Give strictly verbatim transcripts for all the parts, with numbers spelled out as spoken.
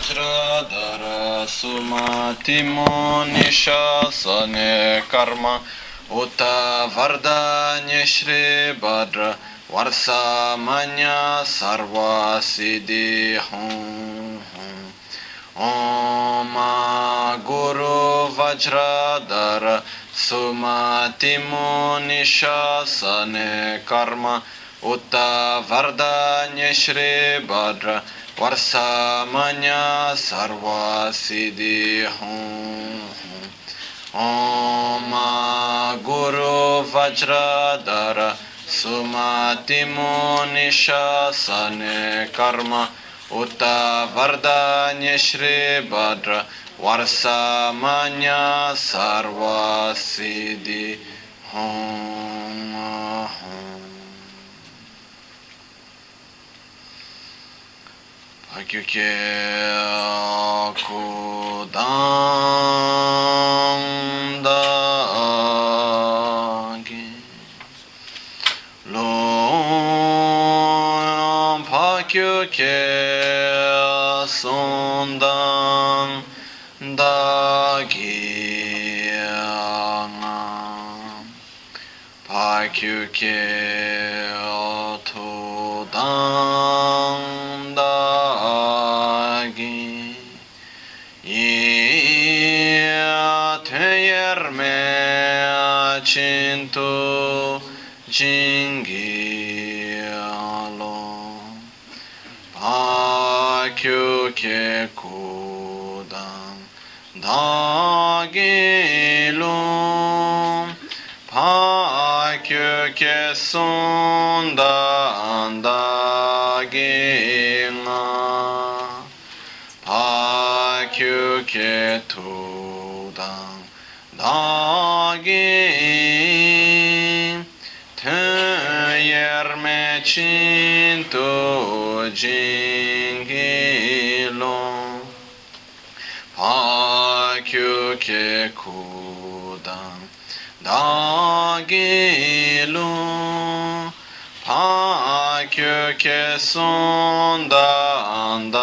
Vajradhara Sumatimo Nishasane Karma Uta Vardanya Shri Bhadra Varsamanya Sarva Siddhi Hum Om Guru Vajradhara Sumatimo Nishasane Karma Uta Vardanya Shri Bhadra Varsamanya Sarva Siddhi Hum Om Guru Vajradhara Sumatimo Nishasane Karma Uta Vardanya Shri Bhadra Varsamanya Sarva Siddhi Hum Akyuke Kudam Dagi Lom Pakyuke Sundan Dagi Pakyuke Otodan Cinto Jinghialo Pakyo Ke Kudam Dagilum Pakyo Ke Sundan Dagina Pakyo Ke Tudam Dagi Teyerme Cinto Jingilo Pakyo Ke Kudam Dagilo Pakyo Ke Sundan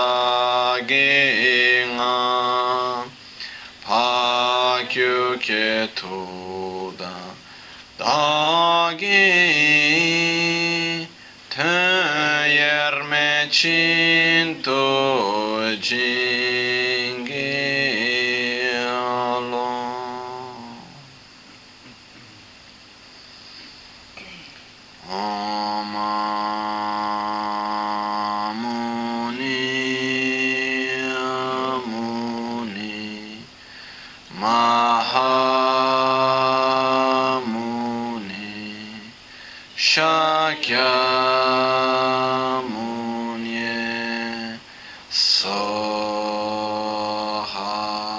Dagina Pakyo Ke Tudam Dagi Teyerme Cinto Jinghialo Om Muni Muni Mahamuni Shakyamuni Soha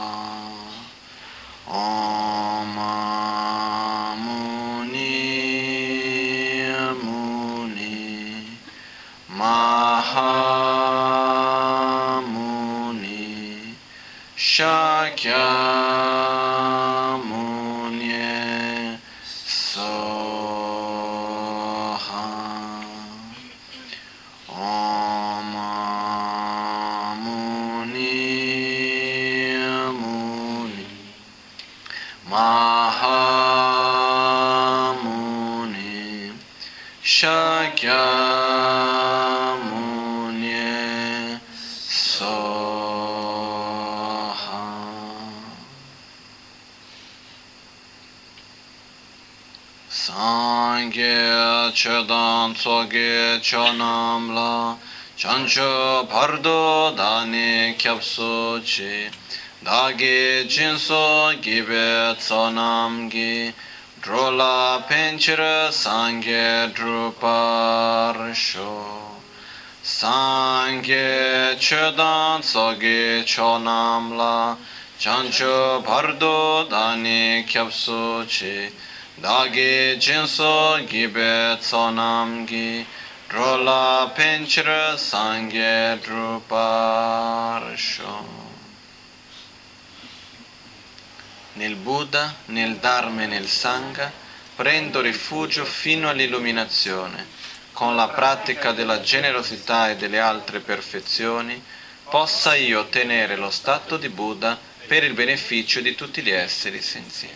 Om Muni Muni Mahamuni Shakyamuni Soha Om Muni Muni Mahamuni Shakyamuni Soha Sangye Chedan Tsoge Chonamla Chancho Pardo Dani Kyapso Chi Dagi Jinso Gibe Tsonamgi Drola Penchira Sangye Druparsho Sangye Chedan Tsoge Chonamla Chancho Pardo Dani Kyapso Chi Dagi Jinso Gibe Tsonamgi Drola Penchira Sangye Druparsho Nel Buddha, nel Dharma e nel Sangha prendo rifugio fino all'illuminazione. Con la pratica della generosità e delle altre perfezioni possa io ottenere lo stato di Buddha per il beneficio di tutti gli esseri senzienti.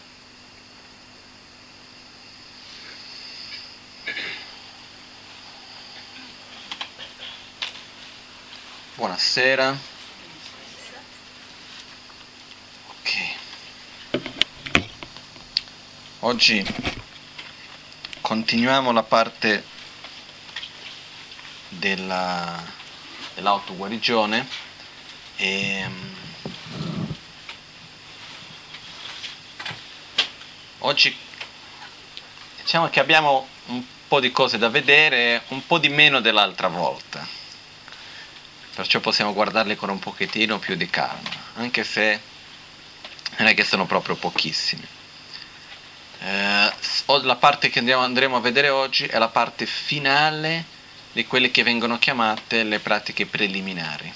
Buonasera. Ok. Oggi continuiamo la parte della, dell'autoguarigione e oggi diciamo che abbiamo un po' di cose da vedere, un po' di meno dell'altra volta. Perciò possiamo guardarli con un pochettino più di calma, anche se non è che sono proprio pochissimi. Eh, la parte che andiamo, andremo a vedere oggi è la parte finale di quelle che vengono chiamate le pratiche preliminari.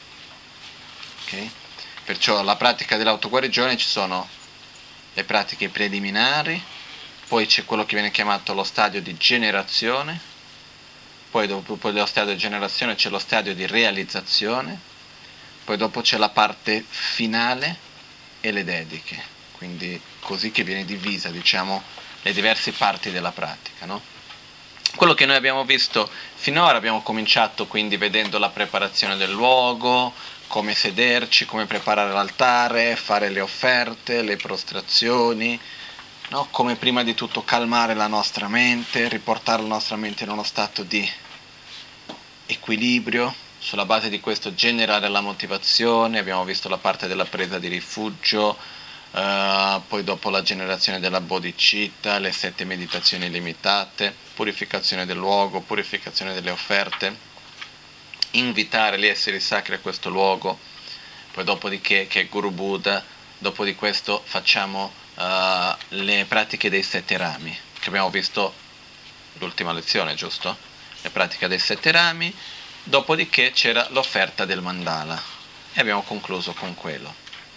Okay? Perciò la pratica dell'autoguarigione ci sono le pratiche preliminari, poi c'è quello che viene chiamato lo stadio di generazione, poi dopo lo stadio di generazione c'è lo stadio di realizzazione, poi dopo c'è la parte finale e le dediche, quindi così che viene divisa, diciamo, le diverse parti della pratica, no? Quello che noi abbiamo visto finora, abbiamo cominciato quindi vedendo la preparazione del luogo, come sederci, come preparare l'altare, fare le offerte, le prostrazioni, no? Come prima di tutto calmare la nostra mente, riportare la nostra mente in uno stato di equilibrio, sulla base di questo generare la motivazione. Abbiamo visto la parte della presa di rifugio, uh, poi dopo la generazione della bodhicitta, le sette meditazioni limitate, purificazione del luogo, purificazione delle offerte, invitare gli esseri sacri a questo luogo, poi dopodiché che è Guru Buddha, dopo di questo facciamo Uh, le pratiche dei sette rami, che abbiamo visto l'ultima lezione, giusto? Le pratiche dei sette rami, dopodiché c'era l'offerta del mandala e abbiamo concluso con quello.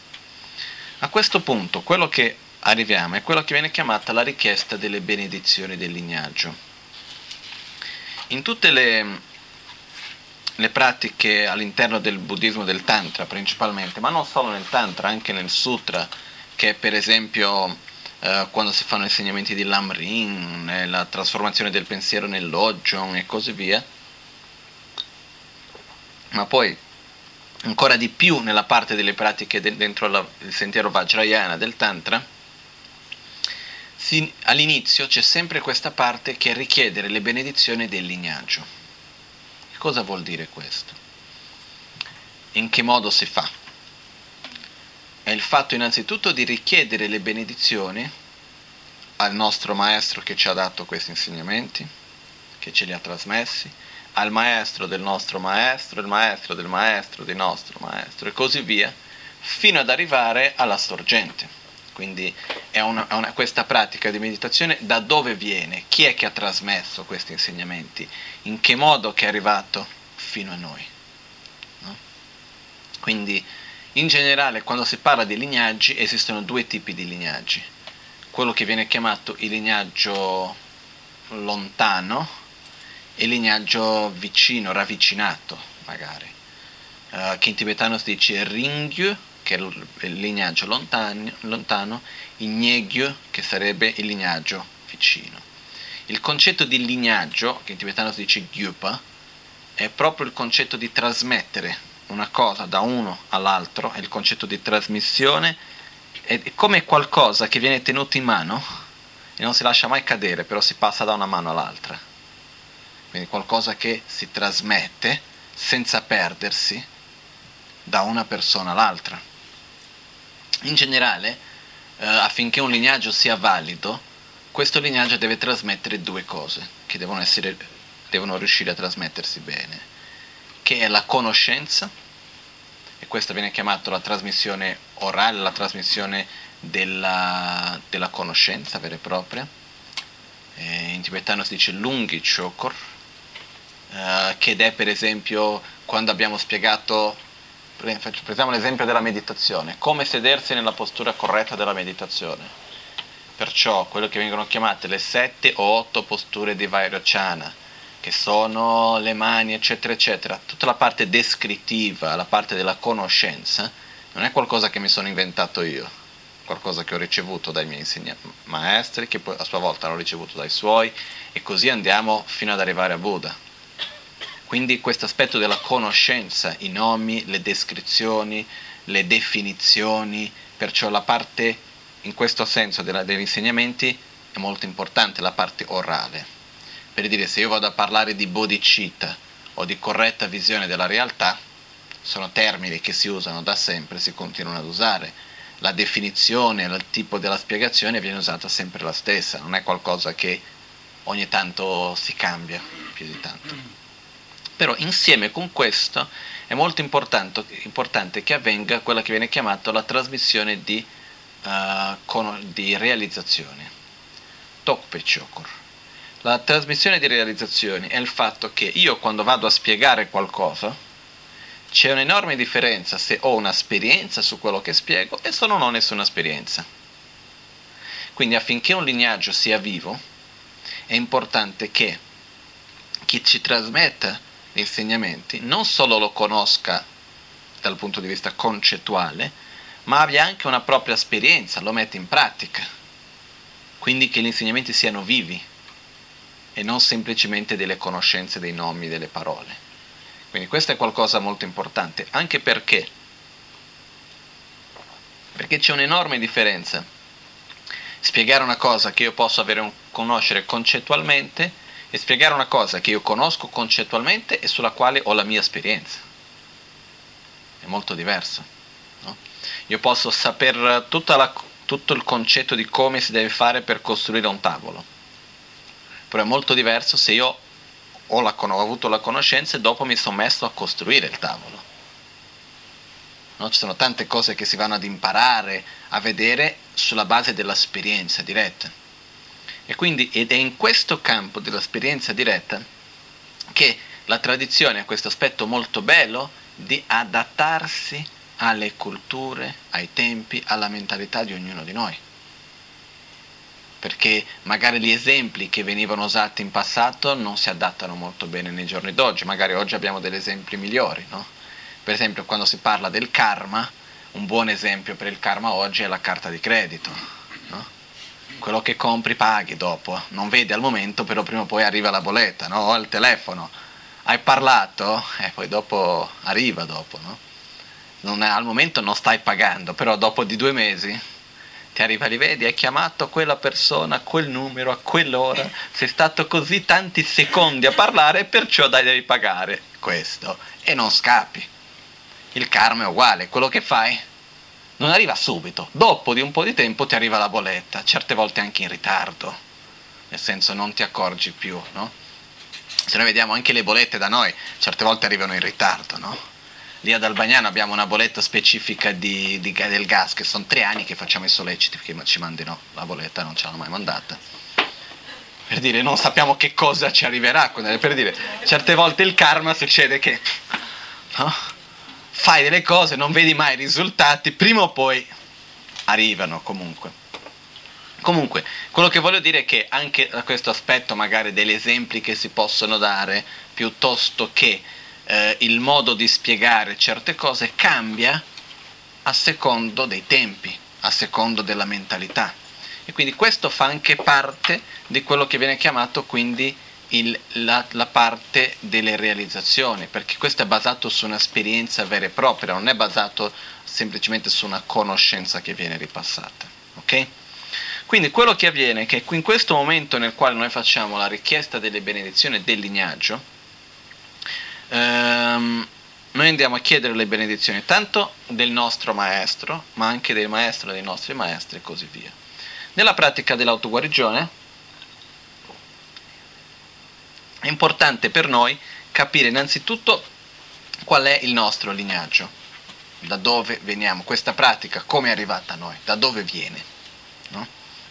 A questo punto quello che arriviamo è quello che viene chiamata la richiesta delle benedizioni del lignaggio. In tutte le, le pratiche all'interno del buddismo del tantra principalmente, ma non solo nel tantra, anche nel sutra, che per esempio eh, quando si fanno insegnamenti di Lamrim, eh, la trasformazione del pensiero nell'Ojong e così via, ma poi ancora di più nella parte delle pratiche de- dentro la, il sentiero Vajrayana del Tantra, si, all'inizio c'è sempre questa parte che è richiedere le benedizioni del lignaggio. Cosa vuol dire questo? In che modo si fa? È il fatto innanzitutto di richiedere le benedizioni al nostro maestro che ci ha dato questi insegnamenti, che ce li ha trasmessi, al maestro del nostro maestro, il maestro del maestro del nostro maestro e così via, fino ad arrivare alla sorgente. Quindi è una, è una, questa pratica di meditazione da dove viene, chi è che ha trasmesso questi insegnamenti, in che modo che è arrivato fino a noi, no? Quindi in generale, quando si parla di lignaggi, esistono due tipi di lignaggi. Quello che viene chiamato il lignaggio lontano e il lignaggio vicino, ravvicinato, magari. Uh, che in tibetano si dice Ringyu, che è il lignaggio lontano, lontano, il Nyegyu, che sarebbe il lignaggio vicino. Il concetto di lignaggio, che in tibetano si dice Gyupa, è proprio il concetto di trasmettere una cosa da uno all'altro, è il concetto di trasmissione, è come qualcosa che viene tenuto in mano e non si lascia mai cadere, però si passa da una mano all'altra. Quindi qualcosa che si trasmette senza perdersi da una persona all'altra. In generale, eh, affinché un lignaggio sia valido, questo lignaggio deve trasmettere due cose che devono essere, devono riuscire a trasmettersi bene, che è la conoscenza, e questa viene chiamata la trasmissione orale, la trasmissione della, della conoscenza vera e propria. Eh, in tibetano si dice Lungi Chokor, eh, che è per esempio quando abbiamo spiegato, prendiamo l'esempio della meditazione, come sedersi nella postura corretta della meditazione. Perciò quello che vengono chiamate le sette o otto posture di Vairocana, che sono le mani, eccetera, eccetera, tutta la parte descrittiva, la parte della conoscenza, non è qualcosa che mi sono inventato io, qualcosa che ho ricevuto dai miei insegnanti, maestri, che poi a sua volta hanno ricevuto dai suoi, e così andiamo fino ad arrivare a Buddha. Quindi questo aspetto della conoscenza, i nomi, le descrizioni, le definizioni, perciò la parte, in questo senso, della, degli insegnamenti è molto importante, la parte orale. Per dire, se io vado a parlare di bodhicitta o di corretta visione della realtà, sono termini che si usano da sempre, si continuano ad usare. La definizione, il tipo della spiegazione viene usata sempre la stessa, non è qualcosa che ogni tanto si cambia più di tanto. Però insieme con questo è molto importante, importante che avvenga quella che viene chiamata la trasmissione di, uh, con, di realizzazioni. Tokpe Chokor. La trasmissione di realizzazioni è il fatto che io, quando vado a spiegare qualcosa, c'è un'enorme differenza se ho un'esperienza su quello che spiego e se non ho nessuna esperienza. Quindi affinché un lignaggio sia vivo è importante che chi ci trasmetta gli insegnamenti non solo lo conosca dal punto di vista concettuale, ma abbia anche una propria esperienza, lo metta in pratica. Quindi che gli insegnamenti siano vivi e non semplicemente delle conoscenze dei nomi, delle parole. Quindi questo è qualcosa molto importante, anche perché perché c'è un'enorme differenza spiegare una cosa che io posso avere un, conoscere concettualmente e spiegare una cosa che io conosco concettualmente e sulla quale ho la mia esperienza. È molto diverso, no? Io posso saper tutta la, tutto il concetto di come si deve fare per costruire un tavolo, però è molto diverso se io ho, la, ho avuto la conoscenza e dopo mi sono messo a costruire il tavolo. No? Ci sono tante cose che si vanno ad imparare, a vedere sulla base dell'esperienza diretta. E quindi ed è in questo campo dell'esperienza diretta che la tradizione ha questo aspetto molto bello di adattarsi alle culture, ai tempi, alla mentalità di ognuno di noi. Perché magari gli esempi che venivano usati in passato non si adattano molto bene nei giorni d'oggi, magari oggi abbiamo degli esempi migliori, no? Per esempio, quando si parla del karma, un buon esempio per il karma oggi è la carta di credito, no? Quello che compri paghi dopo, non vedi al momento, però prima o poi arriva la bolletta, no? O il telefono, hai parlato e poi dopo arriva dopo, no? Non è, al momento non stai pagando, però dopo di due mesi ti arriva, li vedi, hai chiamato quella persona, a quel numero, a quell'ora, sei stato così tanti secondi a parlare, perciò dai devi pagare questo e non scappi. Il karma è uguale, quello che fai non arriva subito, dopo di un po' di tempo ti arriva la bolletta, certe volte anche in ritardo, nel senso non ti accorgi più, no? Se noi vediamo anche le bollette da noi, certe volte arrivano in ritardo, no? Lì ad Albagnano abbiamo una bolletta specifica di, di, del gas, che sono tre anni che facciamo i solleciti perché ci mandino la bolletta, non ce l'hanno mai mandata. Per dire, non sappiamo che cosa ci arriverà, per dire, certe volte il karma succede che, no? Fai delle cose, non vedi mai i risultati, prima o poi arrivano comunque. Comunque, quello che voglio dire è che anche da questo aspetto magari degli esempi che si possono dare, piuttosto che eh, il modo di spiegare certe cose, cambia a secondo dei tempi, a secondo della mentalità. E quindi questo fa anche parte di quello che viene chiamato quindi il, la, la parte delle realizzazioni, perché questo è basato su un'esperienza vera e propria, non è basato semplicemente su una conoscenza che viene ripassata. Ok? Quindi quello che avviene è che in questo momento nel quale noi facciamo la richiesta delle benedizioni del lignaggio, ehm, noi andiamo a chiedere le benedizioni tanto del nostro maestro, ma anche del maestro dei nostri maestri e così via. Nella pratica dell'autoguarigione è importante per noi capire innanzitutto qual è il nostro lignaggio, da dove veniamo, questa pratica come è arrivata a noi, da dove viene, no?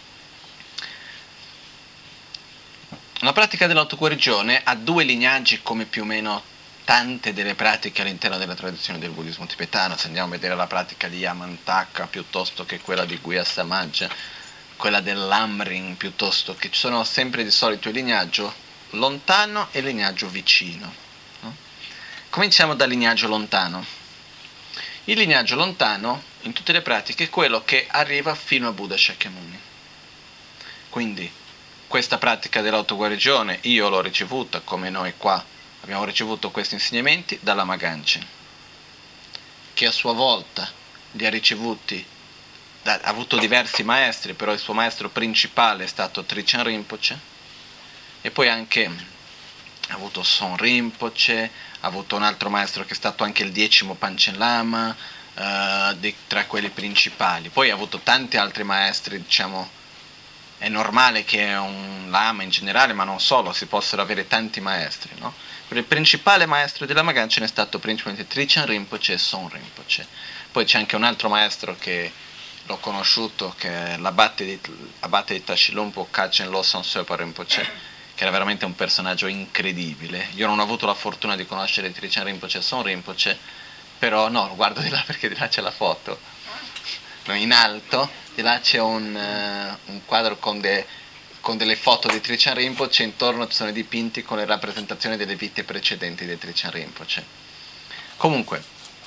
La pratica dell'autoguarigione ha due lignaggi come più o meno tante delle pratiche all'interno della tradizione del buddismo tibetano. Se andiamo a vedere la pratica di Yamantaka piuttosto che quella di Guya Samaja, quella dell'Amrin piuttosto che ci sono sempre di solito il lignaggio lontano e lignaggio vicino. No? Cominciamo dal lignaggio lontano. Il lignaggio lontano, in tutte le pratiche, è quello che arriva fino a Buddha Shakyamuni. Quindi, questa pratica dell'autoguarigione io l'ho ricevuta, come noi qua abbiamo ricevuto questi insegnamenti, da Lama Ganchen, che a sua volta li ha ricevuti, ha avuto diversi maestri, però il suo maestro principale è stato Trichan Rinpoche, e poi anche ha avuto Son Rinpoche, ha avuto un altro maestro che è stato anche il decimo Panchen Lama, eh, di, tra quelli principali. Poi ha avuto tanti altri maestri, diciamo, è normale che un lama in generale, ma non solo, si possano avere tanti maestri, no? Il principale maestro di Lama Ganchen è stato principalmente Trichan Rinpoche e Son Rinpoche. Poi c'è anche un altro maestro che l'ho conosciuto, che è l'abate di, l'abate di Tashilhunpo, Kachen Losang Söpa Rinpoche, che era veramente un personaggio incredibile. Io non ho avuto la fortuna di conoscere Trichan Rinpoche e Son Rinpoche, però no, guardo di là perché di là c'è la foto. No, in alto, di là c'è un, uh, un quadro con, de, con delle foto di Trichan Rinpoche, intorno ci sono i dipinti con le rappresentazioni delle vite precedenti di Trichan Rinpoche. Comunque,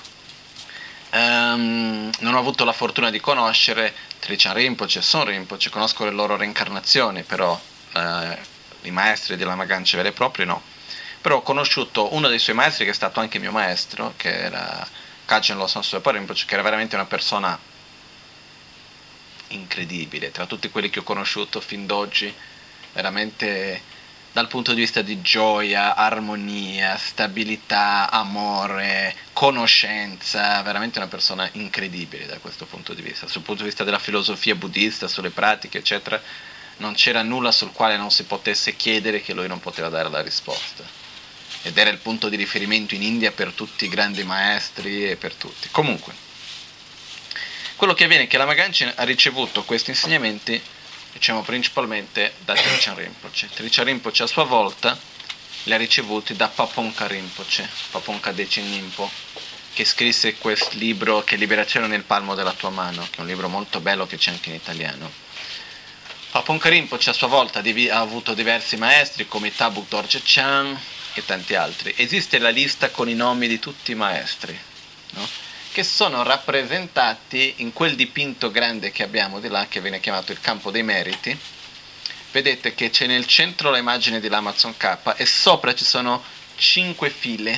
um, non ho avuto la fortuna di conoscere Trichan Rinpoche e Son Rinpoche, conosco le loro reincarnazioni, però uh, i maestri di Lama Ganchen veri e propri no. Però ho conosciuto uno dei suoi maestri che è stato anche mio maestro, che era Kachen Losang Söpa Rinpoche, che era veramente una persona incredibile, tra tutti quelli che ho conosciuto fin d'oggi, veramente dal punto di vista di gioia, armonia, stabilità, amore, conoscenza, veramente una persona incredibile da questo punto di vista. Sul punto di vista della filosofia buddista, sulle pratiche, eccetera, non c'era nulla sul quale non si potesse chiedere che lui non poteva dare la risposta. Ed era il punto di riferimento in India per tutti i grandi maestri e per tutti. Comunque, quello che avviene è che Lama Ganchen ha ricevuto questi insegnamenti, diciamo, principalmente da Trichan Rinpoche. Trichan Rinpoche a sua volta li ha ricevuti da Paponka Rinpoche, Paponka Dechen Nimpo, che scrisse questo libro che è Liberazione nel palmo della tua mano, che è un libro molto bello che c'è anche in italiano. Paponka Rinpoche a sua volta ha avuto diversi maestri come Tabu Dorje Chan e tanti altri. Esiste la lista con i nomi di tutti i maestri, no? Che sono rappresentati in quel dipinto grande che abbiamo di là, che viene chiamato il campo dei meriti. Vedete che c'è nel centro l'immagine di Lamazon K e sopra ci sono cinque file,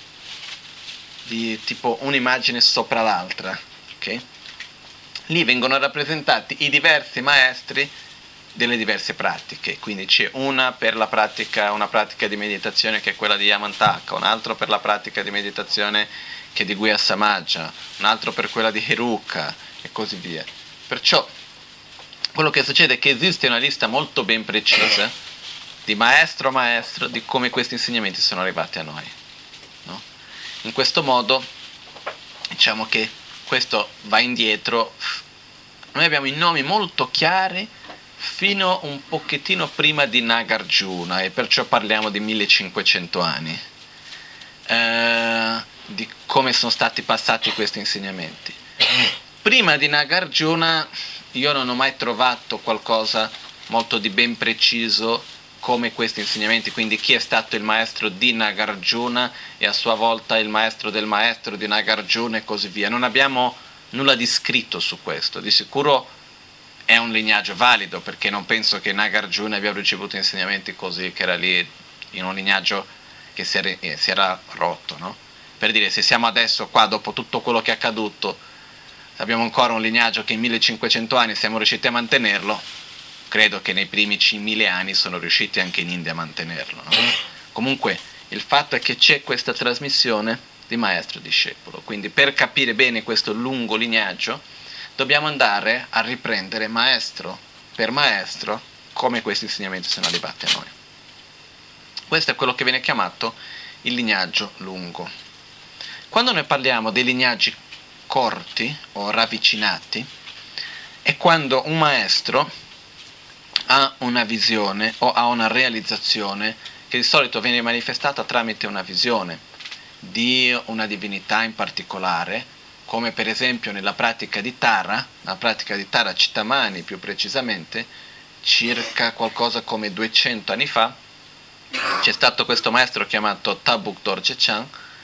di tipo un'immagine sopra l'altra, ok? Lì vengono rappresentati i diversi maestri delle diverse pratiche, quindi c'è una per la pratica, una pratica di meditazione che è quella di Yamantaka, un altro per la pratica di meditazione che è di Guya Samaja, un altro per quella di Heruka e così via. Perciò quello che succede è che esiste una lista molto ben precisa di maestro a maestro di come questi insegnamenti sono arrivati a noi, no? In questo modo diciamo che questo va indietro, noi abbiamo i nomi molto chiari fino un pochettino prima di Nagarjuna, e perciò parliamo di millecinquecento anni, eh, di come sono stati passati questi insegnamenti. Prima di Nagarjuna io non ho mai trovato qualcosa molto di ben preciso come questi insegnamenti, quindi chi è stato il maestro di Nagarjuna e a sua volta il maestro del maestro di Nagarjuna e così via. Non abbiamo nulla di scritto su questo. Di sicuro è un lignaggio valido, perché non penso che Nagarjuna abbia ricevuto insegnamenti così, che era lì in un lignaggio che si era, eh, si era rotto, no? Per dire, se siamo adesso qua dopo tutto quello che è accaduto, abbiamo ancora un lignaggio che in millecinquecento anni siamo riusciti a mantenerlo, credo che nei primi mille anni sono riusciti anche in India a mantenerlo, no? Comunque il fatto è che c'è questa trasmissione di maestro-discepolo, quindi per capire bene questo lungo lignaggio dobbiamo andare a riprendere maestro per maestro come questi insegnamenti sono arrivati a noi. Questo è quello che viene chiamato il lignaggio lungo. Quando noi parliamo dei lignaggi corti o ravvicinati, è quando un maestro ha una visione o ha una realizzazione che di solito viene manifestata tramite una visione di una divinità in particolare, come per esempio nella pratica di Tara, la pratica di Tara Chittamani più precisamente, circa qualcosa come duecento anni fa, c'è stato questo maestro chiamato Tabuk Dorje Chan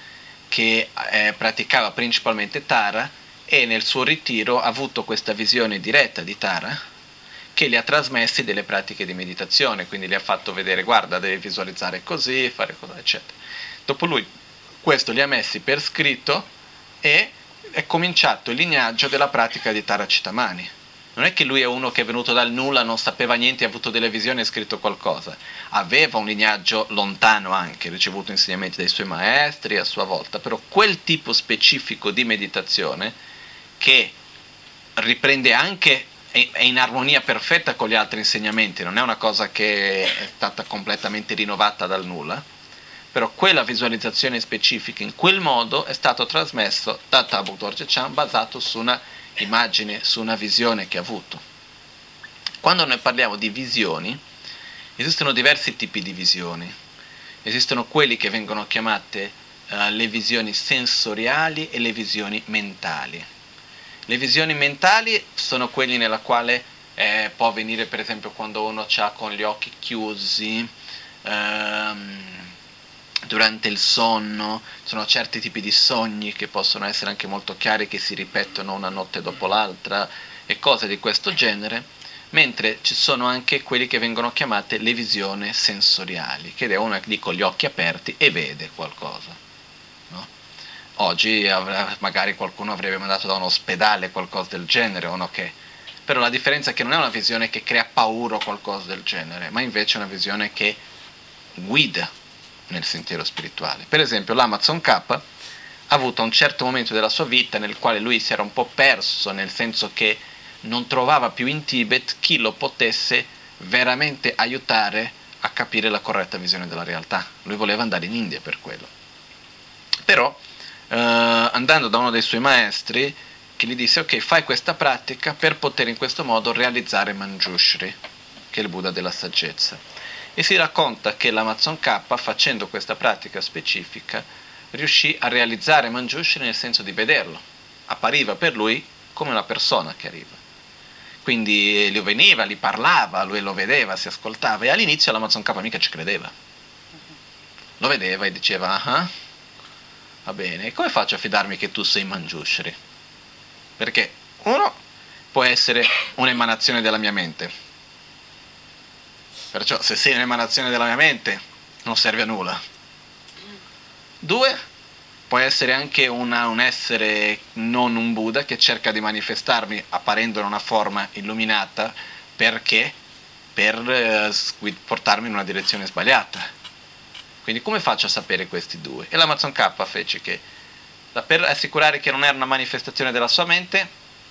che eh, praticava principalmente Tara e nel suo ritiro ha avuto questa visione diretta di Tara che gli ha trasmessi delle pratiche di meditazione, quindi gli ha fatto vedere, guarda, devi visualizzare così, fare così, eccetera. Dopo lui questo li ha messi per scritto e è cominciato il lignaggio della pratica di Tara Citamani. Non è che lui è uno che è venuto dal nulla, non sapeva niente, ha avuto delle visioni e ha scritto qualcosa. Aveva un lignaggio lontano anche, ricevuto insegnamenti dai suoi maestri a sua volta, però quel tipo specifico di meditazione che riprende anche, è in armonia perfetta con gli altri insegnamenti, non è una cosa che è stata completamente rinnovata dal nulla, però quella visualizzazione specifica in quel modo è stato trasmesso da Tabuk Dorje Chan basato su una immagine, su una visione che ha avuto. Quando noi parliamo di visioni, esistono diversi tipi di visioni. Esistono quelli che vengono chiamate uh, le visioni sensoriali e le visioni mentali. Le visioni mentali sono quelli nella quale eh, può avvenire per esempio quando uno ha con gli occhi chiusi, ehm, durante il sonno, sono certi tipi di sogni che possono essere anche molto chiari, che si ripetono una notte dopo l'altra e cose di questo genere, mentre ci sono anche quelli che vengono chiamate le visioni sensoriali, che è uno lì con gli occhi aperti e vede qualcosa. No? Oggi magari qualcuno avrebbe mandato da un ospedale qualcosa del genere o no che, però la differenza è che non è una visione che crea paura o qualcosa del genere, ma invece è una visione che guida nel sentiero spirituale. Per esempio l'Amazon K ha avuto un certo momento della sua vita nel quale lui si era un po' perso, nel senso che non trovava più in Tibet chi lo potesse veramente aiutare a capire la corretta visione della realtà. Lui voleva andare in India per quello. Però eh, andando da uno dei suoi maestri che gli disse ok, fai questa pratica per poter in questo modo realizzare Manjushri, che è il Buddha della saggezza. E si racconta che l'Amazon K, facendo questa pratica specifica, riuscì a realizzare Manjushri nel senso di vederlo. Appariva per lui come una persona che arriva. Quindi lui veniva, gli parlava, lui lo vedeva, si ascoltava, e all'inizio l'Amazon K mica ci credeva. Lo vedeva e diceva, ah, va bene, e come faccio a fidarmi che tu sei Manjushri? Perché uno può essere un'emanazione della mia mente, perciò se sei un'emanazione della mia mente non serve a nulla. Due, può essere anche una, un essere non un Buddha che cerca di manifestarmi apparendo in una forma illuminata perché per eh, portarmi in una direzione sbagliata. Quindi come faccio a sapere questi due? E l'Amazon K fece che per assicurare che non era una manifestazione della sua mente,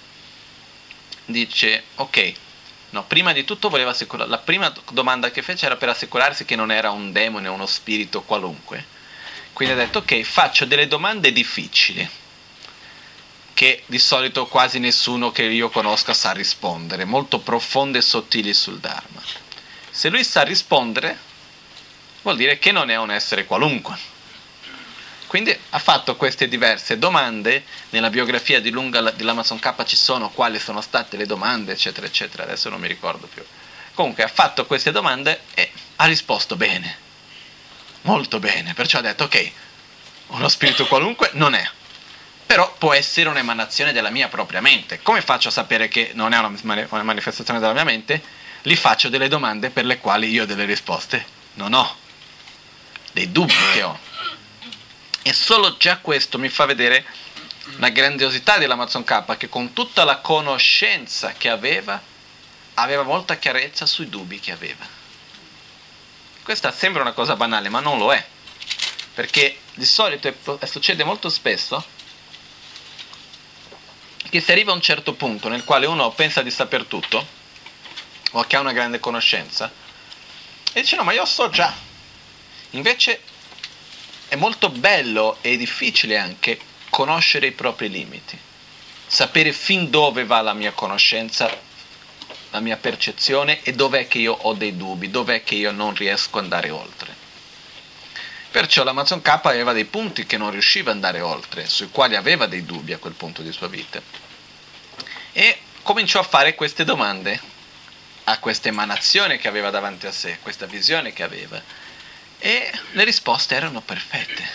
dice ok, no, prima di tutto voleva assicurare, la prima domanda che fece era per assicurarsi che non era un demone o uno spirito qualunque. Quindi ha detto ok, faccio delle domande difficili che di solito quasi nessuno che io conosca sa rispondere, molto profonde e sottili sul Dharma. Se lui sa rispondere vuol dire che non è un essere qualunque. Quindi ha fatto queste diverse domande, nella biografia di lunga dell'Amazon K ci sono quali sono state le domande, eccetera, eccetera, adesso non mi ricordo più. Comunque ha fatto queste domande e ha risposto bene, molto bene, perciò ha detto ok, uno spirito qualunque non è, però può essere un'emanazione della mia propria mente. Come faccio a sapere che non è una manifestazione della mia mente? Gli faccio delle domande per le quali io delle risposte non ho, dei dubbi che ho. E solo già questo mi fa vedere la grandiosità dell'Amazon K, che con tutta la conoscenza che aveva, aveva molta chiarezza sui dubbi che aveva. Questa sembra una cosa banale, ma non lo è, perché di solito e succede molto spesso che si arriva a un certo punto nel quale uno pensa di saper tutto o che ha una grande conoscenza e dice no, ma io so già. Invece è molto bello e difficile anche conoscere i propri limiti, sapere fin dove va la mia conoscenza, la mia percezione e dov'è che io ho dei dubbi, dov'è che io non riesco ad andare oltre. Perciò l'Amazon K aveva dei punti che non riusciva ad andare oltre, sui quali aveva dei dubbi a quel punto di sua vita. E cominciò a fare queste domande a questa emanazione che aveva davanti a sé, questa visione che aveva. e le risposte erano perfette.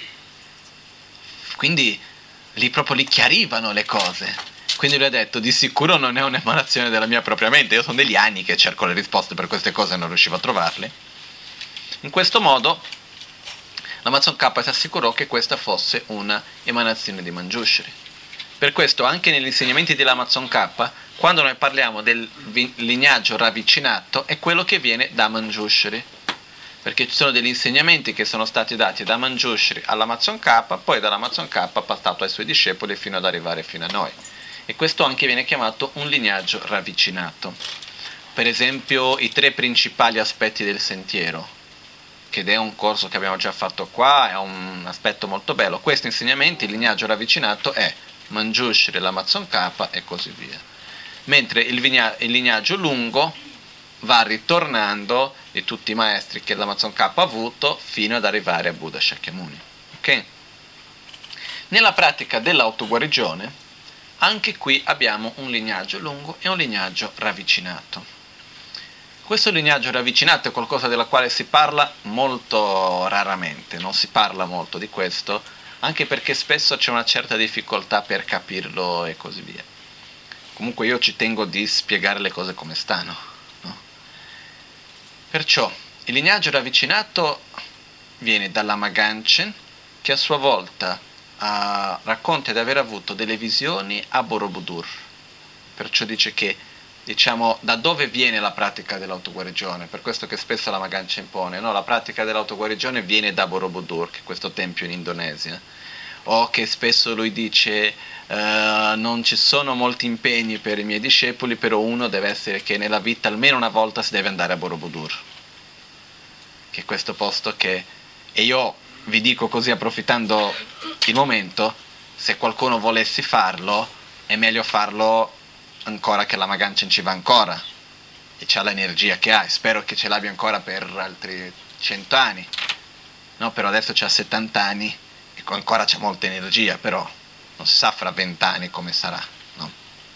Quindi lì proprio li chiarivano le cose. Quindi lui ha detto, di sicuro non è un'emanazione della mia propria mente, io sono degli anni che cerco le risposte per queste cose e non riuscivo a trovarle. In questo modo l'Amazon K si assicurò che questa fosse una emanazione di Manjushri. Per questo anche negli insegnamenti dell'Amazon K, quando noi parliamo del vi- lignaggio ravvicinato, è quello che viene da Manjushri, perché ci sono degli insegnamenti che sono stati dati da Manjushri all'Amazon K, poi dall'Amazon K passato ai suoi discepoli fino ad arrivare fino a noi. E questo anche viene chiamato un lignaggio ravvicinato. Per esempio i tre principali aspetti del sentiero, che è un corso che abbiamo già fatto qua, è un aspetto molto bello. Questi insegnamenti, il lignaggio ravvicinato è Manjushri, l'Amazon K e così via. Mentre il, vigna- il lignaggio lungo va ritornando di tutti i maestri che l'Amazon K ha avuto fino ad arrivare a Buddha Shakyamuni. Ok? Nella pratica dell'autoguarigione, anche qui abbiamo un lignaggio lungo e un lignaggio ravvicinato. Questo lignaggio ravvicinato è qualcosa della quale si parla molto raramente, non si parla molto di questo, anche perché spesso c'è una certa difficoltà per capirlo e così via. Comunque io ci tengo di spiegare le cose come stanno, no? Perciò il lignaggio ravvicinato viene dall'Ama Ganchen, che a sua volta Uh, racconta di aver avuto delle visioni a Borobudur. Perciò dice che, diciamo, da dove viene la pratica dell'autoguarigione? Per questo che spesso la Magancia impone, no? La pratica dell'autoguarigione viene da Borobudur, che è questo tempio in Indonesia. O che spesso lui dice uh, non ci sono molti impegni per i miei discepoli, però uno deve essere che nella vita almeno una volta si deve andare a Borobudur, che è questo posto che, e io vi dico così approfittando il momento, se qualcuno volesse farlo è meglio farlo ancora che la Magancia ci va ancora e c'ha l'energia che ha, e spero che ce l'abbia ancora per altri cento anni, no? Però adesso c'ha settanta anni e ancora c'ha molta energia, però non si sa fra venti anni come sarà, no?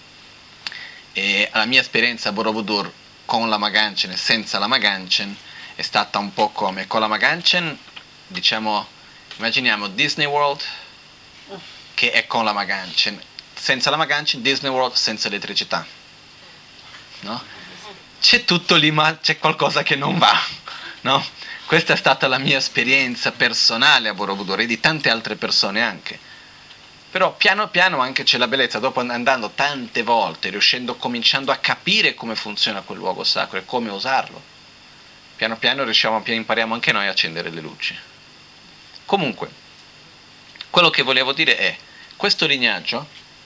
E la mia esperienza a Borobudur con la Magancia e senza la Magancia è stata un po' come con la Magancia, diciamo, immaginiamo Disney World che è con la Magancia, senza la Magancia Disney World senza elettricità, no? C'è tutto lì ma c'è qualcosa che non va, no? Questa è stata la mia esperienza personale a Borobudur e di tante altre persone anche. Però piano piano anche c'è la bellezza, dopo andando tante volte, riuscendo, cominciando a capire come funziona quel luogo sacro e come usarlo, piano piano riusciamo, impariamo anche noi a accendere le luci. Comunque, quello che volevo dire è, questo lignaggio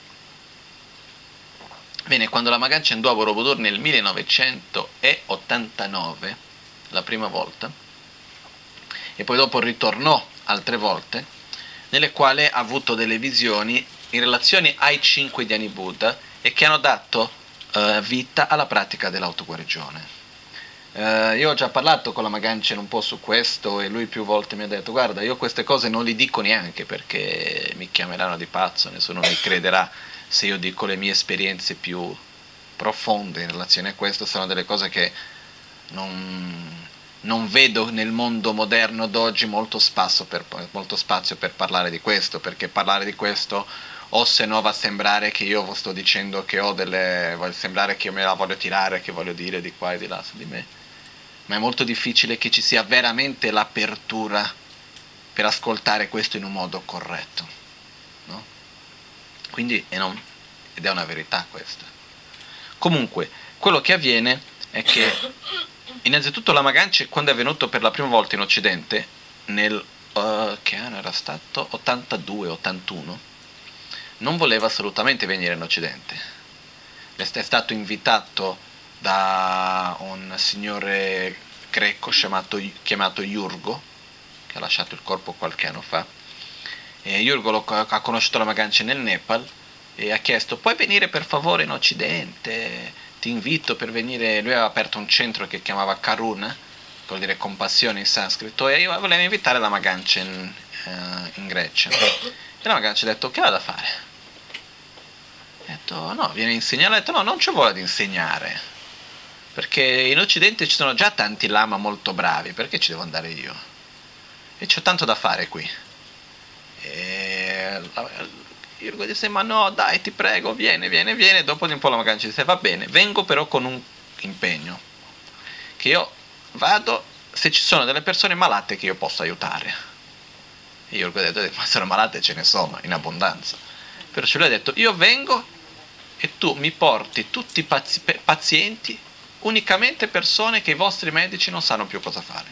venne quando la Magancia andò a Borobudur nel millenovecentottantanove, la prima volta, e poi dopo ritornò altre volte, nelle quali ha avuto delle visioni in relazione ai cinque Dhyani Buddha e che hanno dato uh, vita alla pratica dell'autoguarigione. Uh, io ho già parlato con la Magancia un po' su questo e lui più volte mi ha detto guarda, io queste cose non li dico neanche perché mi chiameranno di pazzo, nessuno mi crederà se io dico le mie esperienze più profonde in relazione a questo. Sono delle cose che non, non vedo nel mondo moderno d'oggi molto spazio, per, molto spazio per parlare di questo, perché parlare di questo o se no va a sembrare che io sto dicendo che ho delle, vuol sembrare che io me la voglio tirare, che voglio dire di qua e di là su di me. Ma è molto difficile che ci sia veramente l'apertura per ascoltare questo in un modo corretto, no? Quindi è non, ed è una verità questa. Comunque, quello che avviene è che innanzitutto la Magancia, quando è venuto per la prima volta in Occidente, nel uh, che anno era stato? ottantadue ottantuno, non voleva assolutamente venire in Occidente. È stato invitato da un signore greco chiamato, chiamato Iurgo, che ha lasciato il corpo qualche anno fa, e Iurgo lo, ha conosciuto la Magancia nel Nepal e ha chiesto puoi venire per favore in Occidente, ti invito per venire. Lui aveva aperto un centro che chiamava Karuna, che vuol dire compassione in sanscrito, e io volevo invitare la Magancia in, uh, in Grecia, e la Magancia ha detto che vado a fare? Ha detto no, viene a insegnare. Ha detto no, non ci vuole ad insegnare, perché in Occidente ci sono già tanti lama molto bravi, perché ci devo andare io? E c'ho tanto da fare qui. E Virgo disse: ma no, dai, ti prego, vieni, vieni, vieni. Dopo di un po' la Maganci disse: va bene, vengo però con un impegno, che io vado se ci sono delle persone malate che io posso aiutare. E io ho detto: ma sono malate ce ne sono in abbondanza. Però ce lui ha detto: io vengo e tu mi porti tutti i pazi- pazienti, unicamente persone che i vostri medici non sanno più cosa fare.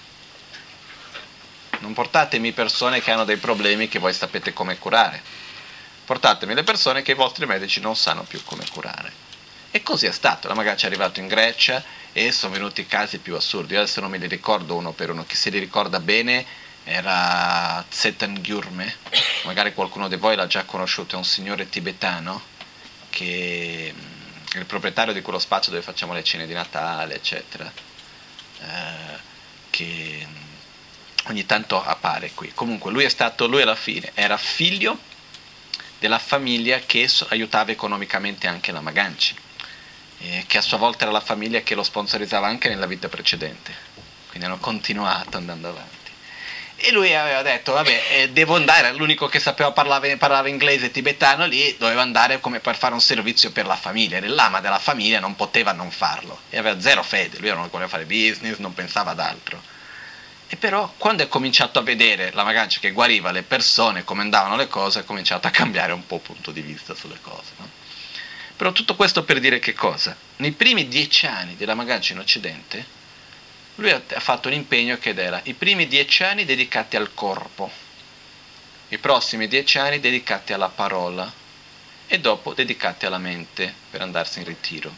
Non portatemi persone che hanno dei problemi che voi sapete come curare. Portatemi le persone che i vostri medici non sanno più come curare. E così è stato. La Maganci è arrivato in Grecia e sono venuti i casi più assurdi. Io adesso non me li ricordo uno per uno. Chi se li ricorda bene era Tsetan Gyurme. Magari qualcuno di voi l'ha già conosciuto. È un signore tibetano che è il proprietario di quello spazio dove facciamo le cene di Natale, eccetera, eh, che ogni tanto appare qui. Comunque lui è stato, lui alla fine era figlio della famiglia che aiutava economicamente anche la Maganci, eh, che a sua volta era la famiglia che lo sponsorizzava anche nella vita precedente, quindi hanno continuato andando avanti. E lui aveva detto: vabbè, eh, devo andare, era l'unico che sapeva parlare, parlava inglese tibetano lì, doveva andare come per fare un servizio per la famiglia, era il lama della famiglia, non poteva non farlo, e aveva zero fede, lui non voleva fare business, non pensava ad altro. E però quando è cominciato a vedere la Maganci che guariva le persone, come andavano le cose, ha cominciato a cambiare un po' punto di vista sulle cose, no? Però tutto questo per dire che cosa? Nei primi dieci anni della Maganci in Occidente lui ha fatto un impegno che era i primi dieci anni dedicati al corpo, i prossimi dieci anni dedicati alla parola e dopo dedicati alla mente per andarsi in ritiro.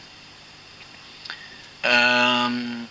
Um,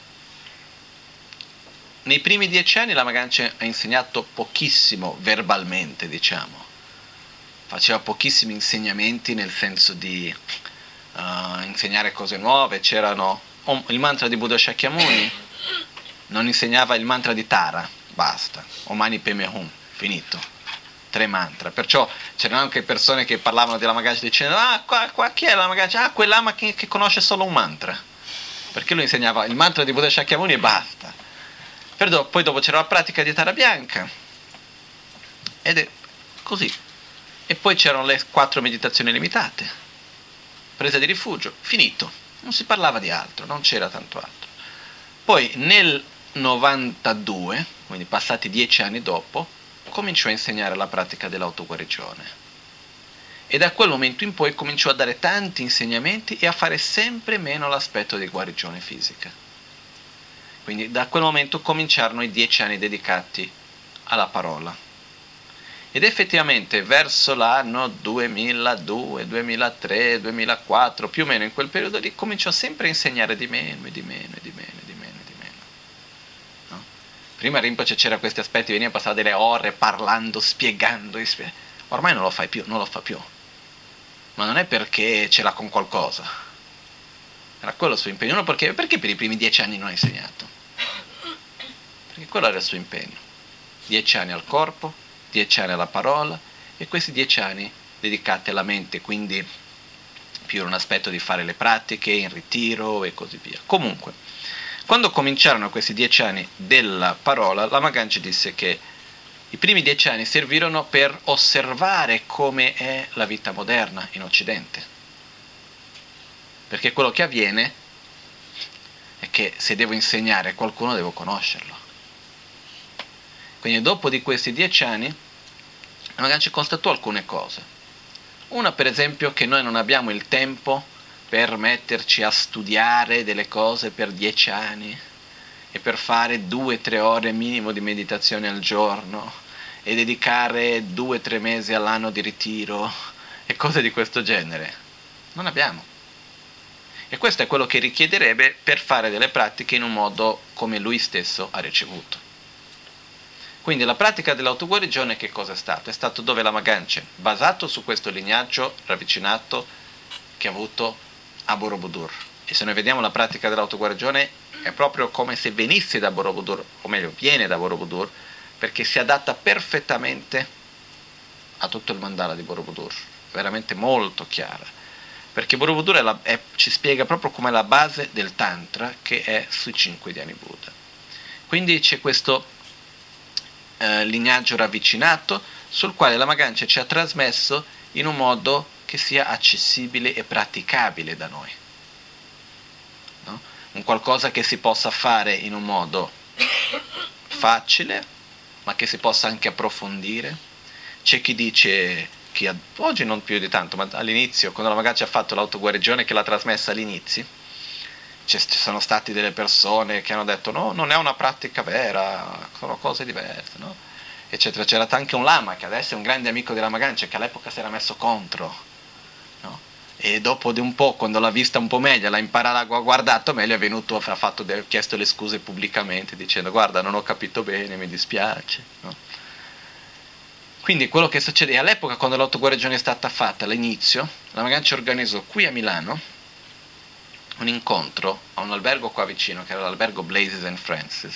nei primi dieci anni la Maganci ha insegnato pochissimo verbalmente, diciamo, faceva pochissimi insegnamenti nel senso di uh, insegnare cose nuove. C'erano oh, il mantra di Buddha Shakyamuni, non insegnava il mantra di Tara, basta, Om Mani Padme Hum, finito, tre mantra. Perciò c'erano anche persone che parlavano della Maganci dicendo: ah, qua, qua chi è la Maganci? Ah, quell'ama che, che conosce solo un mantra, perché lui insegnava il mantra di Buddha Shakyamuni e basta. Però poi dopo c'era la pratica di Tara Bianca ed è così, e poi c'erano le quattro meditazioni limitate, presa di rifugio, finito, non si parlava di altro, non c'era tanto altro. Poi nel novantadue, quindi passati dieci anni dopo, cominciò a insegnare la pratica dell'autoguarigione, e da quel momento in poi cominciò a dare tanti insegnamenti e a fare sempre meno l'aspetto di guarigione fisica. Quindi da quel momento cominciarono i dieci anni dedicati alla parola, ed effettivamente verso l'anno duemiladue, duemilatré, duemilaquattro, più o meno in quel periodo lì, cominciò sempre a insegnare di meno e di meno e di meno. Prima Rinpoche c'era questi aspetti, veniva a passare delle ore parlando, spiegando, spie... ormai non lo fai più, non lo fa più. Ma non è perché ce l'ha con qualcosa, era quello il suo impegno. Uno perché, perché per i primi dieci anni non ha insegnato? Perché quello era il suo impegno. Dieci anni al corpo, dieci anni alla parola, e questi dieci anni dedicati alla mente, quindi più un aspetto di fare le pratiche, in ritiro e così via. Comunque, quando cominciarono questi dieci anni della parola, la Maganci disse che i primi dieci anni servirono per osservare come è la vita moderna in Occidente. Perché quello che avviene è che se devo insegnare a qualcuno devo conoscerlo. Quindi dopo di questi dieci anni la Maganci constatò alcune cose. Una, per esempio, che noi non abbiamo il tempo per metterci a studiare delle cose per dieci anni e per fare due o tre ore minimo di meditazione al giorno e dedicare due o tre mesi all'anno di ritiro e cose di questo genere. Non abbiamo. E questo è quello che richiederebbe per fare delle pratiche in un modo come lui stesso ha ricevuto. Quindi la pratica dell'autoguarigione che cosa è stato? È stato dove la Maganci, basato su questo lignaggio ravvicinato che ha avuto a Borobudur. E se noi vediamo la pratica dell'autoguarigione è proprio come se venisse da Borobudur, o meglio viene da Borobudur, perché si adatta perfettamente a tutto il mandala di Borobudur, veramente molto chiara. perché Borobudur è la, è, ci spiega proprio come la base del Tantra, che è sui cinque Dhyani Buddha. Quindi c'è questo eh, lignaggio ravvicinato sul quale la Magancia ci ha trasmesso in un modo che sia accessibile e praticabile da noi, no? Un qualcosa che si possa fare in un modo facile, ma che si possa anche approfondire. C'è chi dice, chi ha, oggi non più di tanto, ma all'inizio, quando la Magancia ha fatto l'autoguarigione, che l'ha trasmessa all'inizio, ci sono stati delle persone che hanno detto no, non è una pratica vera, sono cose diverse, no? Eccetera. C'era anche un lama che adesso è un grande amico della Magancia, che all'epoca si era messo contro, no? E dopo di un po', quando l'ha vista un po' meglio, l'ha imparato, ha guardato meglio, è venuto, ha fatto, ha chiesto le scuse pubblicamente dicendo guarda, non ho capito bene, mi dispiace, no? Quindi quello che succede è, all'epoca, quando l'autoguarigione è stata fatta all'inizio, la Magancia organizzò qui a Milano un incontro a un albergo qua vicino, che era l'albergo Blazes and Francis,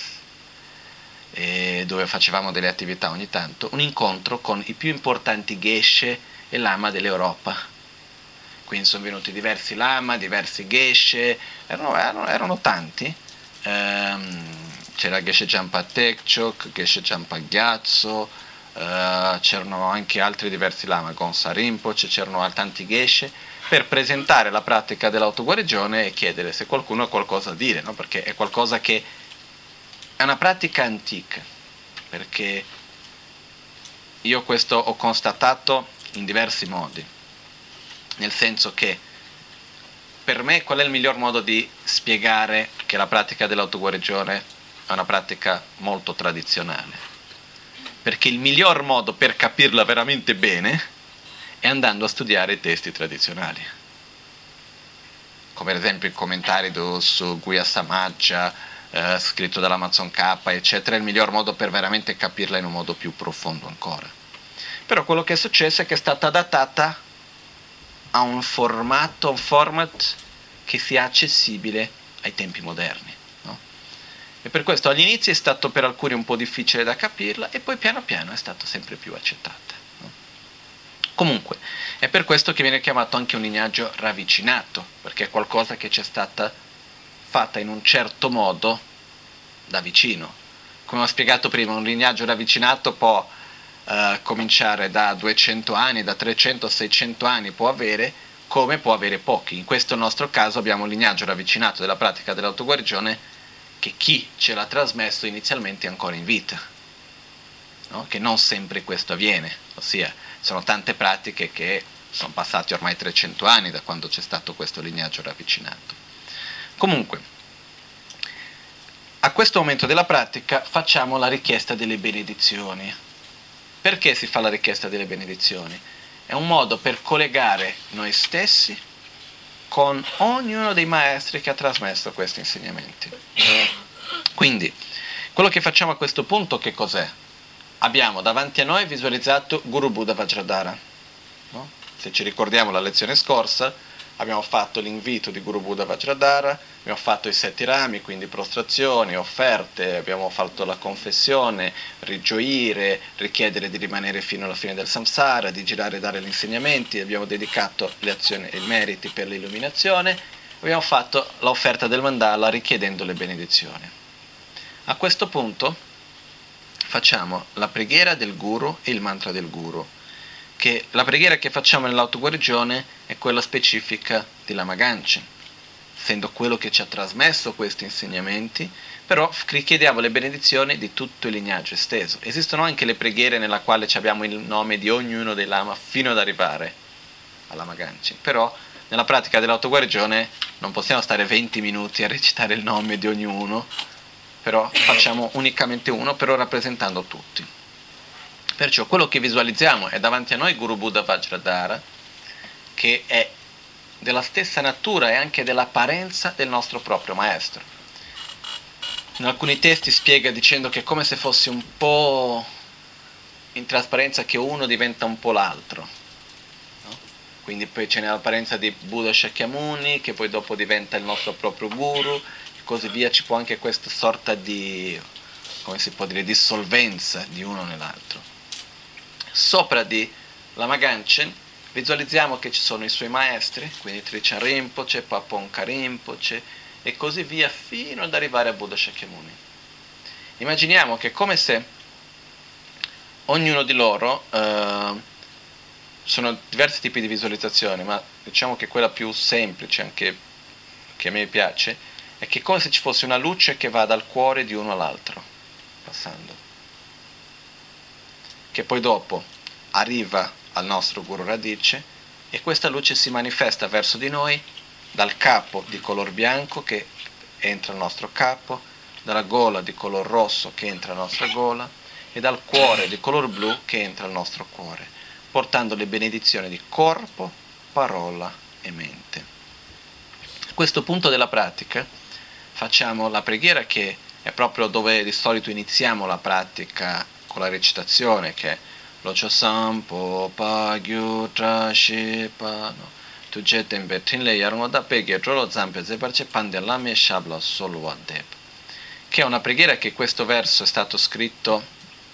e dove facevamo delle attività ogni tanto, un incontro con i più importanti geshe e lama dell'Europa. Quindi sono venuti diversi lama, diversi geshe, erano, erano, erano tanti. Ehm, c'era Geshe Jampa Tekchok, Geshe Jampa Gyatso, eh, c'erano anche altri diversi lama, Gonsa Rinpoche, c'erano tanti geshe, per presentare la pratica dell'autoguarigione e chiedere se qualcuno ha qualcosa da dire, no? Perché è qualcosa che è una pratica antica, perché io questo ho constatato in diversi modi, nel senso che per me qual è il miglior modo di spiegare che la pratica dell'autoguarigione è una pratica molto tradizionale? Perché il miglior modo per capirla veramente bene è andando a studiare i testi tradizionali, come ad esempio i commentari su Guhya Samajja, eh, scritto dall'Amazon K, eccetera. È il miglior modo per veramente capirla in un modo più profondo ancora. Però quello che è successo è che è stata adattata a un formato, un format che sia accessibile ai tempi moderni, no? E per questo all'inizio è stato per alcuni un po' difficile da capirla e poi piano piano è stato sempre più accettata, no? Comunque, è per questo che viene chiamato anche un lignaggio ravvicinato, perché è qualcosa che c'è stata fatta in un certo modo da vicino. Come ho spiegato prima, un lignaggio ravvicinato può eh, cominciare da duecento anni, da trecento a seicento anni può avere, come può avere pochi. In questo nostro caso abbiamo un lignaggio ravvicinato della pratica dell'autoguarigione che chi ce l'ha trasmesso inizialmente è ancora in vita, no? Che non sempre questo avviene, ossia sono tante pratiche che sono passati ormai trecento anni da quando c'è stato questo lignaggio ravvicinato. Comunque, a questo momento della pratica facciamo la richiesta delle benedizioni. Perché si fa la richiesta delle benedizioni? È un modo per collegare noi stessi con ognuno dei maestri che ha trasmesso questi insegnamenti. Quindi, quello che facciamo a questo punto che cos'è? Abbiamo davanti a noi visualizzato Guru Buddha Vajradhara, no? Se ci ricordiamo la lezione scorsa, abbiamo fatto l'invito di Guru Buddha Vajradhara, abbiamo fatto i sette rami, quindi prostrazioni, offerte, abbiamo fatto la confessione, rigioire, richiedere di rimanere fino alla fine del samsara, di girare e dare gli insegnamenti, abbiamo dedicato le azioni e i meriti per l'illuminazione, abbiamo fatto l'offerta del mandala richiedendo le benedizioni. A questo punto facciamo la preghiera del guru e il mantra del guru, che la preghiera che facciamo nell'autoguarigione è quella specifica di Lama Ganchen, essendo quello che ci ha trasmesso questi insegnamenti, però richiediamo le benedizioni di tutto il lignaggio esteso. Esistono anche le preghiere nella quale abbiamo il nome di ognuno dei lama fino ad arrivare a Lama Ganchen, però nella pratica dell'autoguarigione non possiamo stare venti minuti a recitare il nome di ognuno, però facciamo unicamente uno, però rappresentando tutti. Perciò quello che visualizziamo è davanti a noi Guru Buddha Vajradhara, che è della stessa natura e anche dell'apparenza del nostro proprio maestro. In alcuni testi spiega dicendo che è come se fosse un po' in trasparenza, che uno diventa un po' l'altro, no? Quindi poi c'è l'apparenza di Buddha Shakyamuni, che poi dopo diventa il nostro proprio guru, e così via. Ci può anche questa sorta di, come si può dire, dissolvenza di uno nell'altro. Sopra di Lama Ganchen Visualizziamo che ci sono i suoi maestri, quindi Trichan Rinpoche, Paponka Rinpoche e così via fino ad arrivare a Buddha Shakyamuni. Immaginiamo che è come se ognuno di loro, eh, sono diversi tipi di visualizzazione, ma diciamo che quella più semplice, anche che a me piace, è che è come se ci fosse una luce che va dal cuore di uno all'altro, passando, che poi dopo arriva al nostro Guru Radice e questa luce si manifesta verso di noi dal capo di color bianco che entra al nostro capo, dalla gola di color rosso che entra alla nostra gola e dal cuore di color blu che entra al nostro cuore, portando le benedizioni di corpo, parola e mente. A questo punto della pratica facciamo la preghiera che è proprio dove di solito iniziamo la pratica con la recitazione, che è Locho Sampo Pagyu Trashipano Tuje Tempe Trinle Yarmoda Peghe Trolo Zampe Zeparce Pandellame Shabla Solwadeb, che è una preghiera che questo verso è stato scritto,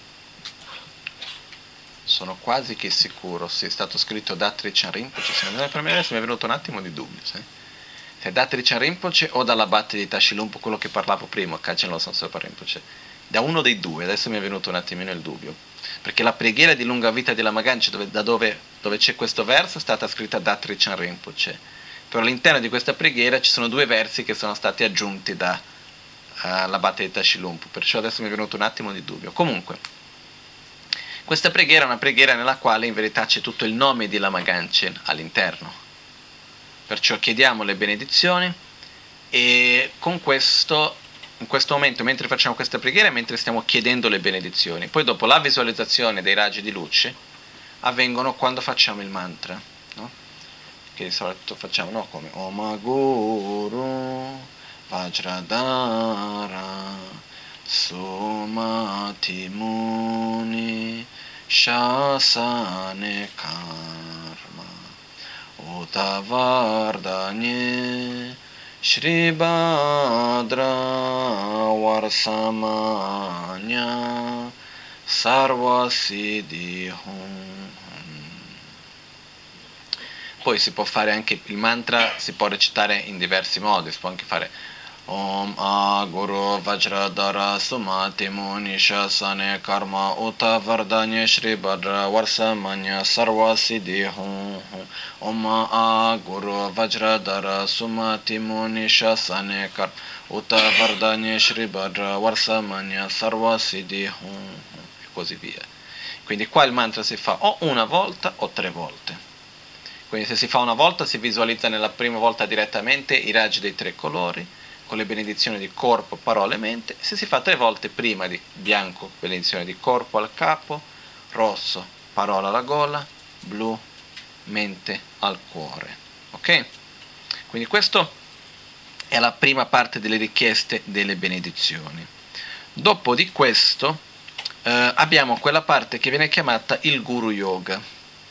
sono quasi che sicuro, sì, è stato scritto da Trichan Rinpoche, se per me adesso mi è venuto un attimo di dubbio, sì? Se è da Trichan Rinpoche o dall'abate di Tashilumpo, quello che parlavo prima, Kachen Losang Sopa Rinpoche, da uno dei due, adesso mi è venuto un attimino il dubbio, perché la preghiera di lunga vita di Lama Ganche, dove, da dove, dove c'è questo verso, è stata scritta da Trichan Rinpoche, però all'interno di questa preghiera ci sono due versi che sono stati aggiunti da uh, l'abate di Tashilumpo, perciò adesso mi è venuto un attimo di dubbio. Comunque, questa preghiera è una preghiera nella quale in verità c'è tutto il nome di Lama Ganche all'interno, perciò chiediamo le benedizioni e con questo, in questo momento, mentre facciamo questa preghiera, mentre stiamo chiedendo le benedizioni, poi dopo la visualizzazione dei raggi di luce avvengono quando facciamo il mantra, no? Che di solito facciamo, no? Come Om Guru Vajradhara Sumati Muni Shasane Karma Utavardhanye Shri Bhadra Varsamanya Sarva Siddhi Hum. Poi si può fare anche il mantra, si può recitare in diversi modi, si può anche fare Om A Guru Vajradhara Sumati Muni Shasane Karma Uta Vardhanya Shri Bhadra Varsamanya Sarva Siddhi Hum. Om A Guru Vajradhara Sumati Muni Shasane Karma Uta Vardhanya Shri Bhadra Varsamanya Sarva Siddhi Hum. E così via. Quindi qua il mantra si fa o una volta o tre volte. Quindi se si fa una volta si visualizza nella prima volta direttamente i raggi dei tre colori, con le benedizioni di corpo, parola e mente. Se si fa tre volte, prima di bianco, benedizione di corpo al capo, rosso, parola alla gola, blu, mente al cuore. Ok? Quindi questa è la prima parte delle richieste delle benedizioni. Dopo di questo eh, abbiamo quella parte che viene chiamata il Guru Yoga.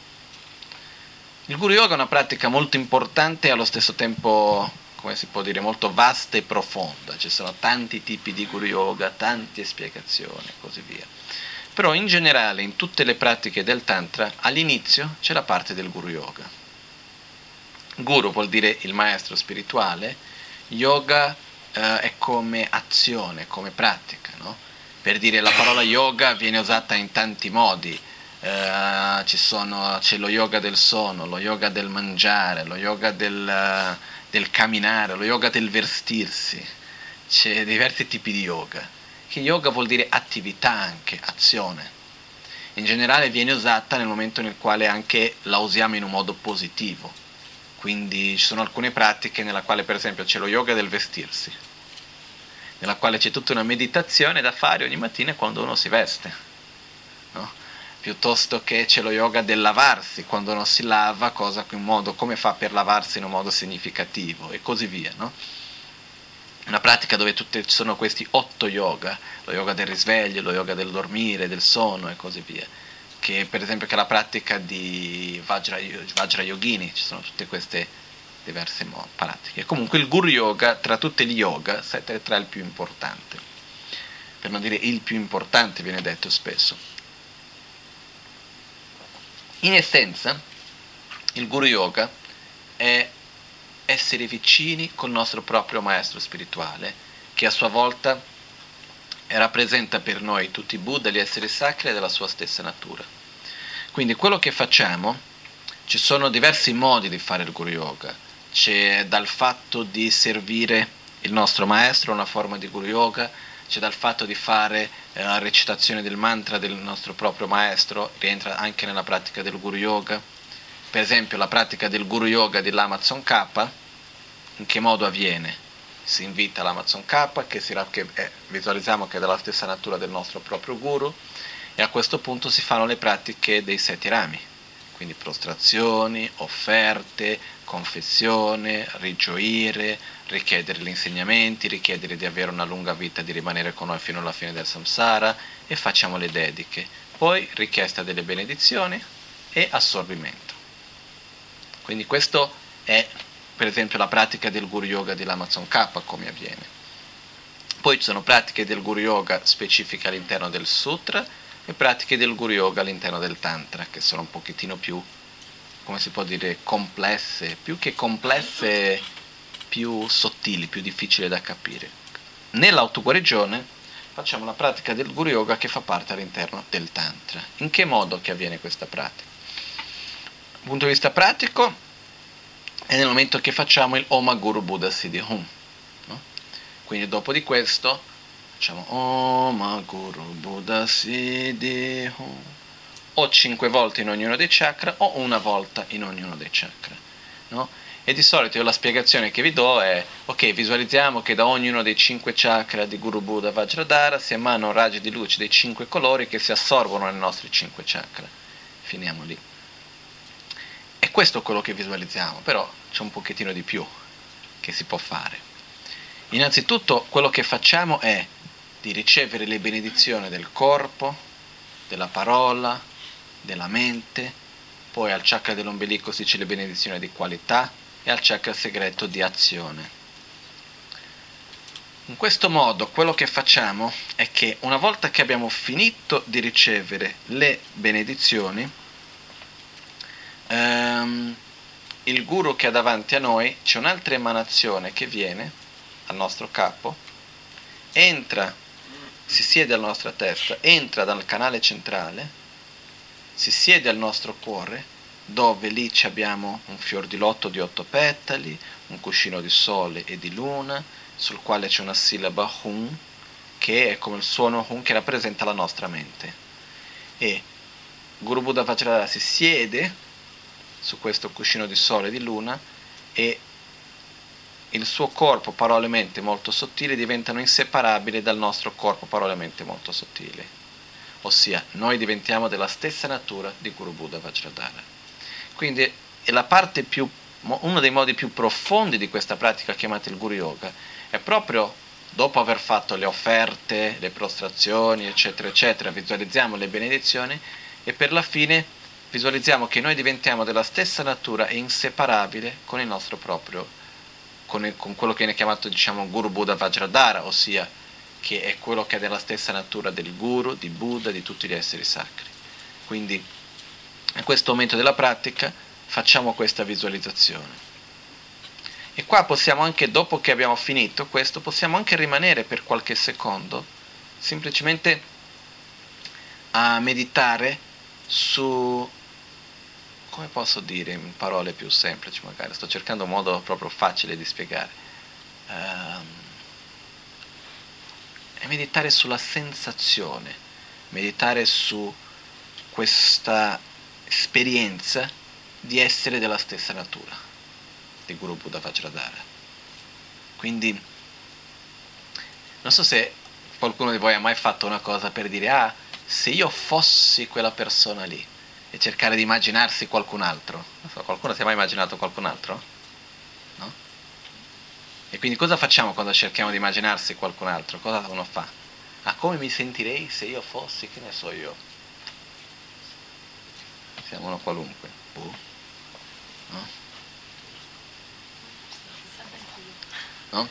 Il Guru Yoga è una pratica molto importante e allo stesso tempo, come si può dire, molto vasta e profonda. Ci sono tanti tipi di Guru Yoga, tante spiegazioni e così via. Però in generale, in tutte le pratiche del Tantra, all'inizio c'è la parte del Guru Yoga. Guru vuol dire il maestro spirituale, yoga eh, è come azione, come pratica, no? Per dire, la parola yoga viene usata in tanti modi. Uh, ci sono, c'è lo yoga del sonno, lo yoga del mangiare, lo yoga del, uh, del camminare, lo yoga del vestirsi, c'è diversi tipi di yoga. Che yoga vuol dire attività anche, azione. In generale viene usata nel momento nel quale anche la usiamo in un modo positivo. Quindi ci sono alcune pratiche nella quale per esempio c'è lo yoga del vestirsi, nella quale c'è tutta una meditazione da fare ogni mattina quando uno si veste, no? Piuttosto che c'è lo yoga del lavarsi, quando uno si lava, cosa in modo, come fa per lavarsi in un modo significativo e così via, no? Una pratica dove tutte, ci sono questi otto yoga, lo yoga del risveglio, lo yoga del dormire, del sonno e così via, che per esempio che è la pratica di Vajra, Vajra Yogini, ci sono tutte queste diverse pratiche. Comunque il Guru Yoga, tra tutti gli yoga, è tra il più importante, per non dire il più importante, viene detto spesso. In essenza, Il Guru Yoga è essere vicini col nostro proprio maestro spirituale, che a sua volta rappresenta per noi tutti i Buddha, gli esseri sacri della sua stessa natura. Quindi quello che facciamo, ci sono diversi modi di fare il Guru Yoga. C'è dal fatto di servire il nostro maestro, una forma di Guru Yoga, c'è dal fatto di fare eh, la recitazione del mantra del nostro proprio maestro, rientra anche nella pratica del Guru Yoga. Per esempio la pratica del Guru Yoga di Lamazon K, in che modo avviene? Si invita l'Amazon K, che, si, che eh, visualizziamo che è della stessa natura del nostro proprio Guru, e a questo punto si fanno le pratiche dei sette rami, quindi prostrazioni, offerte, confessione, rigioire, richiedere gli insegnamenti, richiedere di avere una lunga vita, di rimanere con noi fino alla fine del samsara, e facciamo le dediche. Poi richiesta delle benedizioni e assorbimento. Quindi questo è per esempio la pratica del Guru Yoga dell'Amazon K, come avviene. Poi ci sono pratiche del Guru Yoga specifiche all'interno del Sutra e pratiche del Guru Yoga all'interno del Tantra, che sono un pochettino più, come si può dire, complesse, più che complesse, più sottili, più difficili da capire. Nell'autoguarigione facciamo la pratica del Guru Yoga che fa parte all'interno del Tantra. In che modo che avviene questa pratica? Dal punto di vista pratico, è nel momento che facciamo il Om Guru Buddha Siddhi Hum, no? Quindi dopo di questo facciamo Om Guru Buddha Siddhi Hum, o cinque volte in ognuno dei chakra o una volta in ognuno dei chakra, no? E di solito io la spiegazione che vi do è: ok, visualizziamo che da ognuno dei cinque chakra di Guru Buddha Vajradhara si emanano raggi di luce dei cinque colori che si assorbono nei nostri cinque chakra. Finiamo lì. E questo è quello che visualizziamo, però c'è un pochettino di più che si può fare. Innanzitutto quello che facciamo è di ricevere le benedizioni del corpo, della parola, della mente, poi al chakra dell'ombelico si dice le benedizioni di qualità e al chakra segreto di azione. In questo modo quello che facciamo è che una volta che abbiamo finito di ricevere le benedizioni, Um, il guru che ha davanti a noi, c'è un'altra emanazione che viene al nostro capo, entra, si siede alla nostra testa, entra dal canale centrale, si siede al nostro cuore, dove lì abbiamo un fior di lotto di otto petali, un cuscino di sole e di luna, sul quale c'è una sillaba Hum, che è come il suono Hum che rappresenta la nostra mente. E Guru Buddha Vajradhara si siede su questo cuscino di sole e di luna, e il suo corpo, parole e mente molto sottili diventano inseparabili dal nostro corpo, parole e mente molto sottili. Ossia, noi diventiamo della stessa natura di Guru Buddha Vajradhara. Quindi è la parte più, uno dei modi più profondi di questa pratica chiamata il Guru Yoga, è proprio dopo aver fatto le offerte, le prostrazioni, eccetera, eccetera, visualizziamo le benedizioni e per la fine visualizziamo che noi diventiamo della stessa natura e inseparabile con il nostro proprio, con, il, con quello che viene chiamato, diciamo, Guru Buddha Vajradhara, ossia che è quello che è della stessa natura del Guru, di Buddha, di tutti gli esseri sacri. Quindi in questo momento della pratica facciamo questa visualizzazione. E qua possiamo anche, dopo che abbiamo finito questo, possiamo anche rimanere per qualche secondo, semplicemente a meditare su, come posso dire in parole più semplici, magari sto cercando un modo proprio facile di spiegare, um, e meditare sulla sensazione, meditare su questa esperienza di essere della stessa natura di Guru Buddha Vajradhara. Quindi non so se qualcuno di voi ha mai fatto una cosa per dire: ah, se io fossi quella persona lì, e cercare di immaginarsi qualcun altro. Non so, qualcuno si è mai immaginato qualcun altro? No? E quindi cosa facciamo quando cerchiamo di immaginarsi qualcun altro? Cosa uno fa? Ah, come mi sentirei se io fossi, che ne so io? Siamo uno qualunque. Boh. No? No?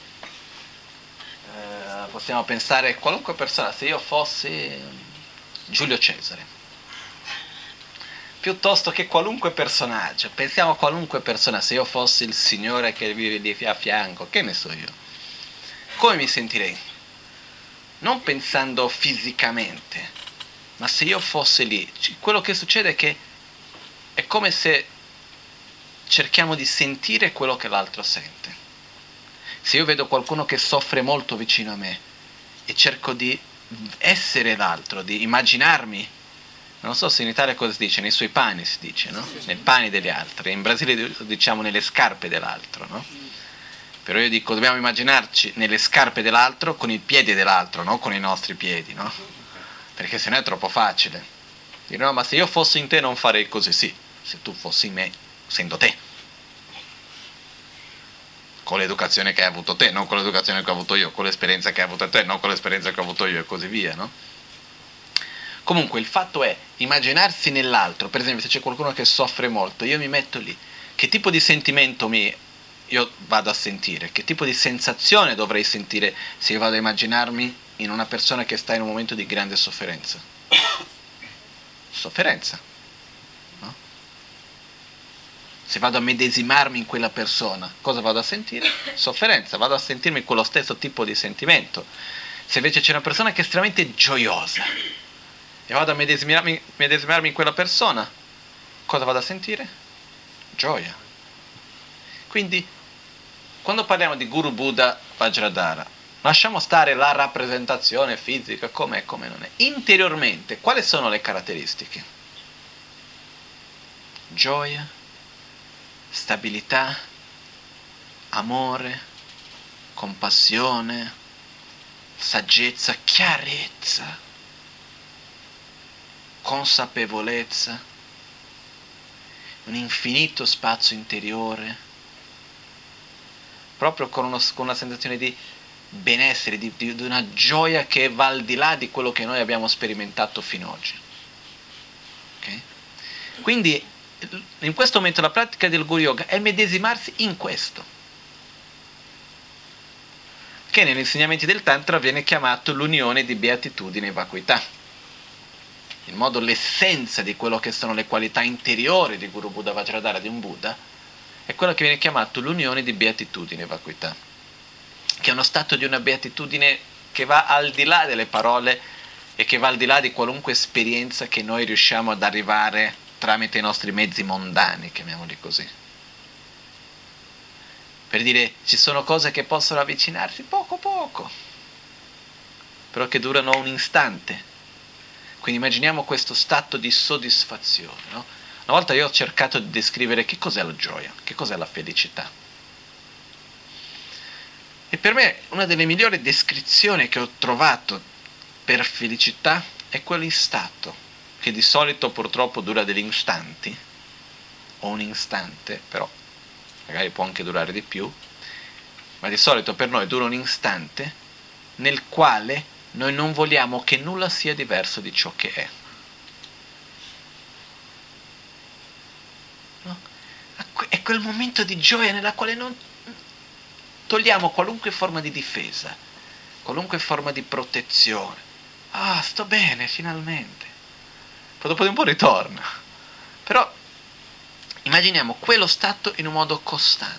Eh, possiamo pensare a qualunque persona, se io fossi Giulio Cesare. piuttosto che qualunque personaggio. Pensiamo a qualunque persona, se io fossi il Signore che vive lì a fianco, che ne so io, come mi sentirei? Non pensando fisicamente, ma se io fossi lì, quello che succede è che è come se cerchiamo di sentire quello che l'altro sente. Se io vedo qualcuno che soffre molto vicino a me e cerco di essere l'altro, di immaginarmi, non so se in Italia cosa si dice, nei suoi panni si dice, no? Nei panni degli altri, in Brasile diciamo nelle scarpe dell'altro, no? Però io dico, dobbiamo immaginarci nelle scarpe dell'altro con i piedi dell'altro, non con i nostri piedi, no? Perché sennò è troppo facile. Dire, no, ma se io fossi in te non farei così, sì, se tu fossi in me, essendo te. Con l'educazione che hai avuto te, non con l'educazione che ho avuto io, con l'esperienza che hai avuto te, non con l'esperienza che ho avuto io e così via, no? Comunque il fatto è immaginarsi nell'altro, per esempio se c'è qualcuno che soffre molto, io mi metto lì, che tipo di sentimento mi, io vado a sentire, che tipo di sensazione dovrei sentire se io vado a immaginarmi in una persona che sta in un momento di grande sofferenza? Sofferenza, no? Se vado a medesimarmi in quella persona, cosa vado a sentire? Sofferenza, vado a sentirmi quello stesso tipo di sentimento. Se invece c'è una persona che è estremamente gioiosa e vado a medesimarmi, medesimarmi in quella persona, cosa vado a sentire? Gioia. Quindi, quando parliamo di Guru Buddha Vajradhara, lasciamo stare la rappresentazione fisica, com'è e come non è. Interiormente, quali sono le caratteristiche? Gioia, stabilità, amore, compassione, saggezza, chiarezza, consapevolezza, un infinito spazio interiore, proprio con, uno, con una sensazione di benessere, di, di, di una gioia che va al di là di quello che noi abbiamo sperimentato fino ad oggi. Okay? Quindi in questo momento la pratica del Guru Yoga è medesimarsi in questo, che negli insegnamenti del Tantra viene chiamato l'unione di beatitudine e vacuità. In modo l'essenza di quello che sono le qualità interiori di Guru Buddha Vajradhara, di un Buddha, è quello che viene chiamato l'unione di beatitudine e vacuità, che è uno stato di una beatitudine che va al di là delle parole e che va al di là di qualunque esperienza che noi riusciamo ad arrivare tramite i nostri mezzi mondani, chiamiamoli così. Per dire, ci sono cose che possono avvicinarsi poco poco, però che durano un istante. Quindi immaginiamo questo stato di soddisfazione, no? Una volta io ho cercato di descrivere che cos'è la gioia, che cos'è la felicità. E per me una delle migliori descrizioni che ho trovato per felicità è quell'istato, che di solito purtroppo dura degli istanti, o un istante, però magari può anche durare di più, ma di solito per noi dura un istante nel quale noi non vogliamo che nulla sia diverso di ciò che è. No? È quel momento di gioia nella quale non togliamo qualunque forma di difesa, qualunque forma di protezione. Ah, sto bene, finalmente. Poi dopo di un po' ritorna. Però immaginiamo quello stato in un modo costante.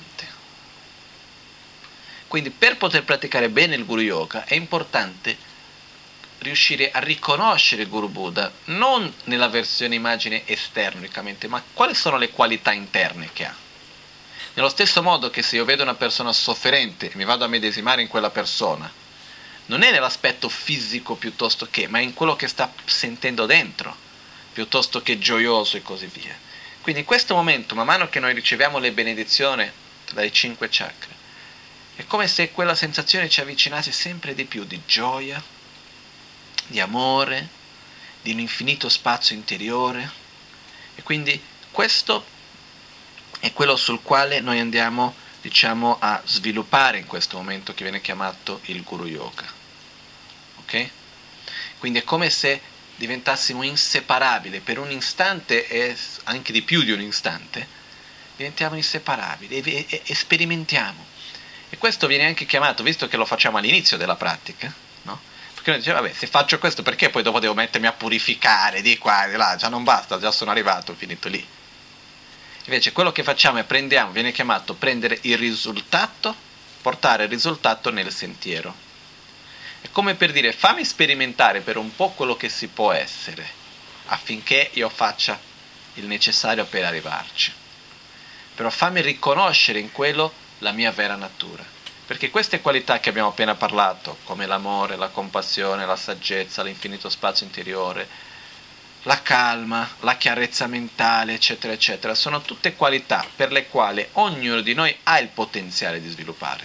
Quindi per poter praticare bene il Guru Yoga è importante riuscire a riconoscere il Guru Buddha non nella versione immagine esterna unicamente, ma quali sono le qualità interne che ha. Nello stesso modo che se io vedo una persona sofferente e mi vado a medesimare in quella persona, non è nell'aspetto fisico piuttosto che, ma in quello che sta sentendo dentro, piuttosto che gioioso e così via. Quindi in questo momento, man mano che noi riceviamo le benedizioni dai cinque chakra, è come se quella sensazione ci avvicinasse sempre di più di gioia, di amore, di un infinito spazio interiore. E quindi questo è quello sul quale noi andiamo, diciamo, a sviluppare in questo momento che viene chiamato il Guru Yoga. Ok? Quindi è come se diventassimo inseparabili per un istante e anche di più di un istante, diventiamo inseparabili e, e, e sperimentiamo. E questo viene anche chiamato, visto che lo facciamo all'inizio della pratica, no? Perché Perché noi diciamo, vabbè, se faccio questo perché poi dopo devo mettermi a purificare di qua e di là, già non basta, già sono arrivato, finito lì. Invece quello che facciamo è prendiamo, viene chiamato prendere il risultato, portare il risultato nel sentiero. È come per dire, fammi sperimentare per un po' quello che si può essere, affinché io faccia il necessario per arrivarci. Però fammi riconoscere in quello la mia vera natura. Perché queste qualità che abbiamo appena parlato, come l'amore, la compassione, la saggezza, l'infinito spazio interiore, la calma, la chiarezza mentale, eccetera, eccetera, sono tutte qualità per le quali ognuno di noi ha il potenziale di sviluppare.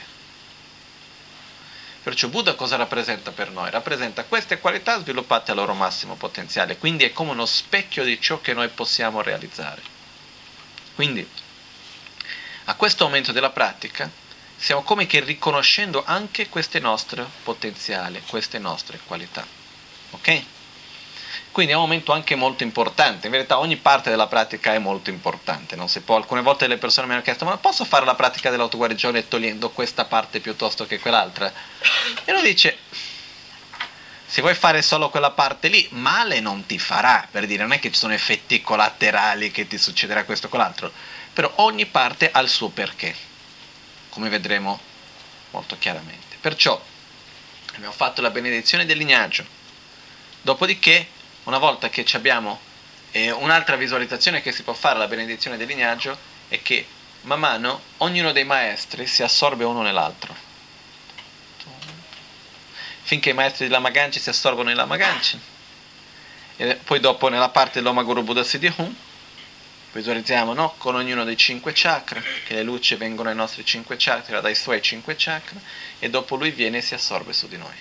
Perciò Buddha cosa rappresenta per noi? Rappresenta queste qualità sviluppate al loro massimo potenziale, quindi è come uno specchio di ciò che noi possiamo realizzare. Quindi, a questo momento della pratica, stiamo come che riconoscendo anche queste nostre potenziali, queste nostre qualità. Ok? Quindi è un momento anche molto importante. In verità ogni parte della pratica è molto importante. Non si può, alcune volte le persone mi hanno chiesto, ma posso fare la pratica dell'autoguarigione togliendo questa parte piuttosto che quell'altra? E lui dice, se vuoi fare solo quella parte lì, male non ti farà, per dire, non è che ci sono effetti collaterali che ti succederà questo o quell'altro, però ogni parte ha il suo perché, come vedremo molto chiaramente. Perciò abbiamo fatto la benedizione del lignaggio, dopodiché una volta che abbiamo eh, un'altra visualizzazione che si può fare alla benedizione del lignaggio è che man mano ognuno dei maestri si assorbe uno nell'altro, finché i maestri di Lama Ganchen si assorbono in Lama Ganchen, e poi dopo nella parte dell'Oma Guru Buddha Siddhi Hum visualizziamo, no? Con ognuno dei cinque chakra, che le luci vengono ai nostri cinque chakra, dai suoi cinque chakra, e dopo lui viene e si assorbe su di noi,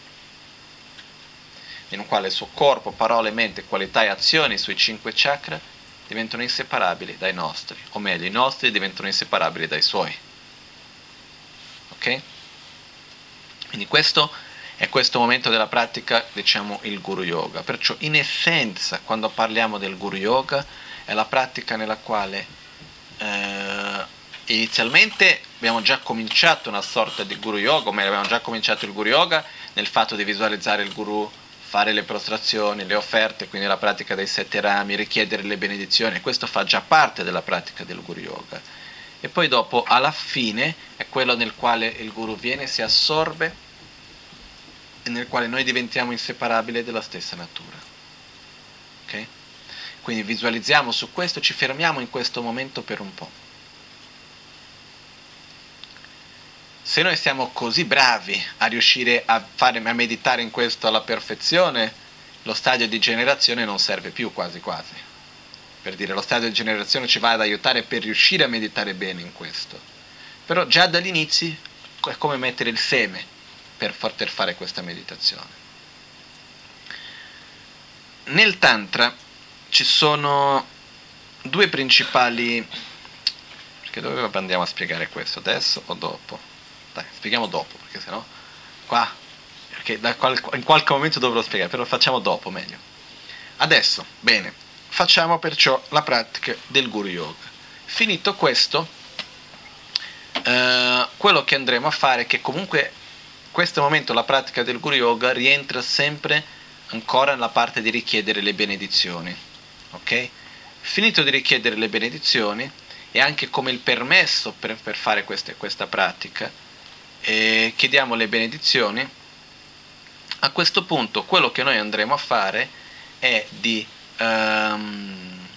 in un quale il suo corpo, parole, mente, qualità e azioni sui cinque chakra diventano inseparabili dai nostri, o meglio, i nostri diventano inseparabili dai suoi. Ok? Quindi questo è questo momento della pratica, diciamo, il Guru Yoga. Perciò in essenza, quando parliamo del Guru Yoga, è la pratica nella quale eh, inizialmente abbiamo già cominciato una sorta di Guru Yoga, o meglio abbiamo già cominciato il Guru Yoga nel fatto di visualizzare il Guru, fare le prostrazioni, le offerte, quindi la pratica dei sette rami, richiedere le benedizioni, questo fa già parte della pratica del Guru Yoga. E poi dopo, alla fine, è quello nel quale il Guru viene, si assorbe e nel quale noi diventiamo inseparabili della stessa natura. Ok? Quindi visualizziamo su questo, ci fermiamo in questo momento per un po'. Se noi siamo così bravi a riuscire a, fare, a meditare in questo alla perfezione, lo stadio di generazione non serve più quasi quasi. Per dire, lo stadio di generazione ci va ad aiutare per riuscire a meditare bene in questo. Però già dall'inizio è come mettere il seme per poter fare questa meditazione. Nel Tantra ci sono due principali, perché dove andiamo a spiegare questo, adesso o dopo? Dai, spieghiamo dopo, perché sennò qua, perché da qual, in qualche momento dovrò spiegare, però facciamo dopo meglio. Adesso, bene, facciamo perciò la pratica del Guru Yoga. Finito questo, eh, quello che andremo a fare è che comunque in questo momento la pratica del Guru Yoga rientra sempre ancora nella parte di richiedere le benedizioni. Ok? Finito di richiedere le benedizioni e anche come il permesso per, per fare queste, questa pratica, eh, chiediamo le benedizioni. A questo punto quello che noi andremo a fare è di um,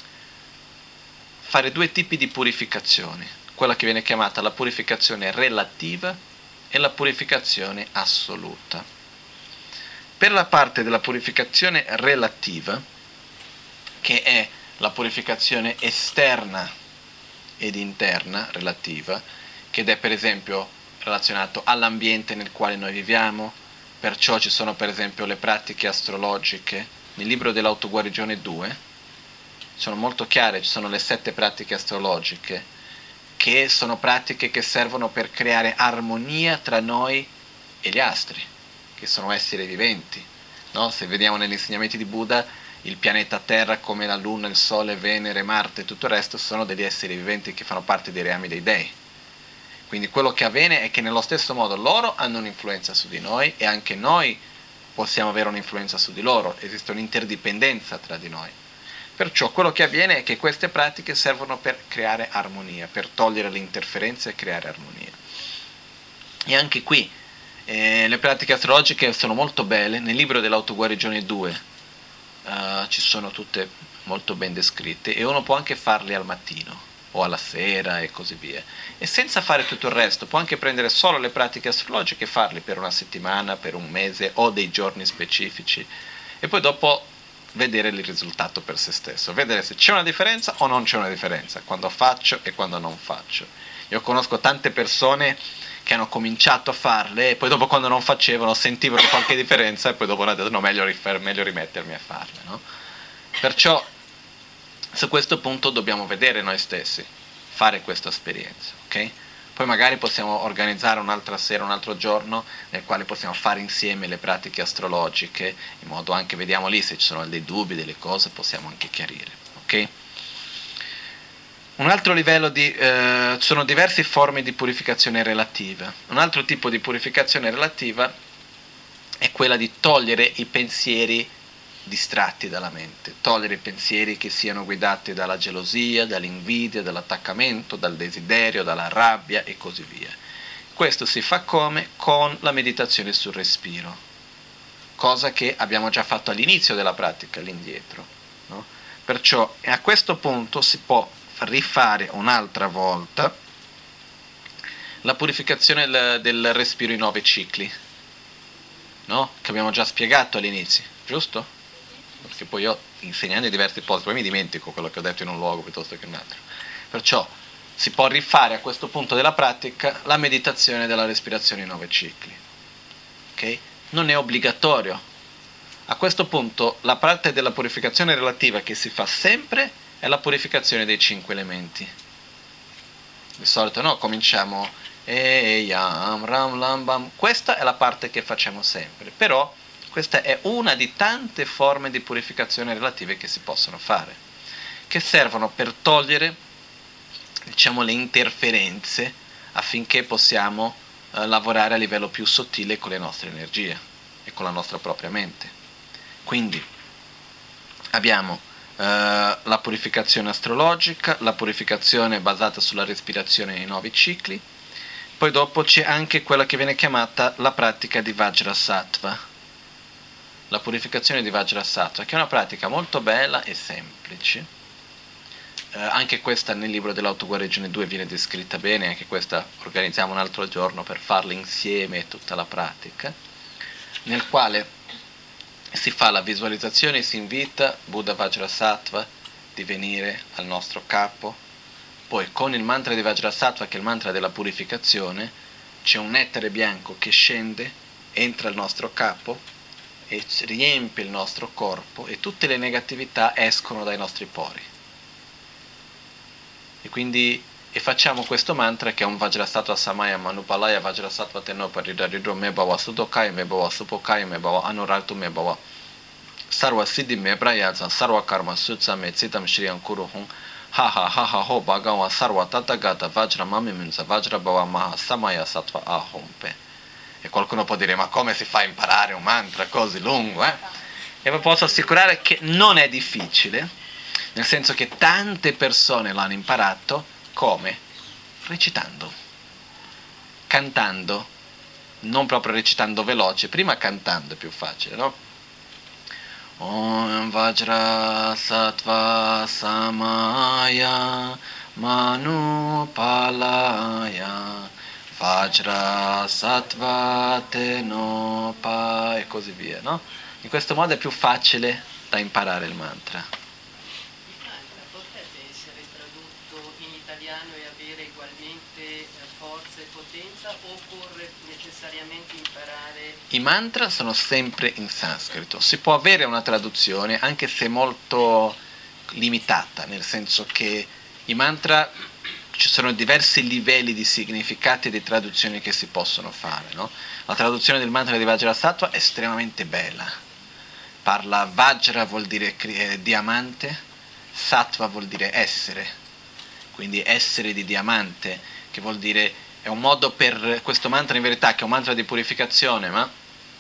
fare due tipi di purificazioni, quella che viene chiamata la purificazione relativa e la purificazione assoluta. Per la parte della purificazione relativa, che è la purificazione esterna ed interna relativa, che è per esempio relazionato all'ambiente nel quale noi viviamo, perciò ci sono per esempio le pratiche astrologiche. Nel libro dell'autoguarigione due sono molto chiare, ci sono le sette pratiche astrologiche, che sono pratiche che servono per creare armonia tra noi e gli astri, che sono esseri viventi, no? Se vediamo negli insegnamenti di Buddha, il pianeta Terra, come la Luna, il Sole, Venere, Marte e tutto il resto, sono degli esseri viventi che fanno parte dei reami dei dei. Quindi quello che avviene è che nello stesso modo loro hanno un'influenza su di noi e anche noi possiamo avere un'influenza su di loro, esiste un'interdipendenza tra di noi. Perciò quello che avviene è che queste pratiche servono per creare armonia, per togliere le interferenze e creare armonia. E anche qui eh, le pratiche astrologiche sono molto belle, nel libro dell'autoguarigione due eh, ci sono tutte molto ben descritte e uno può anche farle al mattino o alla sera e così via. E senza fare tutto il resto, può anche prendere solo le pratiche astrologiche e farle per una settimana, per un mese o dei giorni specifici e poi dopo vedere il risultato per se stesso, vedere se c'è una differenza o non c'è una differenza, quando faccio e quando non faccio. Io conosco tante persone che hanno cominciato a farle e poi dopo quando non facevano sentivano qualche differenza e poi dopo hanno detto no, meglio, rifer- meglio rimettermi a farle, no? Perciò su questo punto dobbiamo vedere noi stessi, fare questa esperienza, ok? Poi magari possiamo organizzare un'altra sera, un altro giorno nel quale possiamo fare insieme le pratiche astrologiche, in modo anche, vediamo lì se ci sono dei dubbi, delle cose, possiamo anche chiarire, ok? Un altro livello di, eh, sono diverse forme di purificazione relativa. Un altro tipo di purificazione relativa è quella di togliere i pensieri distratti dalla mente, togliere i pensieri che siano guidati dalla gelosia, dall'invidia, dall'attaccamento, dal desiderio, dalla rabbia e così via. Questo si fa come? Con la meditazione sul respiro, cosa che abbiamo già fatto all'inizio della pratica, all'indietro, no? Perciò a questo punto si può rifare un'altra volta la purificazione del, del respiro in nove cicli, no? Che abbiamo già spiegato all'inizio, giusto? Perché poi io insegnando in diversi posti poi mi dimentico quello che ho detto in un luogo piuttosto che in un altro. Perciò si può rifare a questo punto della pratica la meditazione della respirazione in nove cicli, ok? Non è obbligatorio. A questo punto la parte della purificazione relativa che si fa sempre è la purificazione dei cinque elementi. Di solito no, cominciamo e yam ram lam bam. Questa è la parte che facciamo sempre, però questa è una di tante forme di purificazione relative che si possono fare, che servono per togliere, diciamo, le interferenze affinché possiamo eh, lavorare a livello più sottile con le nostre energie e con la nostra propria mente. Quindi abbiamo eh, la purificazione astrologica, la purificazione basata sulla respirazione nei nove cicli, poi dopo c'è anche quella che viene chiamata la pratica di Vajrasattva, la purificazione di Vajrasattva, che è una pratica molto bella e semplice. Eh, anche questa nel libro dell'autoguarigione due viene descritta bene, anche questa organizziamo un altro giorno per farla insieme tutta la pratica, nel quale si fa la visualizzazione e si invita Buddha Vajrasattva di venire al nostro capo. Poi con il mantra di Vajrasattva, che è il mantra della purificazione, c'è un nettare bianco che scende, entra al nostro capo e riempie il nostro corpo e tutte le negatività escono dai nostri pori. E quindi e facciamo questo mantra che è un Vajrasattva Samaya Manupalaya Vajrasattva Tenopa Ridaridro Mebhava Sudokaya Mebhava Supokaya Mebhava Anurartu Mebhava Sarva Siddhi Mebrayaza Sarva Karma Sutsa Metsitam Shriyam Kuruhum Ha ha ha ha ho Bhagawa Sarva Tathagata Vajra Mamimunsa Vajra Bhava Maha Samaya Sattva Ahompe. E qualcuno può dire, ma come si fa a imparare un mantra così lungo? Eh? E vi posso assicurare che non è difficile, nel senso che tante persone l'hanno imparato come? Recitando, cantando, non proprio recitando veloce, prima cantando è più facile, no? Om Vajrasattva Samaya Manupalaya Vajrasattva Tenopa e così via, no? In questo modo è più facile da imparare il mantra. Il mantra potrebbe essere tradotto in italiano e avere ugualmente forza e potenza o occorre necessariamente imparare? I mantra sono sempre in sanscrito. Si può avere una traduzione anche se molto limitata, nel senso che i mantra ci sono diversi livelli di significati e di traduzioni che si possono fare, no? La traduzione del mantra di Vajrasattva è estremamente bella. Parla Vajra vuol dire eh, diamante, Sattva vuol dire essere, quindi essere di diamante, che vuol dire è un modo per questo mantra in verità che è un mantra di purificazione, ma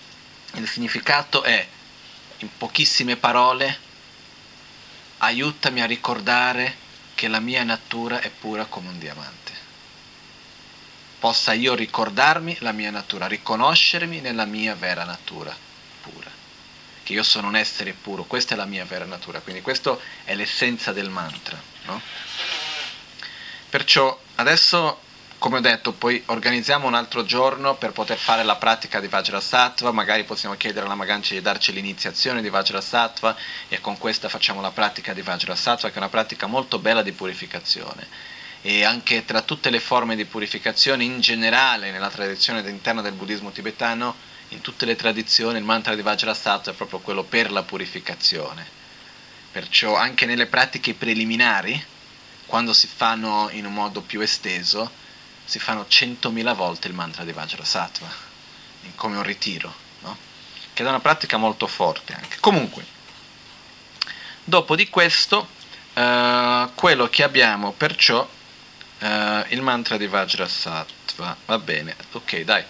il significato è, in pochissime parole, aiutami a ricordare che la mia natura è pura come un diamante. Possa io ricordarmi la mia natura, riconoscermi nella mia vera natura pura, che io sono un essere puro, questa è la mia vera natura, quindi questa è l'essenza del mantra, no? Perciò adesso, come ho detto, poi organizziamo un altro giorno per poter fare la pratica di Vajrasattva, magari possiamo chiedere alla Maganci di darci l'iniziazione di Vajrasattva e con questa facciamo la pratica di Vajrasattva, che è una pratica molto bella di purificazione. E anche tra tutte le forme di purificazione in generale nella tradizione interna del buddismo tibetano, in tutte le tradizioni il mantra di Vajrasattva è proprio quello per la purificazione. Perciò anche nelle pratiche preliminari, quando si fanno in un modo più esteso, si fanno centomila volte il mantra di Vajrasattva, come un ritiro, no? Che è una pratica molto forte anche. Comunque, dopo di questo, eh, quello che abbiamo perciò, eh, il mantra di Vajrasattva, va bene, ok, dai.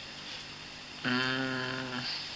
Mm.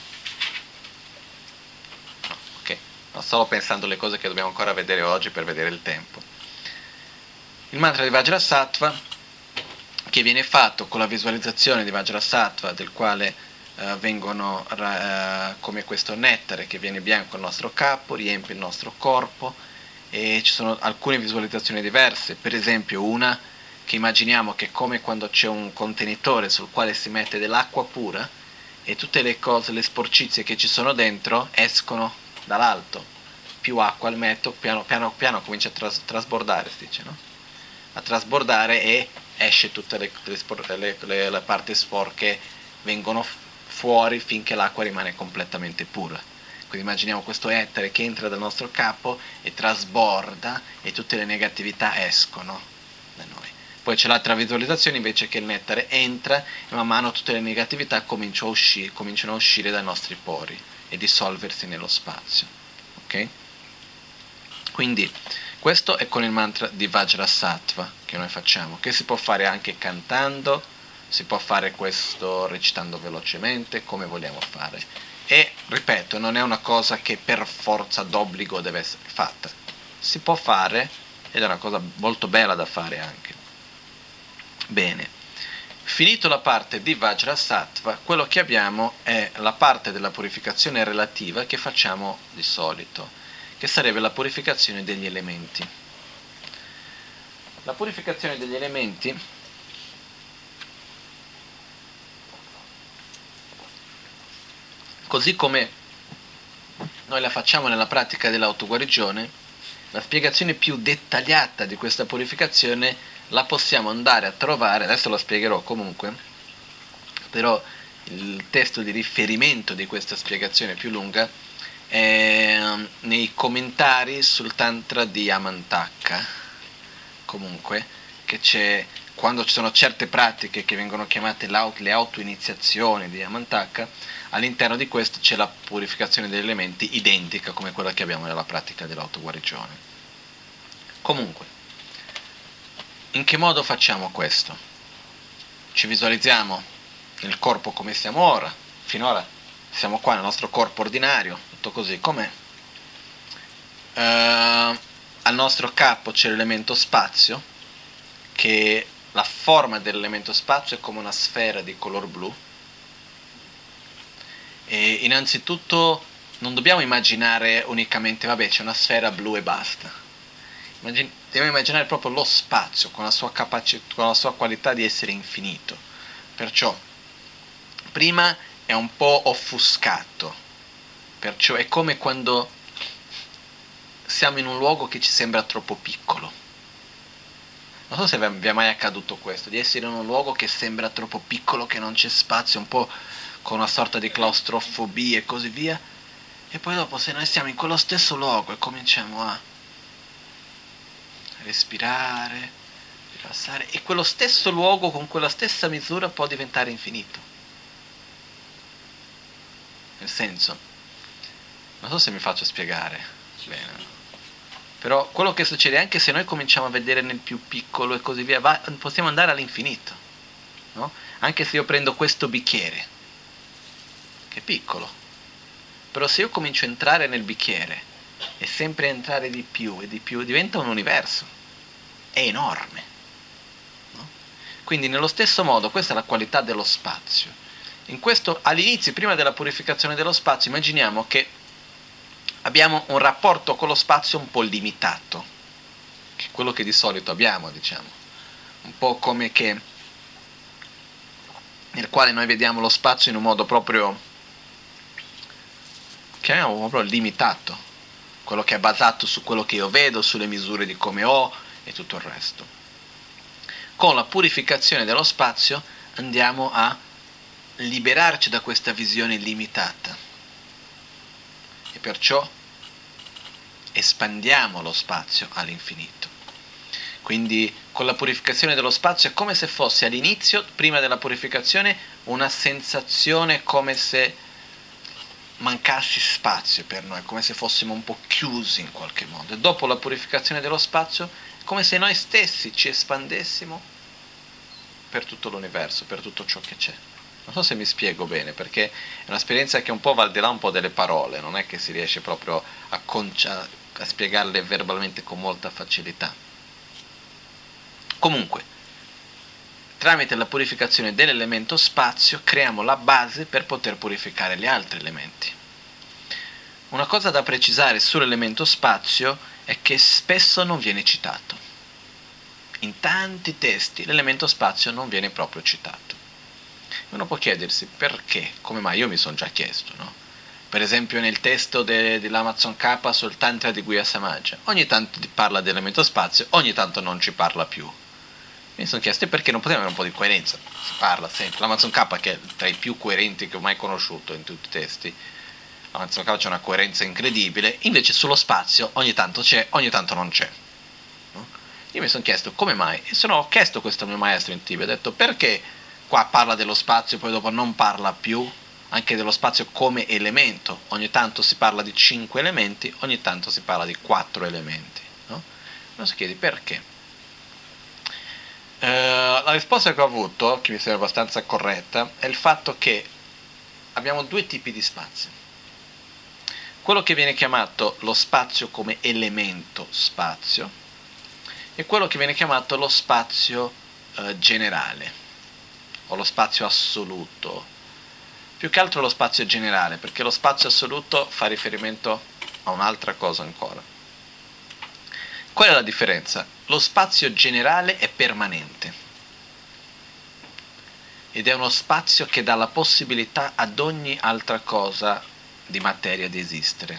No, ok, sto solo pensando alle cose che dobbiamo ancora vedere oggi per vedere il tempo. Il mantra di Vajrasattva, che viene fatto con la visualizzazione di Vajrasattva, del quale eh, vengono eh, come questo nettare che viene bianco al nostro capo, riempie il nostro corpo, e ci sono alcune visualizzazioni diverse, per esempio una che immaginiamo che è come quando c'è un contenitore sul quale si mette dell'acqua pura e tutte le cose, le sporcizie che ci sono dentro escono dall'alto, più acqua al metto, piano piano, piano comincia a tras- trasbordare, si dice, no? A trasbordare e esce tutte le, le, le, le, le parti sporche, vengono fuori finché l'acqua rimane completamente pura. Quindi immaginiamo questo etere che entra dal nostro capo e trasborda e tutte le negatività escono da noi. Poi c'è l'altra visualizzazione invece che il nettare entra e man mano tutte le negatività cominciano a uscire, cominciano a uscire dai nostri pori e dissolversi nello spazio. Ok? Quindi questo è con il mantra di Vajrasattva che noi facciamo, che si può fare anche cantando, si può fare questo recitando velocemente, come vogliamo fare. E, ripeto, non è una cosa che per forza d'obbligo deve essere fatta. Si può fare ed è una cosa molto bella da fare anche. Bene, finito la parte di Vajrasattva, quello che abbiamo è la parte della purificazione relativa che facciamo di solito, che sarebbe la purificazione degli elementi. La purificazione degli elementi così come noi la facciamo nella pratica dell'autoguarigione, la spiegazione più dettagliata di questa purificazione la possiamo andare a trovare, adesso la spiegherò comunque, però il testo di riferimento di questa spiegazione più lunga è nei commentari sul Tantra di Amantaka, comunque, che c'è quando ci sono certe pratiche che vengono chiamate le autoiniziazioni di Amantaka, all'interno di questo c'è la purificazione degli elementi identica come quella che abbiamo nella pratica dell'autoguarigione. Comunque, in che modo facciamo questo? Ci visualizziamo il corpo come siamo ora, finora siamo qua nel nostro corpo ordinario, tutto così com'è. Uh, al nostro capo c'è l'elemento spazio, che la forma dell'elemento spazio è come una sfera di color blu. E innanzitutto non dobbiamo immaginare unicamente, vabbè, c'è una sfera blu e basta. Immagin- dobbiamo immaginare proprio lo spazio con la sua capacità, con la sua qualità di essere infinito. Perciò prima è un po' offuscato, perciò è come quando siamo in un luogo che ci sembra troppo piccolo. Non so se vi è mai accaduto questo, di essere in un luogo che sembra troppo piccolo, che non c'è spazio, un po' con una sorta di claustrofobia e così via, e poi dopo se noi siamo in quello stesso luogo e cominciamo a respirare, rilassare, e quello stesso luogo con quella stessa misura può diventare infinito. Nel senso, non so se mi faccio spiegare bene, però quello che succede anche se noi cominciamo a vedere nel più piccolo e così via, va, possiamo andare all'infinito, no? Anche se io prendo questo bicchiere, che è piccolo. Però se io comincio a entrare nel bicchiere e sempre entrare di più e di più, diventa un universo. È enorme. No? Quindi nello stesso modo, questa è la qualità dello spazio. In questo, all'inizio, prima della purificazione dello spazio, immaginiamo che abbiamo un rapporto con lo spazio un po' limitato, che è quello che di solito abbiamo, diciamo. Un po' come che nel quale noi vediamo lo spazio in un modo proprio, chiamiamo proprio limitato, quello che è basato su quello che io vedo, sulle misure di come ho e tutto il resto. Con la purificazione dello spazio andiamo a liberarci da questa visione limitata e perciò espandiamo lo spazio all'infinito. Quindi con la purificazione dello spazio è come se fosse all'inizio, prima della purificazione, una sensazione come se mancasse spazio per noi, come se fossimo un po' chiusi in qualche modo. E dopo la purificazione dello spazio è come se noi stessi ci espandessimo per tutto l'universo, per tutto ciò che c'è. Non so se mi spiego bene, perché è un'esperienza che un po' va al di là un po' delle parole, non è che si riesce proprio a, concia- a spiegarle verbalmente con molta facilità. Comunque, tramite la purificazione dell'elemento spazio creiamo la base per poter purificare gli altri elementi. Una cosa da precisare sull'elemento spazio è che spesso non viene citato. In tanti testi l'elemento spazio non viene proprio citato. Uno può chiedersi perché, come mai, io mi sono già chiesto, no? Per esempio nel testo de, dell'Amazon K sul Tantra di Guya Samaja, ogni tanto parla dell'elemento spazio, ogni tanto non ci parla più. Mi sono chiesto perché non poteva avere un po' di coerenza, si parla sempre. L'Amazon K, che è tra i più coerenti che ho mai conosciuto in tutti i testi, l'Amazon K c'è una coerenza incredibile, invece sullo spazio ogni tanto c'è, ogni tanto non c'è. No? Io mi sono chiesto come mai, e se no ho chiesto questo al mio maestro in Tibet, ho detto perché qua parla dello spazio, poi dopo non parla più anche dello spazio come elemento. Ogni tanto si parla di cinque elementi, ogni tanto si parla di quattro elementi. No? Non si chiede perché. Eh, la risposta che ho avuto, che mi sembra abbastanza corretta, è il fatto che abbiamo due tipi di spazio. Quello che viene chiamato lo spazio come elemento spazio e quello che viene chiamato lo spazio eh, generale o lo spazio assoluto, più che altro lo spazio generale, perché lo spazio assoluto fa riferimento a un'altra cosa ancora. Qual è la differenza? Lo spazio generale è permanente ed è uno spazio che dà la possibilità ad ogni altra cosa di materia di esistere,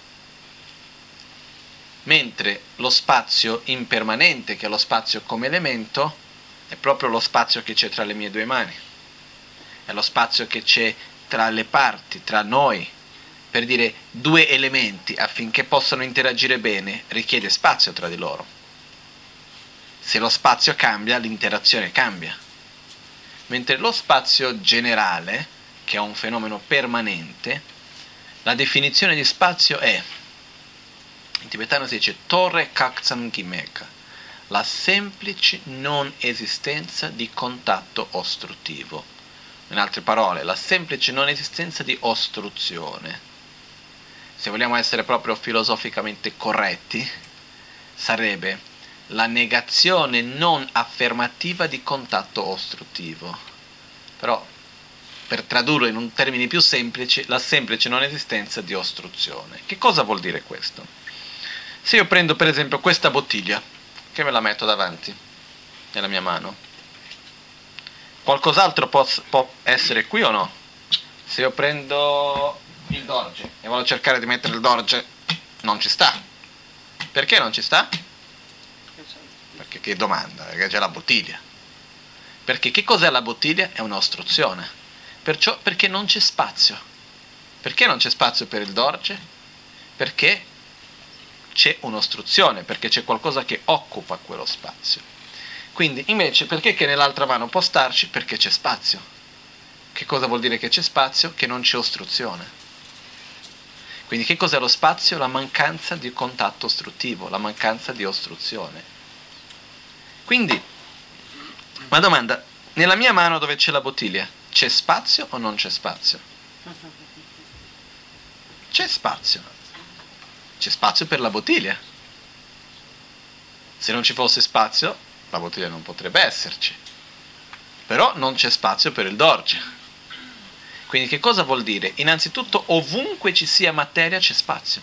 mentre lo spazio impermanente, che è lo spazio come elemento, è proprio lo spazio che c'è tra le mie due mani, è lo spazio che c'è tra le parti, tra noi. Per dire, due elementi affinché possano interagire bene richiede spazio tra di loro. Se lo spazio cambia, l'interazione cambia. Mentre lo spazio generale, che è un fenomeno permanente, la definizione di spazio è, in tibetano si dice Torre Kaktsam Gimeka, la semplice non esistenza di contatto ostruttivo. In altre parole, la semplice non esistenza di ostruzione. Se vogliamo essere proprio filosoficamente corretti, sarebbe la negazione non affermativa di contatto ostruttivo. Però, per tradurlo in un termine più semplice, la semplice non esistenza di ostruzione. Che cosa vuol dire questo? Se io prendo per esempio questa bottiglia, che me la metto davanti, nella mia mano, qualcos'altro può, può essere qui o no? Se io prendo il dorje e voglio cercare di mettere il dorje, non ci sta. Perché non ci sta? Perché che domanda? Perché c'è la bottiglia. Perché che cos'è la bottiglia? È un'ostruzione. Perciò perché non c'è spazio. Perché non c'è spazio per il dorje? Perché c'è un'ostruzione, perché c'è qualcosa che occupa quello spazio. Quindi invece perché che nell'altra mano può starci? Perché c'è spazio. Che cosa vuol dire che c'è spazio? Che non c'è ostruzione. Quindi che cos'è lo spazio? La mancanza di contatto ostruttivo, la mancanza di ostruzione. Quindi, una domanda, nella mia mano dove c'è la bottiglia, c'è spazio o non c'è spazio? c'è spazio. C'è spazio per la bottiglia. Se non ci fosse spazio, la bottiglia non potrebbe esserci. Però non c'è spazio per il dorje. Quindi che cosa vuol dire? Innanzitutto, ovunque ci sia materia c'è spazio.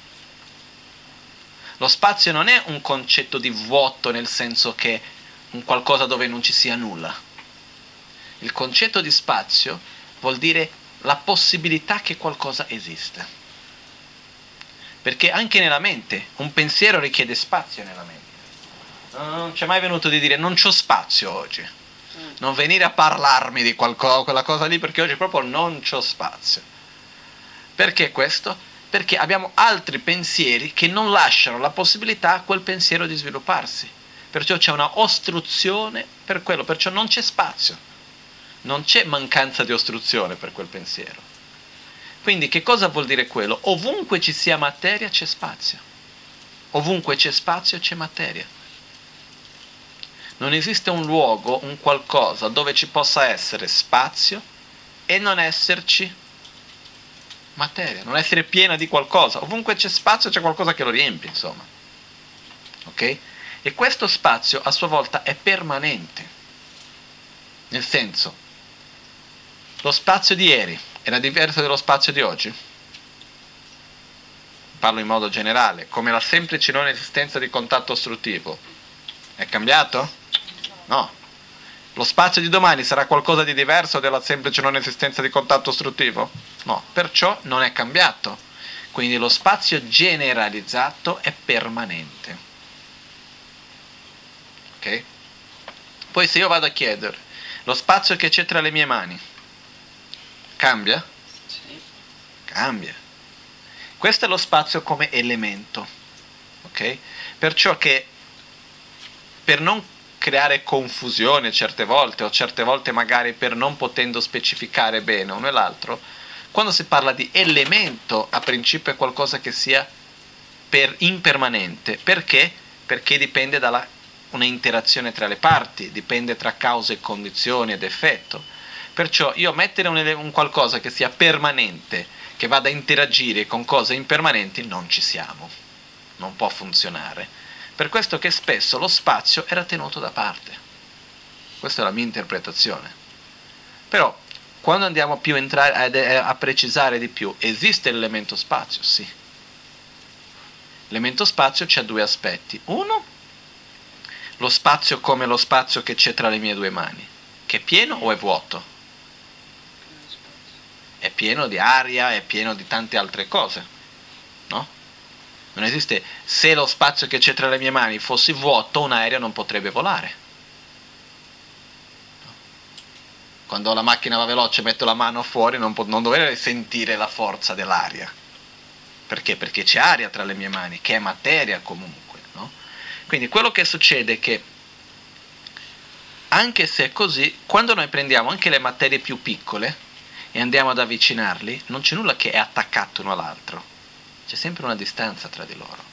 Lo spazio non è un concetto di vuoto nel senso che un qualcosa dove non ci sia nulla. Il concetto di spazio vuol dire la possibilità che qualcosa esista. Perché anche nella mente, un pensiero richiede spazio nella mente. Non ci è mai venuto di dire non c'ho spazio oggi. Non venire a parlarmi di qualcosa, quella cosa lì, perché oggi proprio non c'ho spazio. Perché questo? Perché abbiamo altri pensieri che non lasciano la possibilità a quel pensiero di svilupparsi. Perciò c'è una ostruzione per quello, perciò non c'è spazio. Non c'è mancanza di ostruzione per quel pensiero. Quindi che cosa vuol dire quello? Ovunque ci sia materia c'è spazio. Ovunque c'è spazio c'è materia. Non esiste un luogo, un qualcosa dove ci possa essere spazio e non esserci materia, non essere piena di qualcosa. Ovunque c'è spazio c'è qualcosa che lo riempie, insomma. Ok? E questo spazio a sua volta è permanente. Nel senso, lo spazio di ieri era diverso dallo spazio di oggi? Parlo in modo generale, come la semplice non esistenza di contatto ostruttivo. È cambiato? No. Lo spazio di domani sarà qualcosa di diverso dalla semplice non esistenza di contatto ostruttivo? No, perciò non è cambiato. Quindi lo spazio generalizzato è permanente. Ok? Poi se io vado a chiedere, lo spazio che c'è tra le mie mani cambia? Sì. Cambia. Questo è lo spazio come elemento. Ok? Perciò che per non creare confusione certe volte, o certe volte magari per non potendo specificare bene uno e l'altro, quando si parla di elemento, a principio è qualcosa che sia per impermanente. Perché? Perché dipende da una interazione tra le parti, dipende tra cause e condizioni ed effetto. Perciò io mettere un, un qualcosa che sia permanente, che vada a interagire con cose impermanenti, non ci siamo. Non può funzionare. Per questo che spesso lo spazio era tenuto da parte. Questa è la mia interpretazione. Però, quando andiamo più a, entrare, a, a precisare di più, esiste l'elemento spazio? Sì. L'elemento spazio c'ha due aspetti. Uno, lo spazio come lo spazio che c'è tra le mie due mani. Che è pieno o è vuoto? È pieno di aria, è pieno di tante altre cose. No? Non esiste, se lo spazio che c'è tra le mie mani fosse vuoto, un aereo non potrebbe volare. Quando la macchina va veloce, metto la mano fuori, non, po- non dovrei sentire la forza dell'aria. Perché? Perché c'è aria tra le mie mani, che è materia comunque. No? Quindi quello che succede è che, anche se è così, quando noi prendiamo anche le materie più piccole e andiamo ad avvicinarli, non c'è nulla che è attaccato uno all'altro. C'è sempre una distanza tra di loro.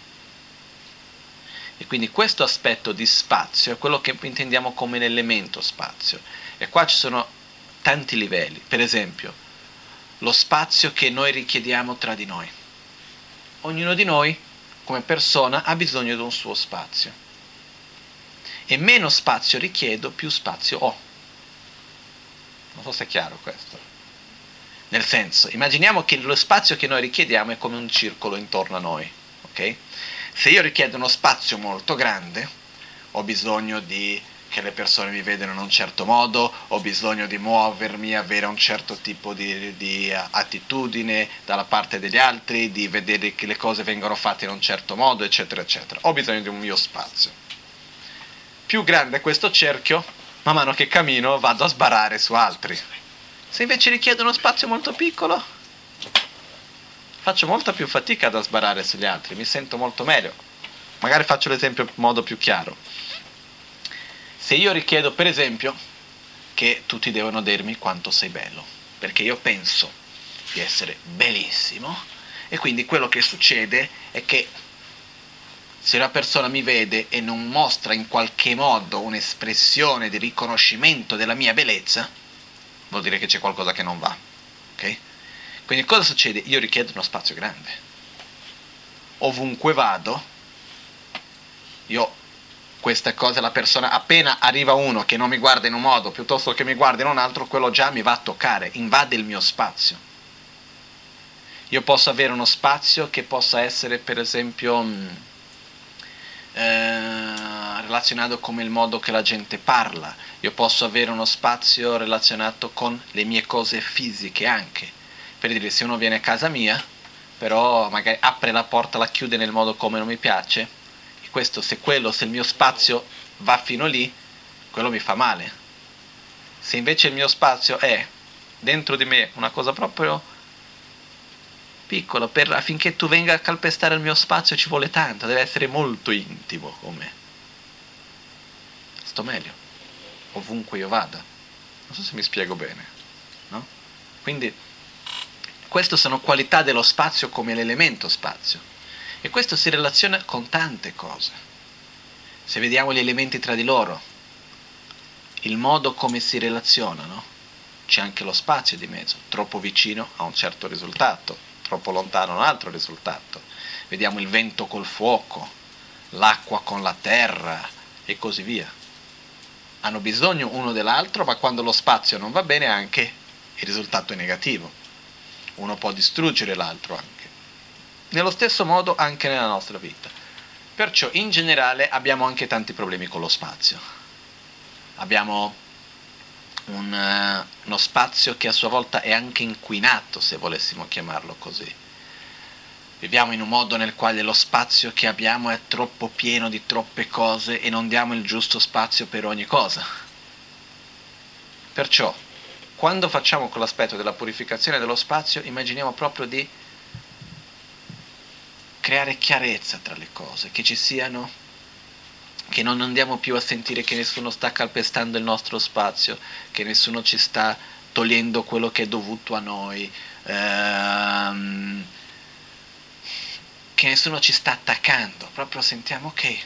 E quindi questo aspetto di spazio è quello che intendiamo come l'elemento spazio. E qua ci sono tanti livelli. Per esempio, lo spazio che noi richiediamo tra di noi. Ognuno di noi, come persona, ha bisogno di un suo spazio. E meno spazio richiedo, più spazio ho. Non so se è chiaro questo. Nel senso, immaginiamo che lo spazio che noi richiediamo è come un circolo intorno a noi, ok? Se io richiedo uno spazio molto grande, ho bisogno di che le persone mi vedano in un certo modo, ho bisogno di muovermi, avere un certo tipo di, di attitudine dalla parte degli altri, di vedere che le cose vengono fatte in un certo modo, eccetera, eccetera. Ho bisogno di un mio spazio. Più grande è questo cerchio, man mano che cammino vado a sbarare su altri. Se invece richiedo uno spazio molto piccolo, faccio molta più fatica ad sbarare sugli altri, mi sento molto meglio. Magari faccio l'esempio in modo più chiaro. Se io richiedo, per esempio, che tutti devono dirmi quanto sei bello, perché io penso di essere bellissimo, e quindi quello che succede è che se una persona mi vede e non mostra in qualche modo un'espressione di riconoscimento della mia bellezza, vuol dire che c'è qualcosa che non va, ok? Quindi cosa succede? Io richiedo uno spazio grande. Ovunque vado, io queste cose, la persona, appena arriva uno che non mi guarda in un modo piuttosto che mi guarda in un altro, quello già mi va a toccare, invade il mio spazio. Io posso avere uno spazio che possa essere, per esempio, mh, eh, relazionato con il modo che la gente parla. Io posso avere uno spazio relazionato con le mie cose fisiche anche. Per dire, se uno viene a casa mia, però magari apre la porta, la chiude nel modo come non mi piace, e questo, se quello, se il mio spazio va fino lì, quello mi fa male. Se invece il mio spazio è dentro di me una cosa proprio piccola, per, affinché tu venga a calpestare il mio spazio ci vuole tanto, deve essere molto intimo con me. Sto meglio, ovunque io vada. Non so se mi spiego bene, no? Quindi queste sono qualità dello spazio come l'elemento spazio, e questo si relaziona con tante cose. Se vediamo gli elementi tra di loro, il modo come si relazionano, c'è anche lo spazio di mezzo, troppo vicino a un certo risultato, troppo lontano a un altro risultato. Vediamo il vento col fuoco, l'acqua con la terra e così via. Hanno bisogno uno dell'altro, ma quando lo spazio non va bene anche il risultato è negativo. Uno può distruggere l'altro anche. Nello stesso modo anche nella nostra vita. Perciò in generale abbiamo anche tanti problemi con lo spazio. Abbiamo un, uh, uno spazio che a sua volta è anche inquinato, se volessimo chiamarlo così. Viviamo in un modo nel quale lo spazio che abbiamo è troppo pieno di troppe cose e non diamo il giusto spazio per ogni cosa. Perciò quando facciamo quell'aspetto della purificazione dello spazio, immaginiamo proprio di creare chiarezza tra le cose, che ci siano, che non andiamo più a sentire che nessuno sta calpestando il nostro spazio, che nessuno ci sta togliendo quello che è dovuto a noi, ehm, che nessuno ci sta attaccando, proprio sentiamo che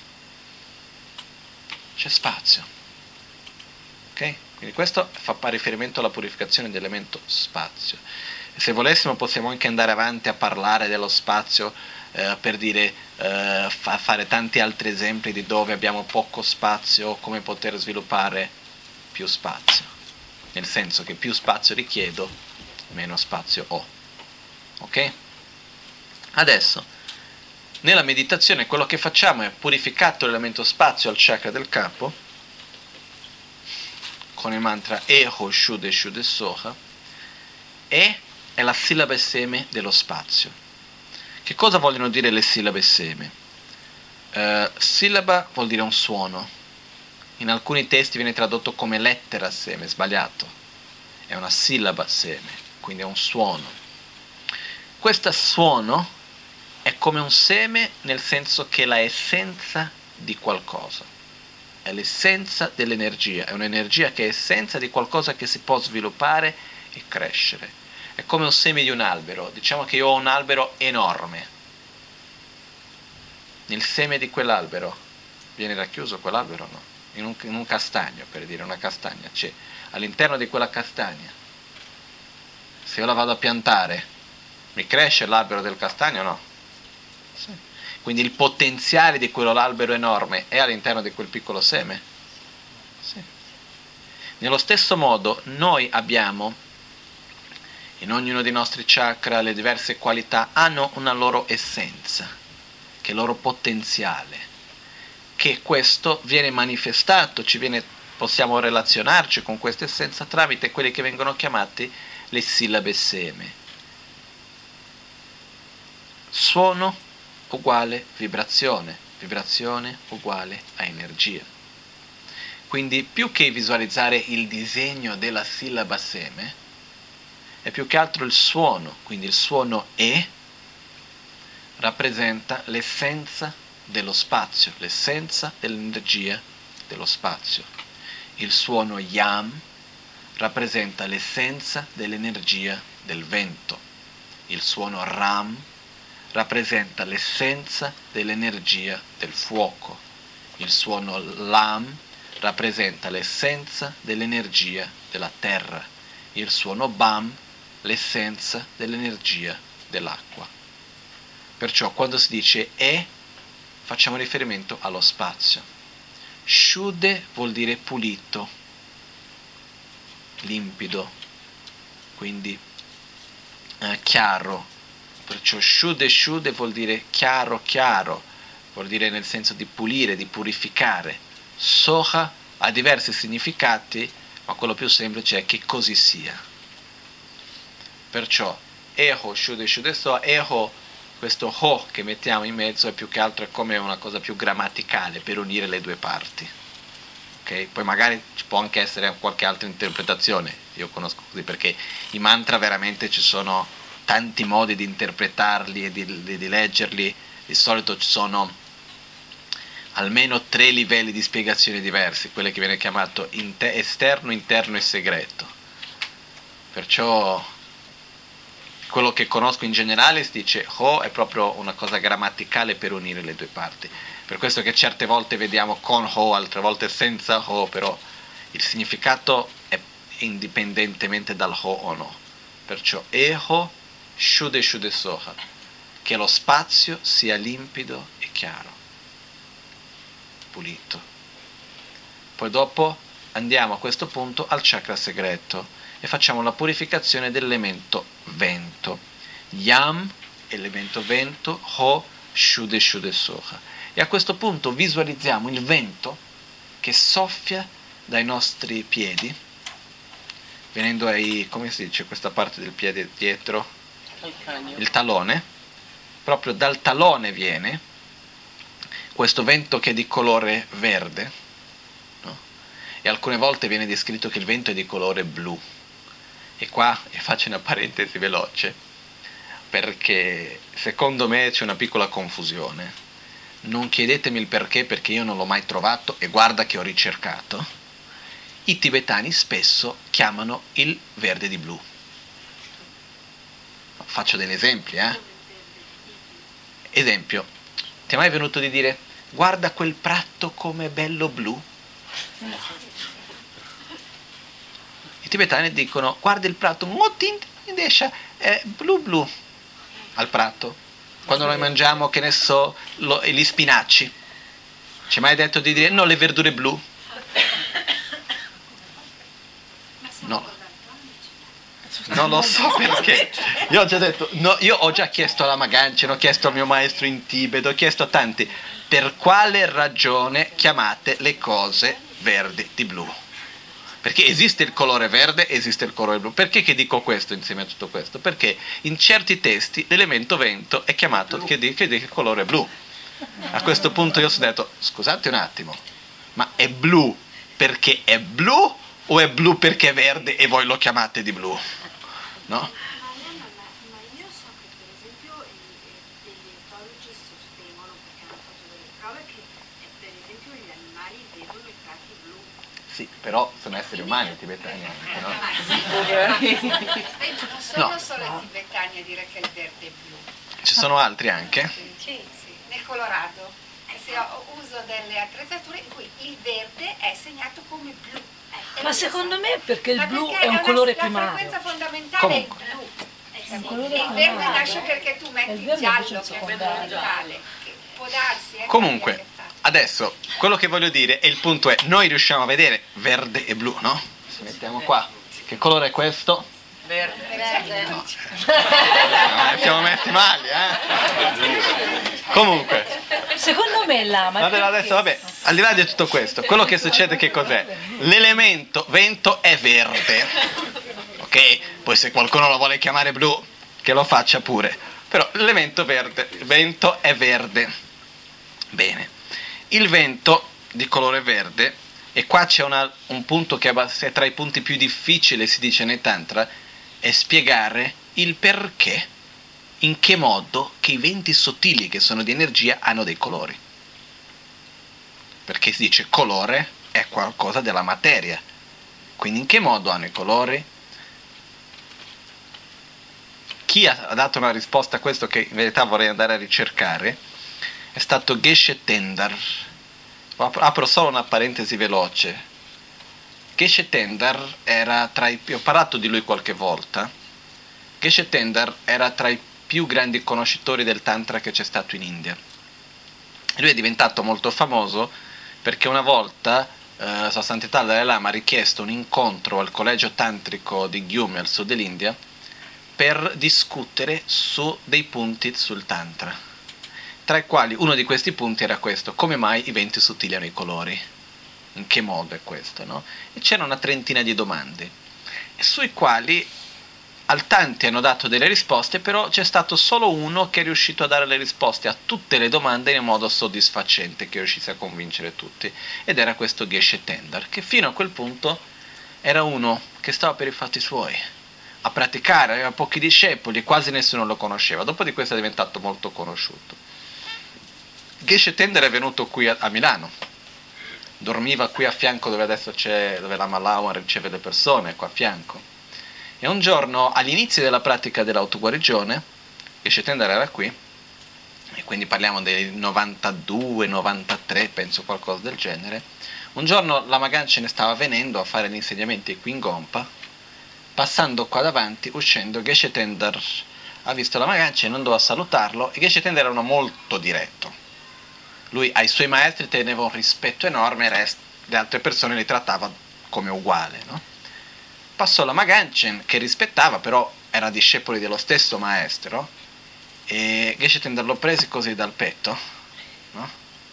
c'è spazio. Ok? Quindi questo fa riferimento alla purificazione dell'elemento spazio. E se volessimo possiamo anche andare avanti a parlare dello spazio, eh, per dire, eh, fa, fare tanti altri esempi di dove abbiamo poco spazio, come poter sviluppare più spazio. Nel senso che più spazio richiedo, meno spazio ho. Ok? Adesso, nella meditazione quello che facciamo è purificato l'elemento spazio al chakra del capo, con il mantra Eho Shude Shude Soha, e è la sillaba e seme dello spazio. Che cosa vogliono dire le sillabe seme? Uh, sillaba vuol dire un suono. In alcuni testi viene tradotto come lettera seme, sbagliato. È una sillaba seme, quindi è un suono. Questo suono è come un seme nel senso che è la essenza di qualcosa. È l'essenza dell'energia, è un'energia che è essenza di qualcosa che si può sviluppare e crescere. È come un seme di un albero. Diciamo che io ho un albero enorme. Nel seme di quell'albero viene racchiuso quell'albero? No. In un, in un castagno, per dire, una castagna c'è. All'interno di quella castagna, se io la vado a piantare, mi cresce l'albero del castagno? No. Sì. Quindi il potenziale di quell'albero enorme è all'interno di quel piccolo seme? Sì. Nello stesso modo noi abbiamo, in ognuno dei nostri chakra, le diverse qualità hanno una loro essenza, che è il loro potenziale, che questo viene manifestato, ci viene, possiamo relazionarci con questa essenza tramite quelli che vengono chiamati le sillabe seme. Suono uguale vibrazione, vibrazione uguale a energia. Quindi più che visualizzare il disegno della sillaba seme, è più che altro il suono, quindi il suono E rappresenta l'essenza dello spazio, l'essenza dell'energia dello spazio. Il suono Yam rappresenta l'essenza dell'energia del vento. Il suono Ram rappresenta l'essenza dell'energia del fuoco. Il suono Lam rappresenta l'essenza dell'energia della terra. Il suono Bam l'essenza dell'energia dell'acqua. Perciò quando si dice E, facciamo riferimento allo spazio. Shuddhe vuol dire pulito, limpido, quindi eh, chiaro. Perciò Shuddhe Shuddhe vuol dire chiaro chiaro, vuol dire nel senso di pulire, di purificare. Soha ha diversi significati, ma quello più semplice è che così sia. Perciò Eho Shuddhe Shuddhe Soha, Eho, questo ho che mettiamo in mezzo è più che altro come una cosa più grammaticale per unire le due parti. Okay? Poi magari ci può anche essere qualche altra interpretazione, io conosco così perché i mantra veramente ci sono tanti modi di interpretarli e di, di, di leggerli. Di solito ci sono almeno tre livelli di spiegazioni diversi, quello che viene chiamato inter- esterno, interno e segreto. Perciò quello che conosco in generale si dice ho è proprio una cosa grammaticale per unire le due parti. Per questo che certe volte vediamo con ho, altre volte senza ho, però il significato è indipendentemente dal ho o no. Perciò eho Shuddhe Shuddhe Soha, che lo spazio sia limpido e chiaro, pulito. Poi dopo andiamo a questo punto al chakra segreto e facciamo la purificazione dell'elemento vento. Yam, elemento vento, Ho, Shuddhe Shuddhe Soha. E a questo punto visualizziamo il vento che soffia dai nostri piedi, venendo ai, come si dice, questa parte del piede dietro? Il talone. Proprio dal talone viene questo vento che è di colore verde, no? E alcune volte viene descritto che il vento è di colore blu. E qua faccio una parentesi veloce, perché secondo me c'è una piccola confusione. Non chiedetemi il perché, perché io non l'ho mai trovato e guarda che ho ricercato. I tibetani spesso chiamano il verde di blu. Faccio degli esempi, eh? Esempio, ti è mai venuto di dire guarda quel prato com'è bello blu? I tibetani dicono guarda il prato è blu blu al prato. Quando noi mangiamo, che ne so, lo, gli spinaci, ci è mai detto di dire no, le verdure blu? No, non lo so perché. Io ho già detto, no, io ho già chiesto alla Magancia, ho chiesto al mio maestro in Tibet, ho chiesto a tanti, per quale ragione chiamate le cose verdi di blu? Perché esiste il colore verde, esiste il colore blu. Perché che dico questo insieme a tutto questo? Perché in certi testi l'elemento vento è chiamato che dice il colore blu. A questo punto io ho detto, scusate un attimo, ma è blu perché è blu o è blu perché è verde e voi lo chiamate di blu? No? Sì, però sono esseri umani i tibetani anche, no? Non sono No. solo i tibetani a dire che il verde è blu. Ci sono altri anche? Sì, sì. Nel Colorado se uso delle attrezzature in cui il verde è segnato come blu. Eh, Ma secondo me perché il Ma blu perché è un una- colore la primario. frequenza fondamentale Comunque. è il blu. È un Sì. colore E il verde primario. nasce perché tu metti il il verde giallo invece è che è secondario. fondamentale. Che può darsi, eh, Comunque, che abbia effetto. adesso, quello che voglio dire, e il punto è, noi riusciamo a vedere verde e blu, no? Ci mettiamo qua. Che colore è questo? Verde. No, eh, siamo messi male, eh? Comunque, Secondo me l'ama. vabbè, perché- adesso, vabbè, al di là di tutto questo, quello che succede che cos'è? L'elemento vento è verde, ok? Poi se qualcuno lo vuole chiamare blu, che lo faccia pure. Però l'elemento verde, vento è verde. Bene. Il vento di colore verde, e qua c'è una, un punto che è tra i punti più difficili, si dice nei tantra, è spiegare il perché, in che modo che i venti sottili che sono di energia hanno dei colori. Perché si dice colore è qualcosa della materia. Quindi in che modo hanno i colori? Chi ha dato una risposta a questo, che in verità vorrei andare a ricercare, è stato Geshe Tendar. Apro solo una parentesi veloce. Geshe Tendar era tra i... ho parlato di lui qualche volta, Geshe Tendar era tra i più grandi conoscitori del Tantra che c'è stato in India. Lui è diventato molto famoso perché una volta eh, Sua Santità il Dalai Lama ha richiesto un incontro al collegio tantrico di Gyumi al sud dell'India per discutere su dei punti sul Tantra, tra i quali uno di questi punti era questo: come mai i venti sottiliano i colori? In che modo è questo, no? E c'era una trentina di domande, sui quali tanti hanno dato delle risposte, però c'è stato solo uno che è riuscito a dare le risposte a tutte le domande in modo soddisfacente, che riuscisse a convincere tutti, ed era questo Geshe Tendar, che fino a quel punto era uno che stava per i fatti suoi, a praticare, aveva pochi discepoli, quasi nessuno lo conosceva. Dopo di questo è diventato molto conosciuto. Geshe Tendar è venuto qui a, a Milano, dormiva qui a fianco dove adesso c'è, dove la Malawan riceve le persone, qua a fianco. E un giorno, all'inizio della pratica dell'autoguarigione, Geshe Tendar era qui, e quindi parliamo del novantadue novantatré, penso qualcosa del genere. Un giorno Lama Ganchen stava venendo a fare gli insegnamenti qui in Gompa, passando qua davanti, uscendo, Geshe Tendar ha visto Lama Ganchen, non doveva salutarlo, e Geshe Tendar era uno molto diretto. Lui ai suoi maestri teneva un rispetto enorme, e le altre persone li trattava come uguale, no? Passò Lama Ganchen, che rispettava, però era discepoli dello stesso maestro, e Geshe Tendar l'ho preso così dal petto, no?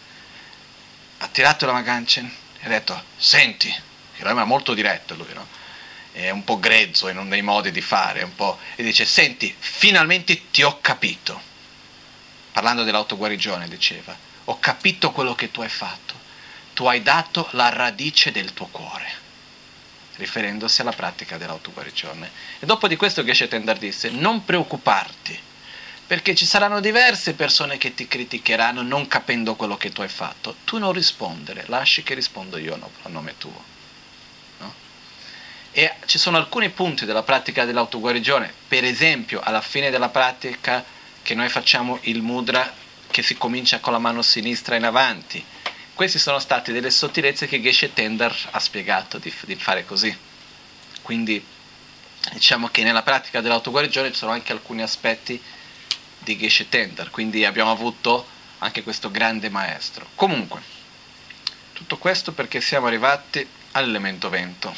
Ha tirato Lama Ganchen e ha detto: senti, che era molto diretto lui, no? È un po' grezzo in dei modi di fare, un po', e dice: senti, finalmente ti ho capito. Parlando dell'autoguarigione diceva: ho capito quello che tu hai fatto, tu hai dato la radice del tuo cuore, riferendosi alla pratica dell'autoguarigione. E dopo di questo Geshe Tendar disse: non preoccuparti, perché ci saranno diverse persone che ti criticheranno non capendo quello che tu hai fatto. Tu non rispondere, lasci che rispondo io a nome tuo, no? E ci sono alcuni punti della pratica dell'autoguarigione, per esempio alla fine della pratica che noi facciamo il mudra che si comincia con la mano sinistra in avanti. Queste sono state delle sottilezze che Geshe Tendar ha spiegato di, di fare così. Quindi diciamo che nella pratica dell'autoguarigione ci sono anche alcuni aspetti di Geshe Tendar, quindi abbiamo avuto anche questo grande maestro. Comunque, tutto questo perché siamo arrivati all'elemento vento,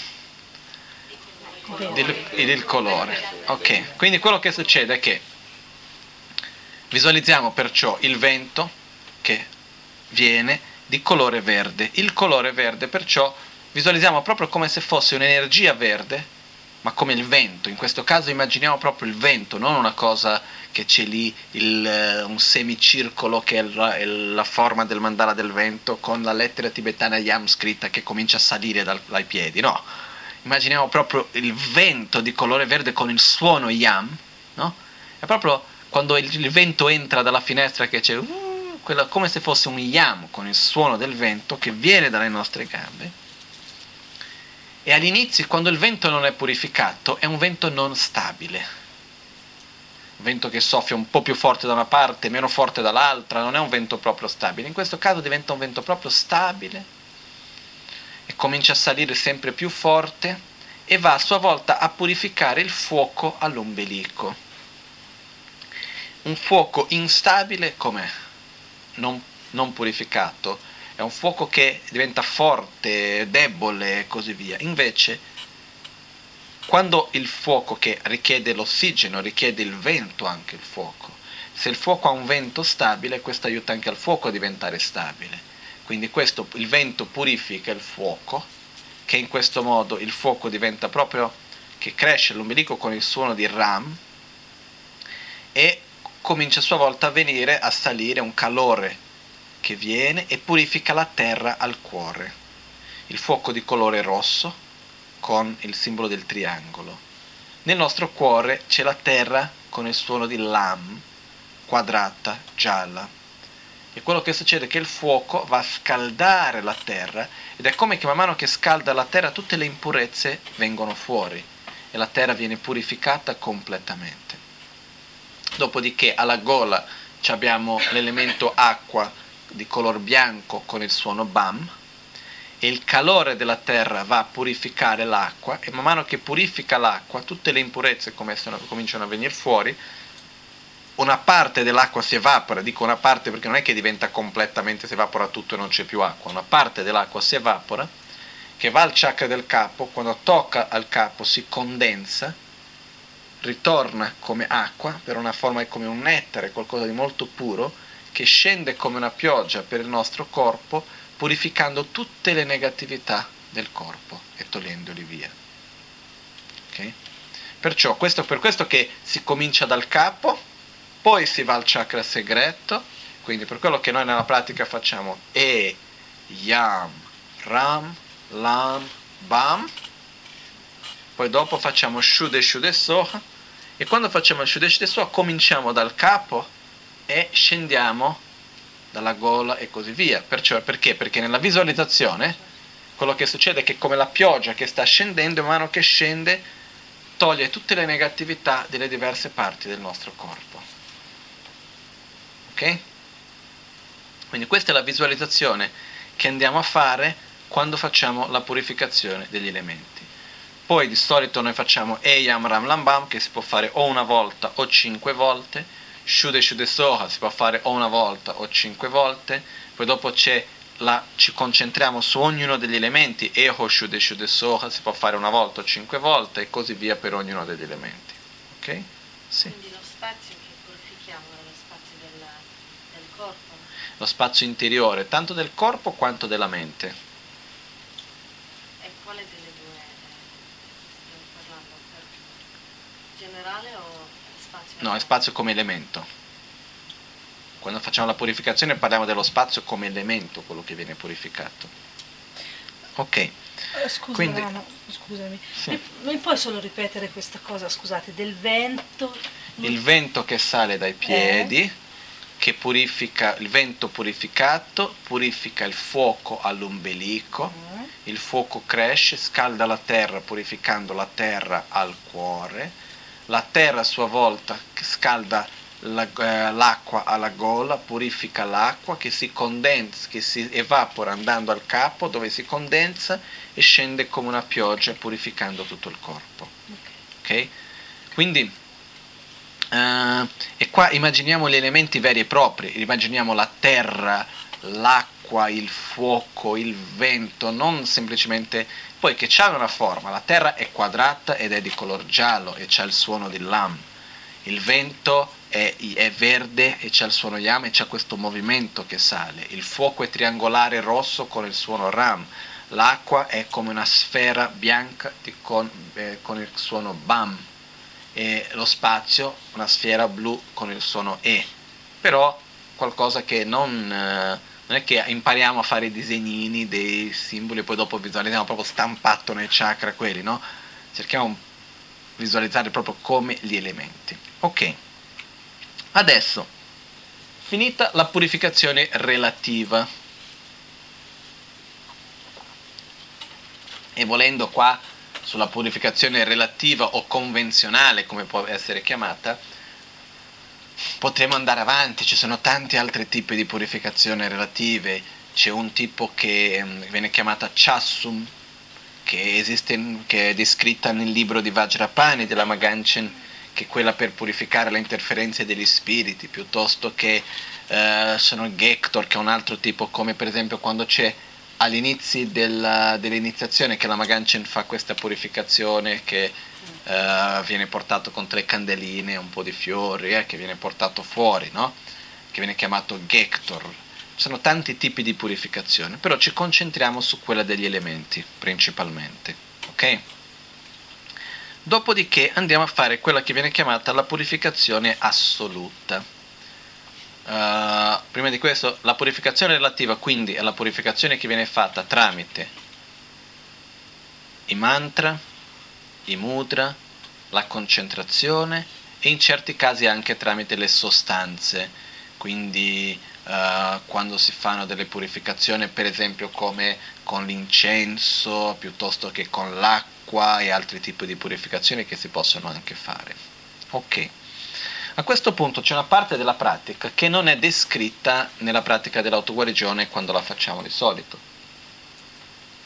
del, del colore. Ok, quindi quello che succede è che visualizziamo perciò il vento che viene di colore verde. Il colore verde perciò visualizziamo proprio come se fosse un'energia verde, ma come il vento. In questo caso immaginiamo proprio il vento, non una cosa che c'è lì, il, un semicircolo che è la, è la forma del mandala del vento, con la lettera tibetana Yam scritta che comincia a salire dal, dai piedi. No, immaginiamo proprio il vento di colore verde con il suono Yam, no? È proprio quando il, il vento entra dalla finestra che c'è uh, quella, come se fosse un Yam con il suono del vento che viene dalle nostre gambe. E all'inizio, quando il vento non è purificato, è un vento non stabile, un vento che soffia un po' più forte da una parte, meno forte dall'altra, non è un vento proprio stabile. In questo caso diventa un vento proprio stabile e comincia a salire sempre più forte e va a sua volta a purificare il fuoco all'ombelico. Un fuoco instabile com'è? Non, non purificato, è un fuoco che diventa forte, debole e così via. Invece, quando il fuoco che richiede l'ossigeno, richiede il vento anche il fuoco, se il fuoco ha un vento stabile, questo aiuta anche al fuoco a diventare stabile. Quindi questo, il vento purifica il fuoco, che in questo modo il fuoco diventa proprio, che cresce l'ombelico con il suono di Ram, e comincia a sua volta a venire, a salire un calore che viene e purifica la terra al cuore. Il fuoco di colore rosso con il simbolo del triangolo. Nel nostro cuore c'è la terra con il suono di Lam, quadrata, gialla. E quello che succede è che il fuoco va a scaldare la terra, ed è come che man mano che scalda la terra tutte le impurezze vengono fuori e la terra viene purificata completamente. Dopodiché alla gola abbiamo l'elemento acqua di color bianco con il suono Bam, e il calore della terra va a purificare l'acqua, e man mano che purifica l'acqua tutte le impurezze cominciano a venire fuori, una parte dell'acqua si evapora, dico una parte perché non è che diventa completamente, si evapora tutto e non c'è più acqua, una parte dell'acqua si evapora, che va al chakra del capo, quando tocca al capo si condensa, ritorna come acqua, per una forma come un nettare, qualcosa di molto puro, che scende come una pioggia per il nostro corpo, purificando tutte le negatività del corpo e togliendoli via. Okay? Perciò questo, per questo che si comincia dal capo, poi si va al chakra segreto, quindi per quello che noi nella pratica facciamo E, Yam, Ram, Lam, Bam, poi dopo facciamo Shuddha Shuddha Soha, e quando facciamo Shuddha Shuddha Soha cominciamo dal capo e scendiamo dalla gola e così via. Perciò, perché? Perché nella visualizzazione quello che succede è che come la pioggia che sta scendendo, man mano che scende toglie tutte le negatività delle diverse parti del nostro corpo. Ok? Quindi questa è la visualizzazione che andiamo a fare quando facciamo la purificazione degli elementi. Poi di solito noi facciamo E Yam Ram Lam Bam, che si può fare o una volta o cinque volte, Shuddha Shuddha Soha si può fare o una volta o cinque volte, poi dopo c'è la, ci concentriamo su ognuno degli elementi, Eho Shuddha Shuddha Soha si può fare una volta o cinque volte e così via per ognuno degli elementi. Ok? Sì. Quindi lo spazio che purifichiamo è lo spazio della, del corpo? Lo spazio interiore, tanto del corpo quanto della mente. E quale delle due stiamo parlando? Per generale o spazio? No, è spazio come elemento. Quando facciamo la purificazione parliamo dello spazio come elemento, quello che viene purificato. Ok. Eh, Scusa, Quindi- Nano, scusami. Sì. Mi, mi puoi solo ripetere questa cosa, scusate, del vento? Il vento che sale dai piedi, che purifica, il vento purificato, purifica il fuoco all'ombelico, Mm. il fuoco cresce, scalda la terra purificando la terra al cuore, la terra a sua volta scalda la- eh, l'acqua alla gola, purifica l'acqua che si condensa, che si evapora andando al capo dove si condensa e scende come una pioggia purificando tutto il corpo. Ok? Quindi eh, e qua immaginiamo gli elementi veri e propri, immaginiamo la terra, l'acqua, il fuoco, il vento, non semplicemente, poi che c'ha una forma, la terra è quadrata ed è di color giallo e c'ha il suono di lam, il vento è, è verde e c'ha il suono yam e c'ha questo movimento che sale, il fuoco è triangolare rosso con il suono ram, l'acqua è come una sfera bianca di, con, eh, con il suono bam, e lo spazio una sfera blu con il suono E, però qualcosa che non, eh, non è che impariamo a fare i disegnini dei simboli e poi dopo visualizziamo proprio stampato nei chakra quelli, no? Cerchiamo di visualizzare proprio come gli elementi. Ok, adesso finita la purificazione relativa e volendo qua sulla purificazione relativa o convenzionale, come può essere chiamata, potremo andare avanti, ci sono tanti altri tipi di purificazione relative, c'è un tipo che um, viene chiamata Chassum, che esiste, che è descritta nel libro di Vajrapani della Maganchen, che è quella per purificare le interferenze degli spiriti, piuttosto che uh, sono Gektor, che è un altro tipo, come per esempio quando c'è all'inizio della, dell'iniziazione che la Maganchen fa questa purificazione che uh, viene portato con tre candeline, un po' di fiori, eh, che viene portato fuori, no? Che viene chiamato Gektor. Ci sono tanti tipi di purificazione, però ci concentriamo su quella degli elementi principalmente, ok? Dopodiché andiamo a fare quella che viene chiamata la purificazione assoluta. Uh, prima di questo, la purificazione relativa quindi è la purificazione che viene fatta tramite i mantra, i mudra, la concentrazione e in certi casi anche tramite le sostanze, quindi uh, quando si fanno delle purificazioni per esempio come con l'incenso piuttosto che con l'acqua e altri tipi di purificazioni che si possono anche fare. Ok. A questo punto c'è una parte della pratica che non è descritta nella pratica dell'autoguarigione quando la facciamo di solito.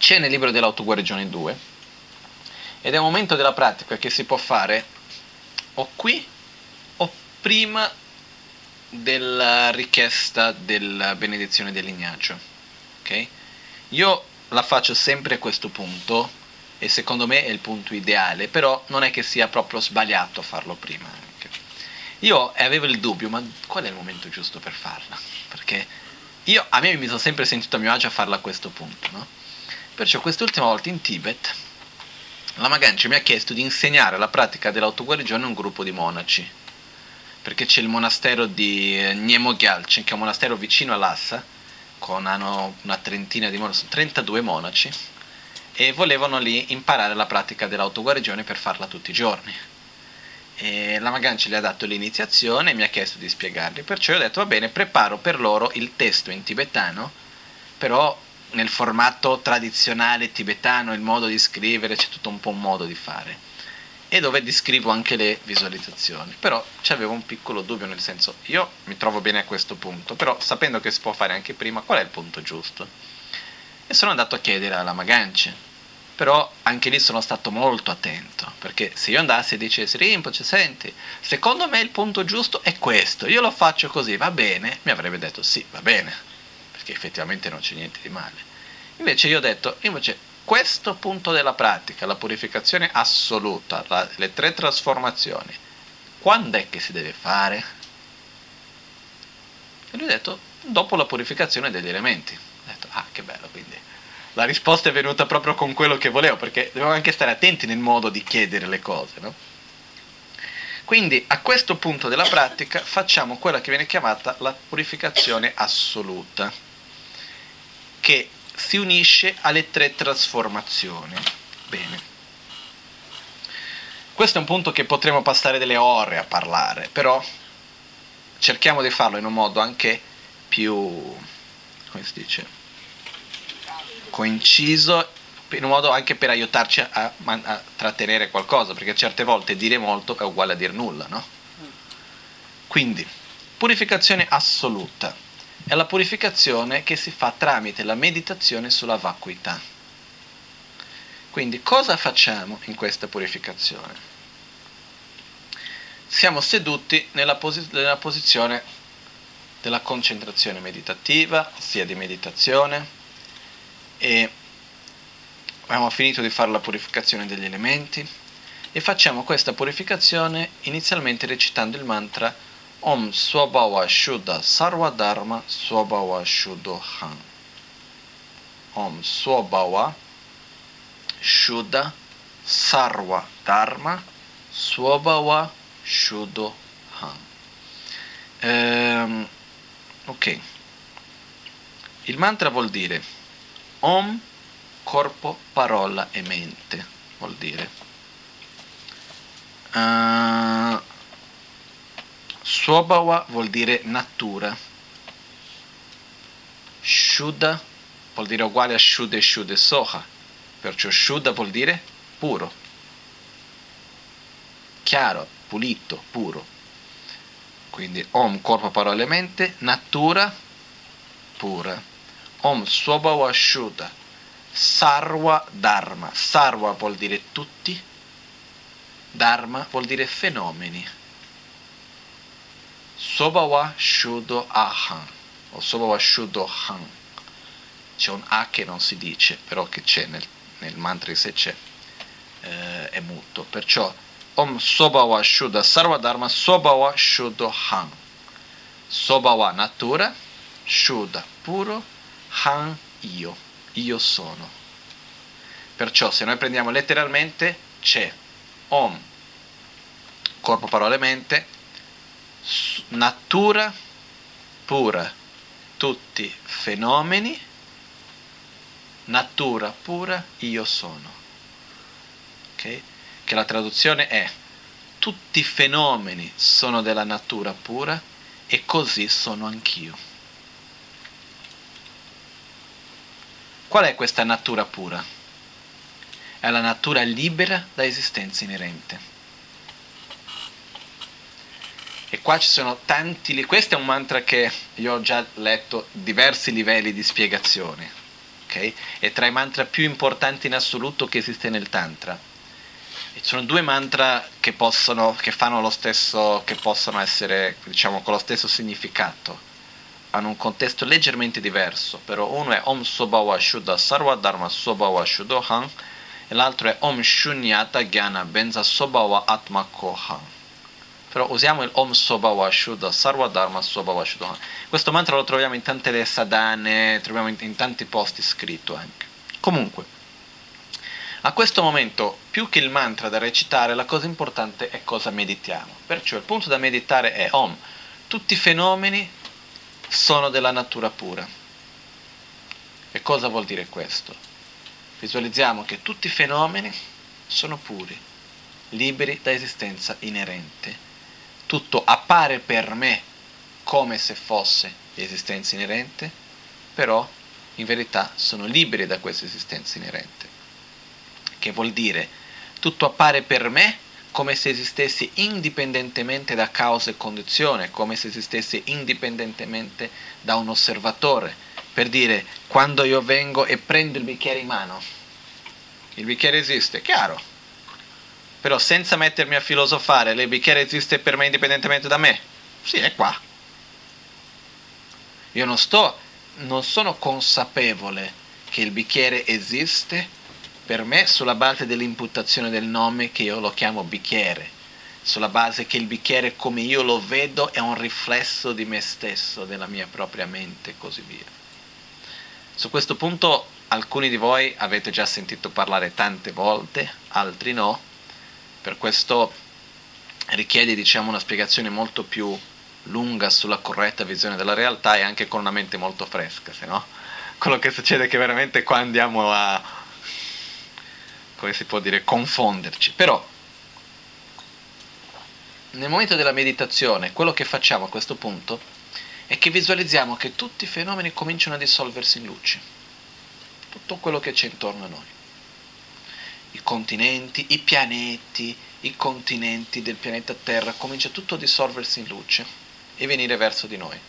c'è nel libro dell'autoguarigione due, ed è un momento della pratica che si può fare o qui o prima della richiesta della benedizione del lignaggio. Ok? Io la faccio sempre a questo punto e secondo me è il punto ideale, però non è che sia proprio sbagliato farlo prima. Anche. Io avevo il dubbio, ma qual è il momento giusto per farla? Perché io, a me mi sono sempre sentito a mio agio a farla a questo punto, no? Perciò quest'ultima volta in Tibet Lama Gangchen mi ha chiesto di insegnare la pratica dell'autoguarigione a un gruppo di monaci, perché c'è il monastero di Nyemo Gyalchen, che è un monastero vicino a Lhasa, con hanno una trentina di monaci, trentadue monaci, e volevano lì imparare la pratica dell'autoguarigione per farla tutti i giorni. E Lama Gangchen gli ha dato l'iniziazione e mi ha chiesto di spiegarli, perciò io ho detto va bene, preparo per loro il testo in tibetano, però nel formato tradizionale tibetano, il modo di scrivere, c'è tutto un po' un modo di fare, e dove descrivo anche le visualizzazioni. Però c'avevo un piccolo dubbio, nel senso, io mi trovo bene a questo punto, però sapendo che si può fare anche prima, qual è il punto giusto? E sono andato a chiedere alla Lama Gangchen, però anche lì sono stato molto attento, perché se io andassi e dicessi Rinpoche, senti, secondo me il punto giusto è questo, io lo faccio così, va bene? Mi avrebbe detto sì, va bene, perché effettivamente non c'è niente di male. Invece io ho detto, invece questo punto della pratica, la purificazione assoluta, la, le tre trasformazioni, quando è che si deve fare? E lui ha detto, dopo la purificazione degli elementi. Ho detto, ah, che bello, quindi la risposta è venuta proprio con quello che volevo, perché dobbiamo anche stare attenti nel modo di chiedere le cose, no? Quindi a questo punto della pratica facciamo quella che viene chiamata la purificazione assoluta, che si unisce alle tre trasformazioni. Bene. Questo è un punto che potremo passare delle ore a parlare, però cerchiamo di farlo in un modo anche più, come si dice, coinciso, in un modo anche per aiutarci a, a trattenere qualcosa, perché certe volte dire molto è uguale a dire nulla, no? Quindi, purificazione assoluta è la purificazione che si fa tramite la meditazione sulla vacuità. Quindi cosa facciamo in questa purificazione? Siamo seduti nella, posi- nella posizione della concentrazione meditativa, sia di meditazione, e abbiamo finito di fare la purificazione degli elementi e facciamo questa purificazione inizialmente recitando il mantra Om Swabhava Shuddha Sarva Dharma Swabhava Shuddho Han. Om Swabhava Shuddha Sarva Dharma Swabhava Shuddho Han. Ehm, ok. Il mantra vuol dire Om, corpo, parola e mente. Vuol dire uh, Swabhava vuol dire natura. Shuddha vuol dire uguale a Shuddha e Shuddha Soha. Perciò Shuddha vuol dire puro, chiaro, pulito, puro. Quindi Om, corpo, parola e mente, natura pura. Om Swabhava Shuddha Sarva Dharma. Sarva vuol dire tutti, Dharma vuol dire fenomeni. Swabhava Shuddho Aham o Swabhava Shuddho Han. C'è un A che non si dice, però che c'è nel, nel mantra, se c'è, eh, è muto. Perciò Om Swabhava Shuddha Sarva Dharma Swabhava Shuddho Han. Swabhava natura, Shuddha puro, Han io, io sono. Perciò se noi prendiamo letteralmente c'è Om, corpo, parola e mente, natura pura, tutti fenomeni, natura pura, io sono. Ok? Che la traduzione è tutti i fenomeni sono della natura pura e così sono anch'io. Qual è questa natura pura? È la natura libera da esistenza inerente. E qua ci sono tanti, questo è un mantra che io ho già letto diversi livelli di spiegazione, ok? ok? È tra i mantra più importanti in assoluto che esiste nel Tantra. E sono due mantra che possono, che fanno lo stesso, che possono essere, diciamo, con lo stesso significato. Hanno un contesto leggermente diverso, però uno è Om Sobhava Shuddha Sarva Dharma Sobhava Shuddhohan e l'altro è Om Shunyata Gyana Benza Sobhava Atma Kohan. Però usiamo il Om Sobhava Shuddha Sarva Dharma Sobhava Shuddhohan. Questo mantra lo troviamo in tante le sadhane, troviamo in, in tanti posti scritto anche. Comunque, a questo momento, più che il mantra da recitare, la cosa importante è cosa meditiamo. Perciò il punto da meditare è Om. Tutti i fenomeni sono della natura pura. E cosa vuol dire questo? Visualizziamo che tutti i fenomeni sono puri, liberi da esistenza inerente. Tutto appare per me come se fosse esistenza inerente, però in verità sono liberi da questa esistenza inerente. Che vuol dire? Tutto appare per me come se esistesse indipendentemente da causa e condizione, come se esistesse indipendentemente da un osservatore. Per dire, quando io vengo e prendo il bicchiere in mano, il bicchiere esiste, chiaro, però senza mettermi a filosofare, il bicchiere esiste per me indipendentemente da me? Sì, è qua. Io non sto, non sono consapevole che il bicchiere esiste per me sulla base dell'imputazione del nome che io lo chiamo bicchiere, sulla base che il bicchiere come io lo vedo è un riflesso di me stesso, della mia propria mente e così via. Su questo punto alcuni di voi avete già sentito parlare tante volte, altri no, per questo richiede, diciamo, una spiegazione molto più lunga sulla corretta visione della realtà e anche con una mente molto fresca, se no quello che succede è che veramente qua andiamo a, come si può dire, confonderci. Però nel momento della meditazione quello che facciamo a questo punto è che visualizziamo che tutti i fenomeni cominciano a dissolversi in luce, tutto quello che c'è intorno a noi, i continenti, i pianeti, i continenti del pianeta Terra, comincia tutto a dissolversi in luce e venire verso di noi.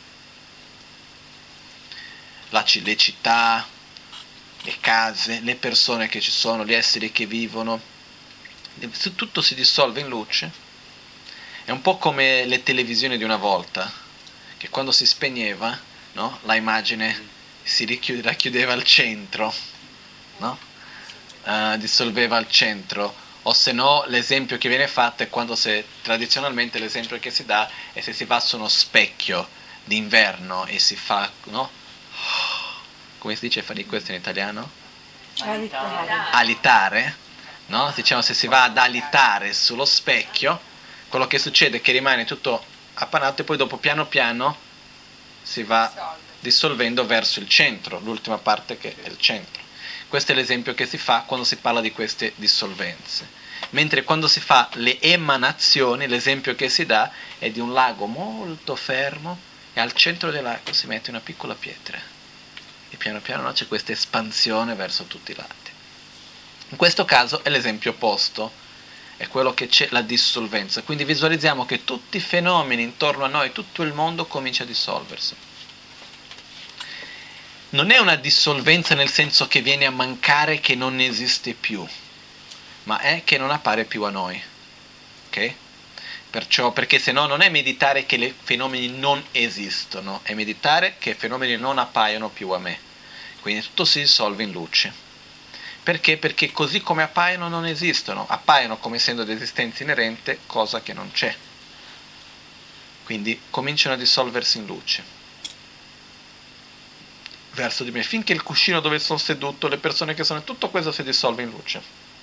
La, le città, le case, le persone che ci sono, gli esseri che vivono, tutto si dissolve in luce. È un po' come le televisioni di una volta, che quando si spegneva, no, la immagine si richiud- racchiudeva al centro, no? Uh, dissolveva al centro, o se no l'esempio che viene fatto è quando se, tradizionalmente l'esempio che si dà è se si va su uno specchio d'inverno e si fa, no? Come si dice fare questo in italiano? Alitare. Alitare, no? Diciamo, se si va ad alitare sullo specchio, quello che succede è che rimane tutto appannato e poi dopo piano piano si va dissolvendo verso il centro, l'ultima parte che è il centro. Questo è l'esempio che si fa quando si parla di queste dissolvenze. Mentre quando si fa le emanazioni, l'esempio che si dà è di un lago molto fermo e al centro del lago si mette una piccola pietra. E piano piano, no, c'è questa espansione verso tutti i lati. In questo caso è l'esempio opposto, è quello che c'è la dissolvenza. Quindi visualizziamo che tutti i fenomeni intorno a noi, tutto il mondo comincia a dissolversi. Non è una dissolvenza nel senso che viene a mancare, che non esiste più, ma è che non appare più a noi. Ok? Perciò, perché se no non è meditare che i fenomeni non esistono, è meditare che i fenomeni non appaiono più a me. Quindi tutto si dissolve in luce. Perché? Perché così come appaiono non esistono, appaiono come essendo di esistenza inerente, cosa che non c'è. Quindi cominciano a dissolversi in luce verso di me, finché il cuscino dove sono seduto, le persone che sono, tutto questo si dissolve in luce.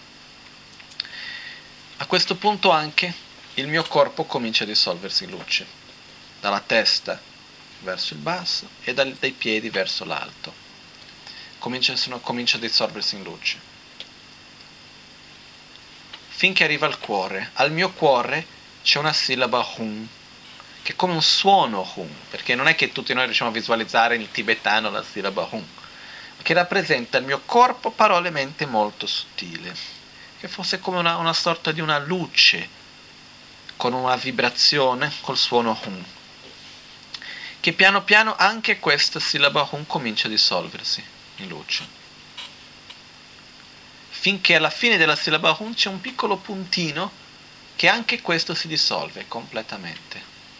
A questo punto anche il mio corpo comincia a dissolversi in luce, dalla testa verso il basso e dal, dai piedi verso l'alto. Comincia, sono, comincia a dissolversi in luce. Finché arriva al cuore. Al mio cuore c'è una sillaba Hum, che è come un suono Hum, perché non è che tutti noi riusciamo a visualizzare in tibetano la sillaba Hum, che rappresenta il mio corpo, parole, mente molto sottile, che fosse come una, una sorta di una luce, con una vibrazione, col suono Hum, che piano piano anche questa sillaba Hum comincia a dissolversi in luce. finché alla fine della sillaba Hun c'è un piccolo puntino che anche questo si dissolve completamente,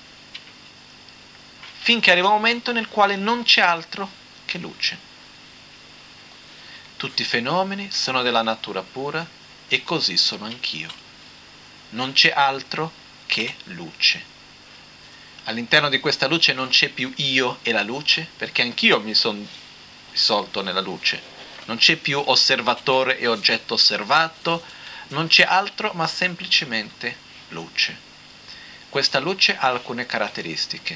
finché arriva un momento nel quale non c'è altro che luce. Tutti i fenomeni sono della natura pura e così sono anch'io. Non c'è altro che luce. All'interno di questa luce non c'è più io e la luce, perché anch'io mi sono dissolto nella luce. Non c'è più osservatore e oggetto osservato, non c'è altro ma semplicemente luce. Questa luce ha alcune caratteristiche.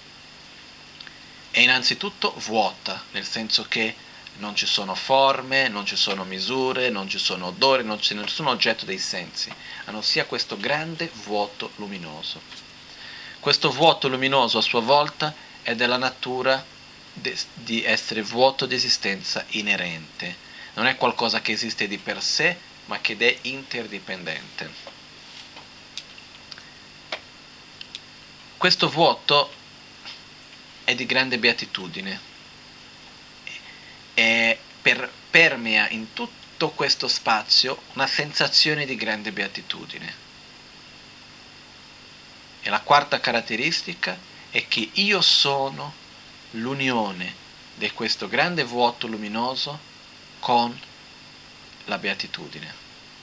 È innanzitutto vuota, nel senso che non ci sono forme, non ci sono misure, non ci sono odori, non c'è nessun oggetto dei sensi. Hanno sia questo grande vuoto luminoso. Questo vuoto luminoso a sua volta è della natura de- di essere vuoto di esistenza inerente. Non è qualcosa che esiste di per sé, ma che è interdipendente. Questo vuoto è di grande beatitudine. E per, permea in tutto questo spazio una sensazione di grande beatitudine. E la quarta caratteristica è che io sono l'unione di questo grande vuoto luminoso con la beatitudine.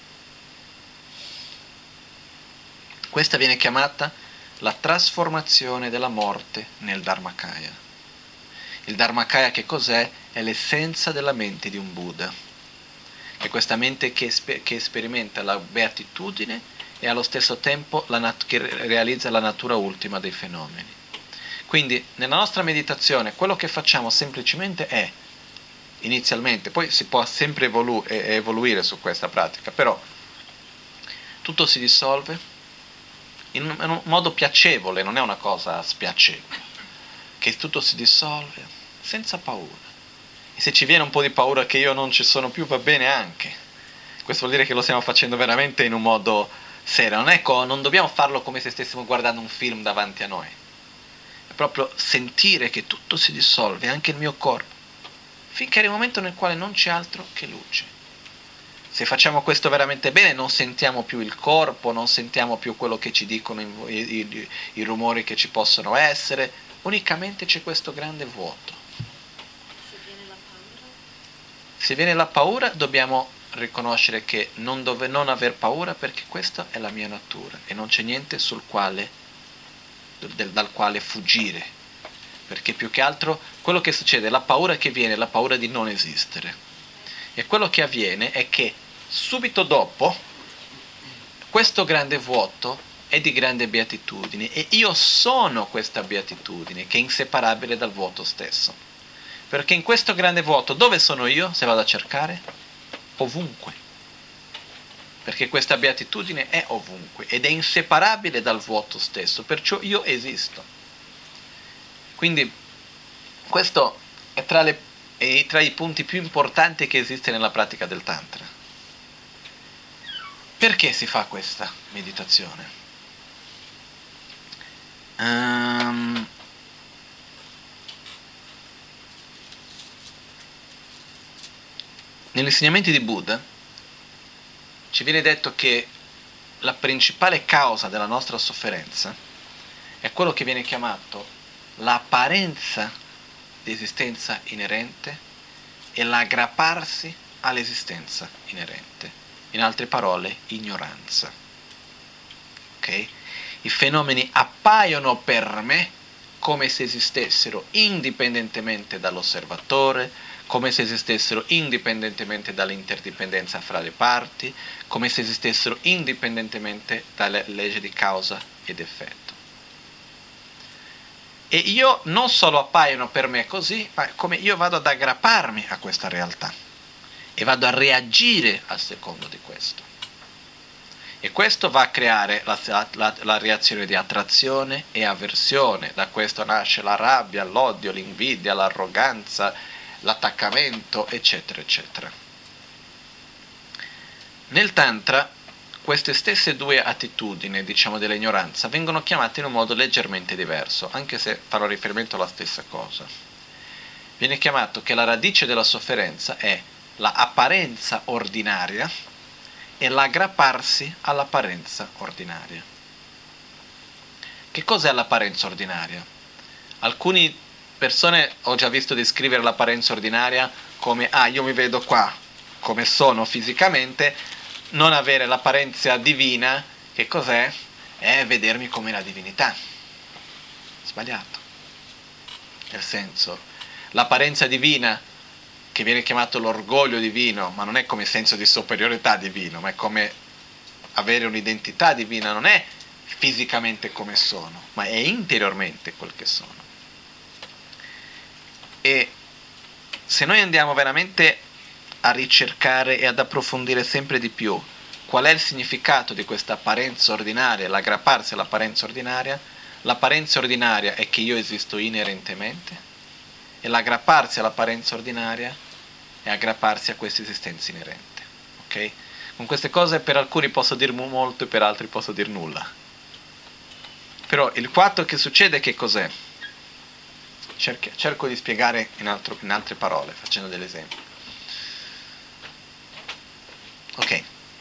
Questa viene chiamata la trasformazione della morte nel Dharmakaya. Il Dharmakaya che cos'è? È l'essenza della mente di un Buddha. È questa mente che, esper- che sperimenta la beatitudine e allo stesso tempo la nat- che realizza la natura ultima dei fenomeni. Quindi nella nostra meditazione quello che facciamo semplicemente è, inizialmente, poi si può sempre evolu- evoluire su questa pratica, però tutto si dissolve in un, in un modo piacevole, non è una cosa spiacevole, che tutto si dissolve senza paura. E se ci viene un po' di paura che io non ci sono più, va bene anche. Questo vuol dire che lo stiamo facendo veramente in un modo serio. Non, è co- non dobbiamo farlo come se stessimo guardando un film davanti a noi. È proprio sentire che tutto si dissolve, anche il mio corpo, finché arriva un momento nel quale non c'è altro che luce. Se facciamo questo veramente bene, non sentiamo più il corpo, non sentiamo più quello che ci dicono i, i, i, i rumori che ci possono essere, unicamente c'è questo grande vuoto. Se viene la paura? Se viene la paura, dobbiamo riconoscere che non dove non aver paura, perché questa è la mia natura e non c'è niente sul quale, del, dal quale fuggire, perché più che altro quello che succede, la paura che viene è la paura di non esistere, e quello che avviene è che subito dopo questo grande vuoto è di grande beatitudine e io sono questa beatitudine che è inseparabile dal vuoto stesso, perché in questo grande vuoto dove sono io se vado a cercare? Ovunque, perché questa beatitudine è ovunque ed è inseparabile dal vuoto stesso, perciò io esisto. Quindi questo è tra, le, è tra i punti più importanti che esiste nella pratica del Tantra. Perché si fa questa meditazione? Um, Negli insegnamenti di Buddha ci viene detto che la principale causa della nostra sofferenza è quello che viene chiamato l'apparenza di esistenza inerente e l'aggrapparsi all'esistenza inerente. In altre parole, ignoranza. Ok? I fenomeni appaiono per me come se esistessero indipendentemente dall'osservatore, come se esistessero indipendentemente dall'interdipendenza fra le parti, come se esistessero indipendentemente dalle leggi di causa ed effetto. E io non solo appaiono per me così, ma come io vado ad aggrapparmi a questa realtà e vado a reagire a secondo di questo. E questo va a creare la, la, la reazione di attrazione e avversione. Da questo nasce la rabbia, l'odio, l'invidia, l'arroganza, l'attaccamento, eccetera, eccetera. Nel Tantra queste stesse due attitudini, diciamo, dell'ignoranza vengono chiamate in un modo leggermente diverso, anche se farò riferimento alla stessa cosa. Viene chiamato che la radice della sofferenza è la apparenza ordinaria e l'aggrapparsi all'apparenza ordinaria. Che cos'è l'apparenza ordinaria? Alcune persone ho già visto descrivere l'apparenza ordinaria come ah, io mi vedo qua come sono fisicamente, non avere l'apparenza divina. Che cos'è? È vedermi come la divinità. Sbagliato. Nel senso, l'apparenza divina, che viene chiamato l'orgoglio divino, ma non è come senso di superiorità divino, ma è come avere un'identità divina, non è fisicamente come sono, ma è interiormente quel che sono. E se noi andiamo veramente a ricercare e ad approfondire sempre di più qual è il significato di questa apparenza ordinaria, l'aggrapparsi all'apparenza ordinaria, l'apparenza ordinaria è che io esisto inerentemente e l'aggrapparsi all'apparenza ordinaria è aggrapparsi a questa esistenza inerente. Ok? Con queste cose per alcuni posso dir molto e per altri posso dir nulla. Però il fatto che succede che cos'è? Cerco, cerco di spiegare in, altro, in altre parole, facendo degli esempi. Ok.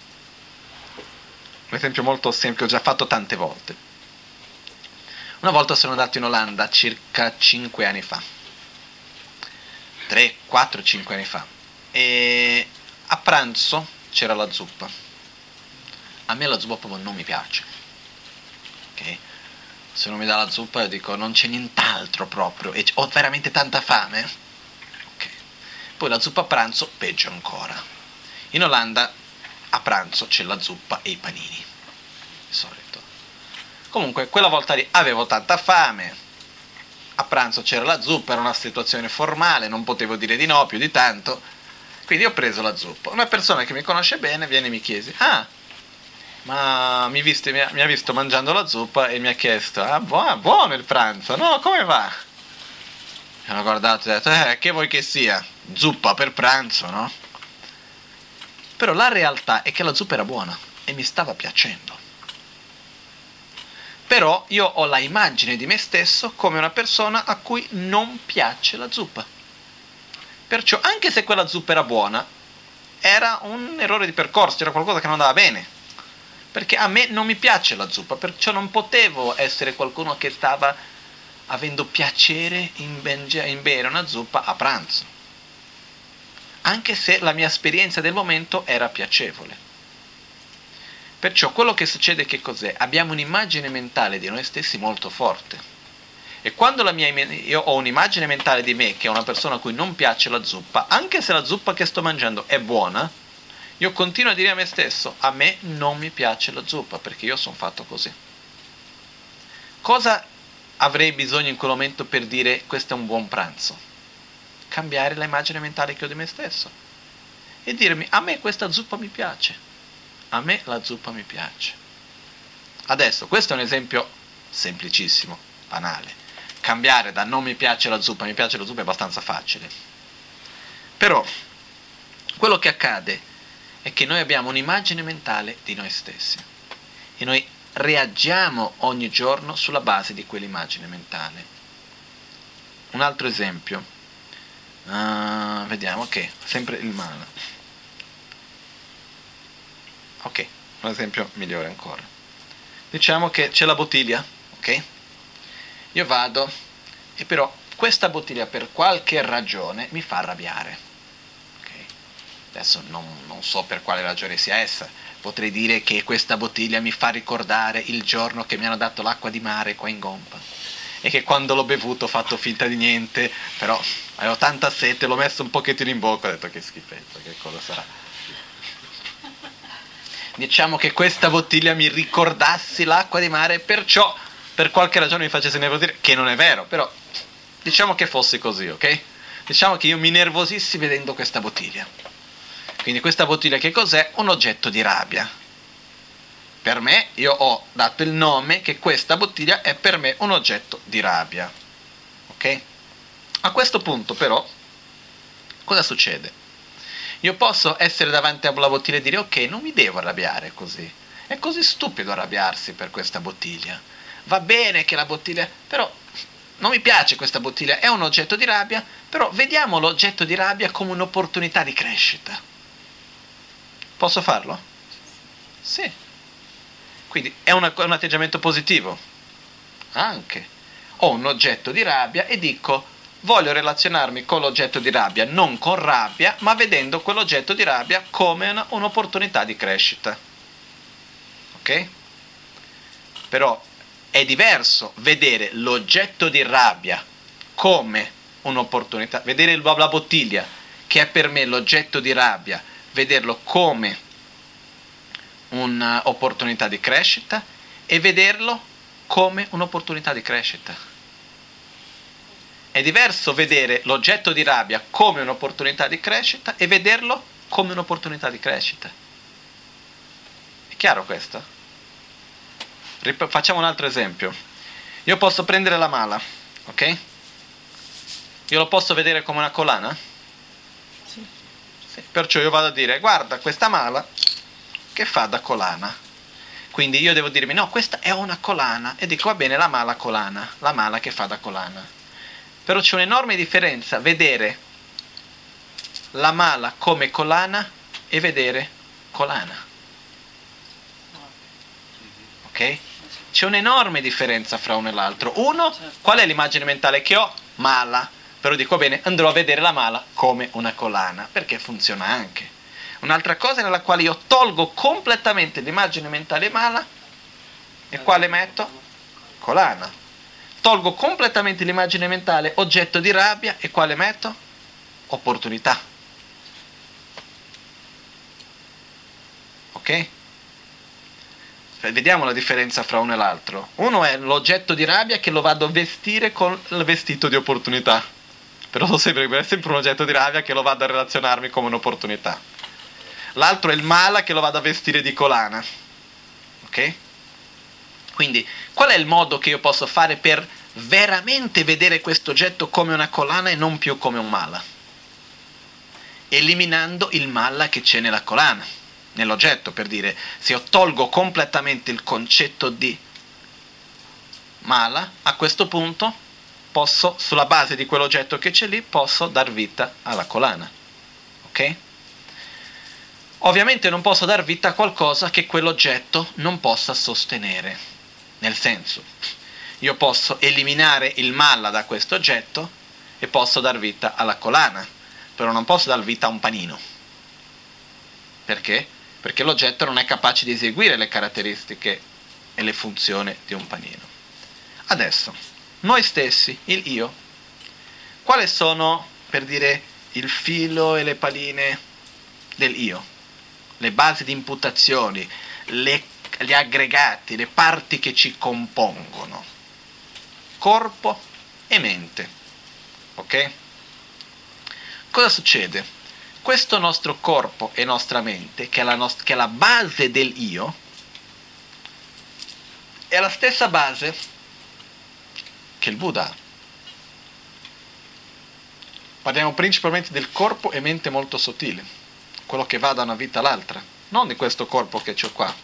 Un esempio molto semplice, ho già fatto tante volte. Una volta sono andato in Olanda circa cinque anni fa. tre, quattro, cinque anni fa. E a pranzo c'era la zuppa. A me la zuppa proprio non mi piace. Ok? Se non mi dà la zuppa io dico non c'è nient'altro proprio e ho veramente tanta fame. Ok. Poi la zuppa a pranzo peggio ancora. In Olanda a pranzo c'è la zuppa e i panini. Di solito. Comunque quella volta lì avevo tanta fame. A pranzo c'era la zuppa, era una situazione formale, non potevo dire di no più di tanto. Quindi ho preso la zuppa. Una persona che mi conosce bene viene e mi chiese: "Ah, ma mi, viste, mi, ha, mi ha visto mangiando la zuppa e mi ha chiesto, ah, buono, buono il pranzo, no? Come va?" Mi hanno guardato e ho detto, eh, che vuoi che sia? Zuppa per pranzo, no? Però la realtà è che la zuppa era buona e mi stava piacendo. Però io ho la immagine di me stesso come una persona a cui non piace la zuppa. Perciò, anche se quella zuppa era buona, era un errore di percorso, c'era qualcosa che non andava bene. Perché a me non mi piace la zuppa, perciò non potevo essere qualcuno che stava avendo piacere in, benge- in bere una zuppa a pranzo. Anche se la mia esperienza del momento era piacevole. Perciò quello che succede che cos'è? Abbiamo un'immagine mentale di noi stessi molto forte. E quando la mia, io ho un'immagine mentale di me che è una persona a cui non piace la zuppa, anche se la zuppa che sto mangiando è buona, io continuo a dire a me stesso, a me non mi piace la zuppa perché io sono fatto così. Cosa avrei bisogno in quel momento per dire questo è un buon pranzo? Cambiare l'immagine mentale che ho di me stesso e dirmi a me questa zuppa mi piace, a me la zuppa mi piace. Adesso questo è un esempio semplicissimo, banale. Cambiare da non mi piace la zuppa, mi piace la zuppa è abbastanza facile. Però quello che accade è che noi abbiamo un'immagine mentale di noi stessi e noi reagiamo ogni giorno sulla base di quell'immagine mentale. Un altro esempio, uh, vediamo, ok, sempre il male. Ok, un esempio migliore ancora. Diciamo che c'è la bottiglia, ok? Io vado e però questa bottiglia per qualche ragione mi fa arrabbiare. Adesso non, non so per quale ragione sia essa, potrei dire che questa bottiglia mi fa ricordare il giorno che mi hanno dato l'acqua di mare qua in gompa e che quando l'ho bevuto ho fatto finta di niente, però avevo tanta sete, l'ho messo un pochettino in bocca e ho detto che schifezza, che cosa sarà. Diciamo che questa bottiglia mi ricordassi l'acqua di mare, perciò per qualche ragione mi facesse nervosire, che non è vero, però diciamo che fosse così, ok? Diciamo che io mi nervosissi vedendo questa bottiglia. Quindi questa bottiglia che cos'è? Un oggetto di rabbia. Per me, io ho dato il nome che questa bottiglia è per me un oggetto di rabbia. Ok? A questo punto però, cosa succede? Io posso essere davanti alla bottiglia e dire ok, non mi devo arrabbiare così. È così stupido arrabbiarsi per questa bottiglia. Va bene che la bottiglia... però non mi piace questa bottiglia, è un oggetto di rabbia, però vediamo l'oggetto di rabbia come un'opportunità di crescita. Posso farlo? Sì. Quindi è, una, è un atteggiamento positivo. Anche. Ho un oggetto di rabbia e dico, voglio relazionarmi con l'oggetto di rabbia, non con rabbia, ma vedendo quell'oggetto di rabbia come una, un'opportunità di crescita. Ok? Però è diverso vedere l'oggetto di rabbia come un'opportunità, vedere la bottiglia, che è per me l'oggetto di rabbia, vederlo come un'opportunità di crescita e vederlo come un'opportunità di crescita. È diverso vedere l'oggetto di rabbia come un'opportunità di crescita e vederlo come un'opportunità di crescita. È chiaro questo? Rip- facciamo un altro esempio. Io posso prendere la mala, ok? Io lo posso vedere come una collana? Sì. Sì. Perciò io vado a dire, guarda, questa mala che fa da collana. Quindi io devo dirmi, no, questa è una collana. E dico, va bene, la mala collana, la mala che fa da collana. Però c'è un'enorme differenza vedere la mala come collana e vedere collana. Ok? C'è un'enorme differenza fra uno e l'altro. Uno, qual è l'immagine mentale che ho? Mala. Però dico, bene, andrò a vedere la mala come una collana, perché funziona anche. Un'altra cosa nella quale io tolgo completamente l'immagine mentale mala, e quale metto? Collana. Tolgo completamente l'immagine mentale oggetto di rabbia, e quale metto? Opportunità. Ok? Vediamo la differenza fra uno e l'altro. Uno è l'oggetto di rabbia che lo vado a vestire con il vestito di opportunità. Però so sempre che è sempre un oggetto di rabbia che lo vado a relazionarmi come un'opportunità. L'altro è il mala che lo vado a vestire di collana. Ok? Quindi, qual è il modo che io posso fare per veramente vedere questo oggetto come una collana e non più come un mala? Eliminando il mala che c'è nella collana, nell'oggetto, per dire, se io tolgo completamente il concetto di mala, a questo punto posso, sulla base di quell'oggetto che c'è lì, posso dar vita alla collana. Ok? Ovviamente non posso dar vita a qualcosa che quell'oggetto non possa sostenere. Nel senso, io posso eliminare il mala da questo oggetto e posso dar vita alla collana, però non posso dar vita a un panino. Perché? Perché l'oggetto non è capace di eseguire le caratteristiche e le funzioni di un panino. Adesso, noi stessi, il io, quali sono, per dire, il filo e le paline del io? Le basi di imputazioni, le, gli aggregati, le parti che ci compongono. Corpo e mente. Ok? Cosa succede? Questo nostro corpo e nostra mente, che è la, nost- che è la base del io, è la stessa base che il Buddha ha. Parliamo principalmente del corpo e mente molto sottile, quello che va da una vita all'altra, non di questo corpo che ho qua,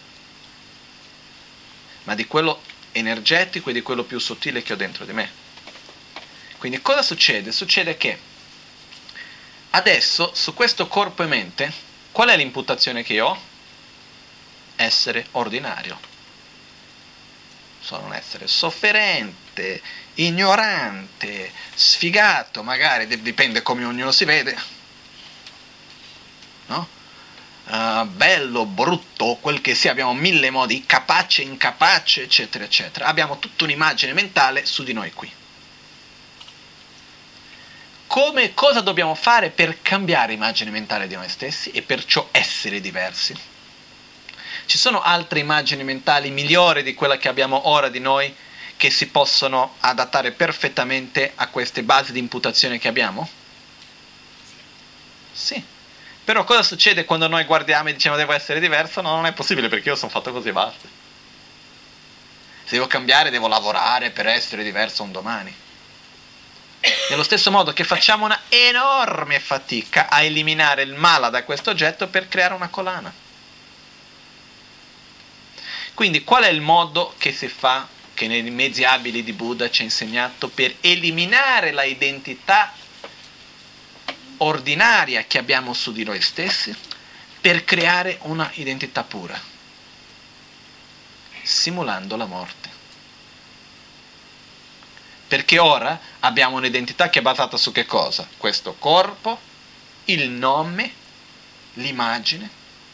ma di quello energetico e di quello più sottile che ho dentro di me. Quindi cosa succede? Succede che adesso su questo corpo e mente, qual è l'imputazione che io ho? Essere ordinario. Sono un essere sofferente, ignorante, sfigato, magari, dipende come ognuno si vede, no? Uh, bello, brutto, quel che sia, abbiamo mille modi, capace, incapace, eccetera, eccetera. Abbiamo tutta un'immagine mentale su di noi qui. Come, cosa dobbiamo fare per cambiare l'immagine mentale di noi stessi e perciò essere diversi? Ci sono altre immagini mentali migliori di quella che abbiamo ora di noi che si possono adattare perfettamente a queste basi di imputazione che abbiamo? Sì. Però cosa succede quando noi guardiamo e diciamo devo essere diverso? No, non è possibile perché io sono fatto così e basta. Se devo cambiare devo lavorare per essere diverso un domani. Nello stesso modo che facciamo una enorme fatica a eliminare il mala da questo oggetto per creare una collana. Quindi qual è il modo che si fa, che nei mezzi abili di Buddha ci ha insegnato per eliminare la identità ordinaria che abbiamo su di noi stessi, per creare una identità pura, simulando la morte. Perché ora abbiamo un'identità che è basata su che cosa? Questo corpo, il nome, l'immagine.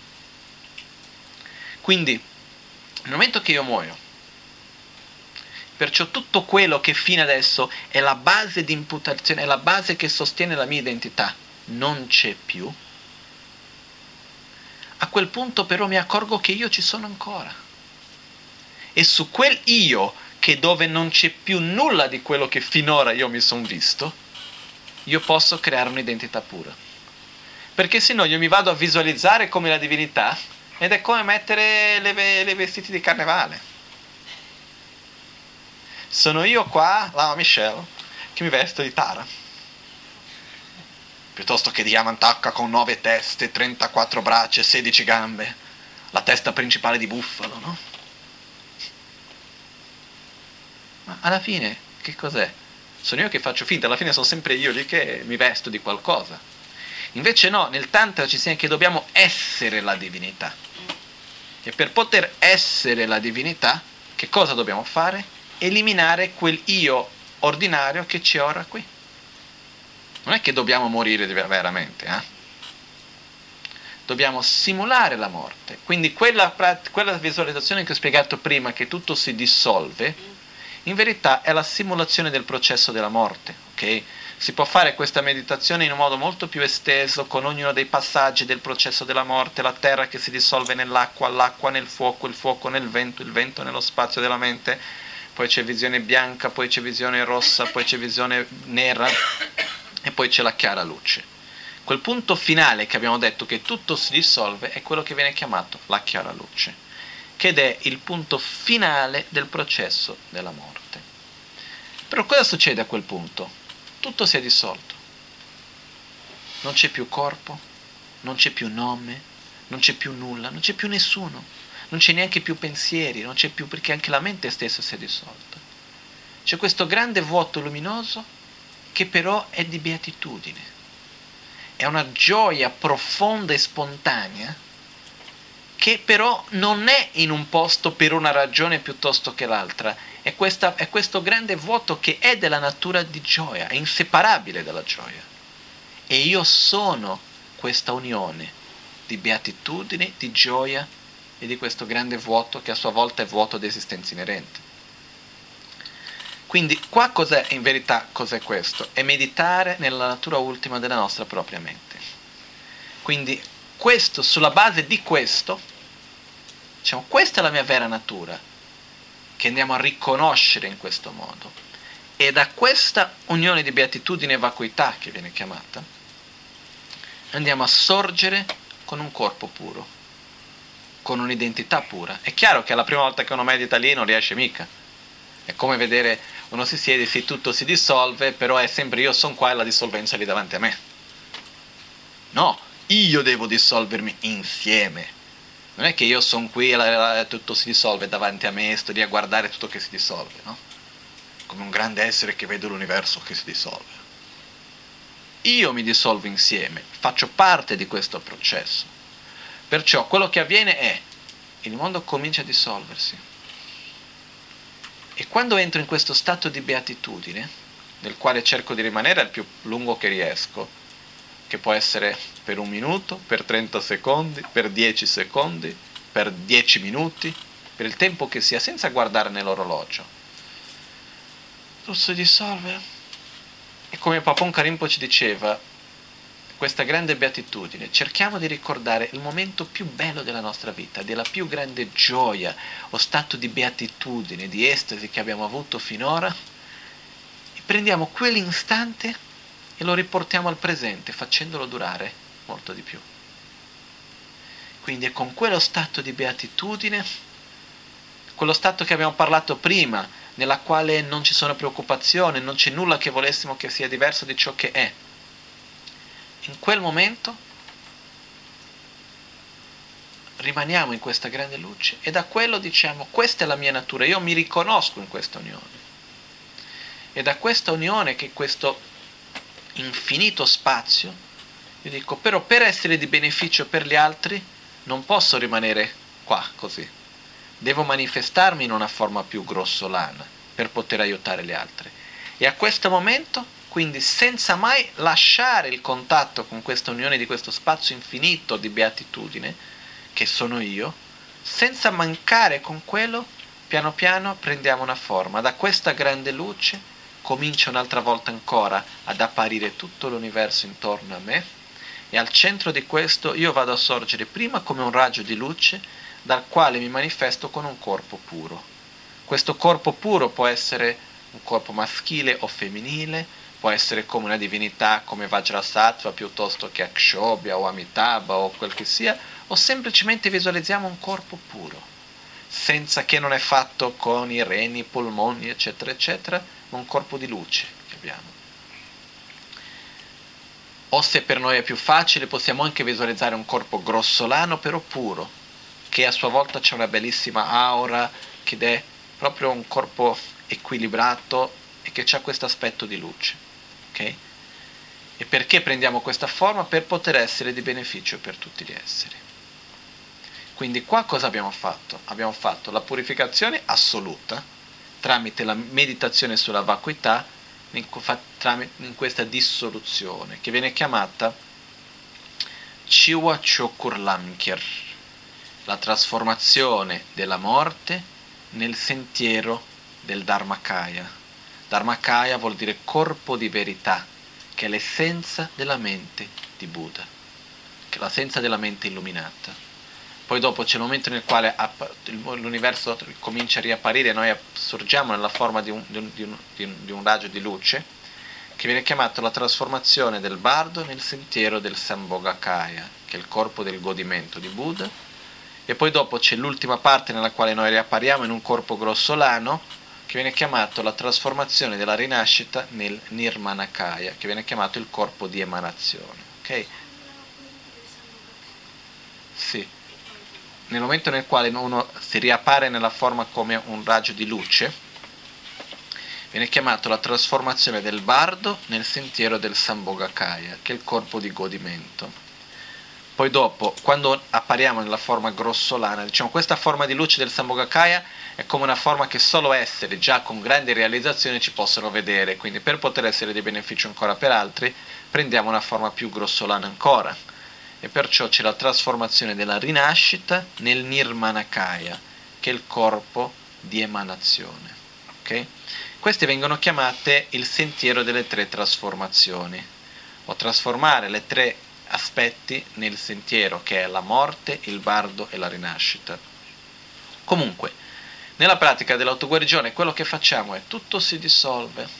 Quindi, nel momento che io muoio, perciò tutto quello che fino adesso è la base di imputazione, è la base che sostiene la mia identità, non c'è più. A quel punto però mi accorgo che io ci sono ancora. E su quel io, che dove non c'è più nulla di quello che finora io mi sono visto, io posso creare un'identità pura. Perché se no io mi vado a visualizzare come la divinità, ed è come mettere le, ve- le vestiti di carnevale. Sono io qua, la Michelle, che mi vesto di Tara. Piuttosto che di Yamantaka con nove teste, trentaquattro braccia e sedici gambe. La testa principale di bufalo, no? Ma alla fine, che cos'è? Sono io che faccio finta, alla fine sono sempre io lì che mi vesto di qualcosa. Invece no, nel Tantra ci insegna che dobbiamo essere la divinità. E per poter essere la divinità, che cosa dobbiamo fare? Eliminare quel io ordinario che c'è ora qui. Non è che dobbiamo morire veramente, eh? Dobbiamo simulare la morte. Quindi quella, quella visualizzazione che ho spiegato prima, che tutto si dissolve, in verità è la simulazione del processo della morte, ok? Si può fare questa meditazione in un modo molto più esteso, con ognuno dei passaggi del processo della morte, la terra che si dissolve nell'acqua, l'acqua nel fuoco, il fuoco nel vento, il vento nello spazio della mente, poi c'è visione bianca, poi c'è visione rossa, poi c'è visione nera, e poi c'è la chiara luce. Quel punto finale che abbiamo detto che tutto si dissolve è quello che viene chiamato la chiara luce, che è il punto finale del processo della morte. Però cosa succede a quel punto? Tutto si è dissolto. Non c'è più corpo, non c'è più nome, non c'è più nulla, non c'è più nessuno, non c'è neanche più pensieri, non c'è più, perché anche la mente stessa si è dissolta. C'è questo grande vuoto luminoso che però è di beatitudine. È una gioia profonda e spontanea che però non è in un posto per una ragione piuttosto che l'altra. È, questa, è questo grande vuoto che è della natura di gioia, è inseparabile dalla gioia. E io sono questa unione di beatitudine, di gioia e di questo grande vuoto che a sua volta è vuoto di esistenza inerente. Quindi qua cos'è in verità, cos'è questo? È meditare nella natura ultima della nostra propria mente. Quindi questo, sulla base di questo, diciamo, questa è la mia vera natura, che andiamo a riconoscere in questo modo. E da questa unione di beatitudine e vacuità, che viene chiamata, andiamo a sorgere con un corpo puro, con un'identità pura. È chiaro che la prima volta che uno medita lì non riesce mica. È come vedere, uno si siede, sì, tutto si dissolve, però è sempre io sono qua e la dissolvenza è lì davanti a me. No, io devo dissolvermi insieme. Non è che io sono qui e la, la, tutto si dissolve davanti a me e sto lì a guardare tutto che si dissolve, no? Come un grande essere che vede l'universo che si dissolve. Io mi dissolvo insieme, faccio parte di questo processo. Perciò quello che avviene è, il mondo comincia a dissolversi. E quando entro in questo stato di beatitudine, nel quale cerco di rimanere al più lungo che riesco, che può essere per un minuto, per trenta secondi, per dieci secondi, per dieci minuti, per il tempo che sia, senza guardare nell'orologio, tutto si dissolve. E come Papon Rinpoche ci diceva, questa grande beatitudine, cerchiamo di ricordare il momento più bello della nostra vita, della più grande gioia o stato di beatitudine, di estasi che abbiamo avuto finora, e prendiamo quell'istante e lo riportiamo al presente, facendolo durare molto di più. Quindi è con quello stato di beatitudine, quello stato che abbiamo parlato prima, nella quale non ci sono preoccupazioni, non c'è nulla che volessimo che sia diverso di ciò che è. In quel momento rimaniamo in questa grande luce e da quello diciamo questa è la mia natura, io mi riconosco in questa unione. E da questa unione, che questo infinito spazio, io dico però per essere di beneficio per gli altri non posso rimanere qua così, devo manifestarmi in una forma più grossolana per poter aiutare gli altri. E a questo momento, quindi senza mai lasciare il contatto con questa unione di questo spazio infinito di beatitudine, che sono io, senza mancare con quello, piano piano prendiamo una forma. Da questa grande luce comincia un'altra volta ancora ad apparire tutto l'universo intorno a me, e al centro di questo io vado a sorgere prima come un raggio di luce dal quale mi manifesto con un corpo puro. Questo corpo puro può essere un corpo maschile o femminile, può essere come una divinità come Vajrasattva piuttosto che Akshobhya o Amitabha o quel che sia, o semplicemente visualizziamo un corpo puro, senza che non è fatto con i reni, i polmoni, eccetera, eccetera, ma un corpo di luce che abbiamo. O se per noi è più facile, possiamo anche visualizzare un corpo grossolano però puro, che a sua volta c'è una bellissima aura, che è proprio un corpo equilibrato e che ha questo aspetto di luce. Okay? E perché prendiamo questa forma? Per poter essere di beneficio per tutti gli esseri. Quindi qua cosa abbiamo fatto? Abbiamo fatto la purificazione assoluta tramite la meditazione sulla vacuità, in, in questa dissoluzione, che viene chiamata Chiwa Chokurlamkir, la trasformazione della morte nel sentiero del Dharmakaya. Dharmakaya vuol dire corpo di verità, che è l'essenza della mente di Buddha, che è l'essenza della mente illuminata. Poi dopo c'è il momento nel quale l'universo comincia a riapparire e noi sorgiamo nella forma di un, di, un, di, un, di, un, di un raggio di luce, che viene chiamato la trasformazione del bardo nel sentiero del Sambhogakaya, che è il corpo del godimento di Buddha. E poi dopo c'è l'ultima parte nella quale noi riappariamo in un corpo grossolano, che viene chiamato la trasformazione della rinascita nel Nirmanakaya, che viene chiamato il corpo di emanazione. Ok? Sì. Nel momento nel quale uno si riappare nella forma come un raggio di luce, viene chiamato la trasformazione del bardo nel sentiero del Sambhogakaya, che è il corpo di godimento. Poi dopo, quando appariamo nella forma grossolana, diciamo questa forma di luce del Sambhogakaya è come una forma che solo esseri già con grandi realizzazioni ci possono vedere, quindi per poter essere di beneficio ancora per altri, prendiamo una forma più grossolana ancora. E perciò c'è la trasformazione della rinascita nel Nirmanakaya, che è il corpo di emanazione. Okay? Queste vengono chiamate il sentiero delle tre trasformazioni, o trasformare le tre aspetti nel sentiero, che è la morte, il bardo e la rinascita. Comunque, nella pratica dell'autoguarigione quello che facciamo è tutto si dissolve.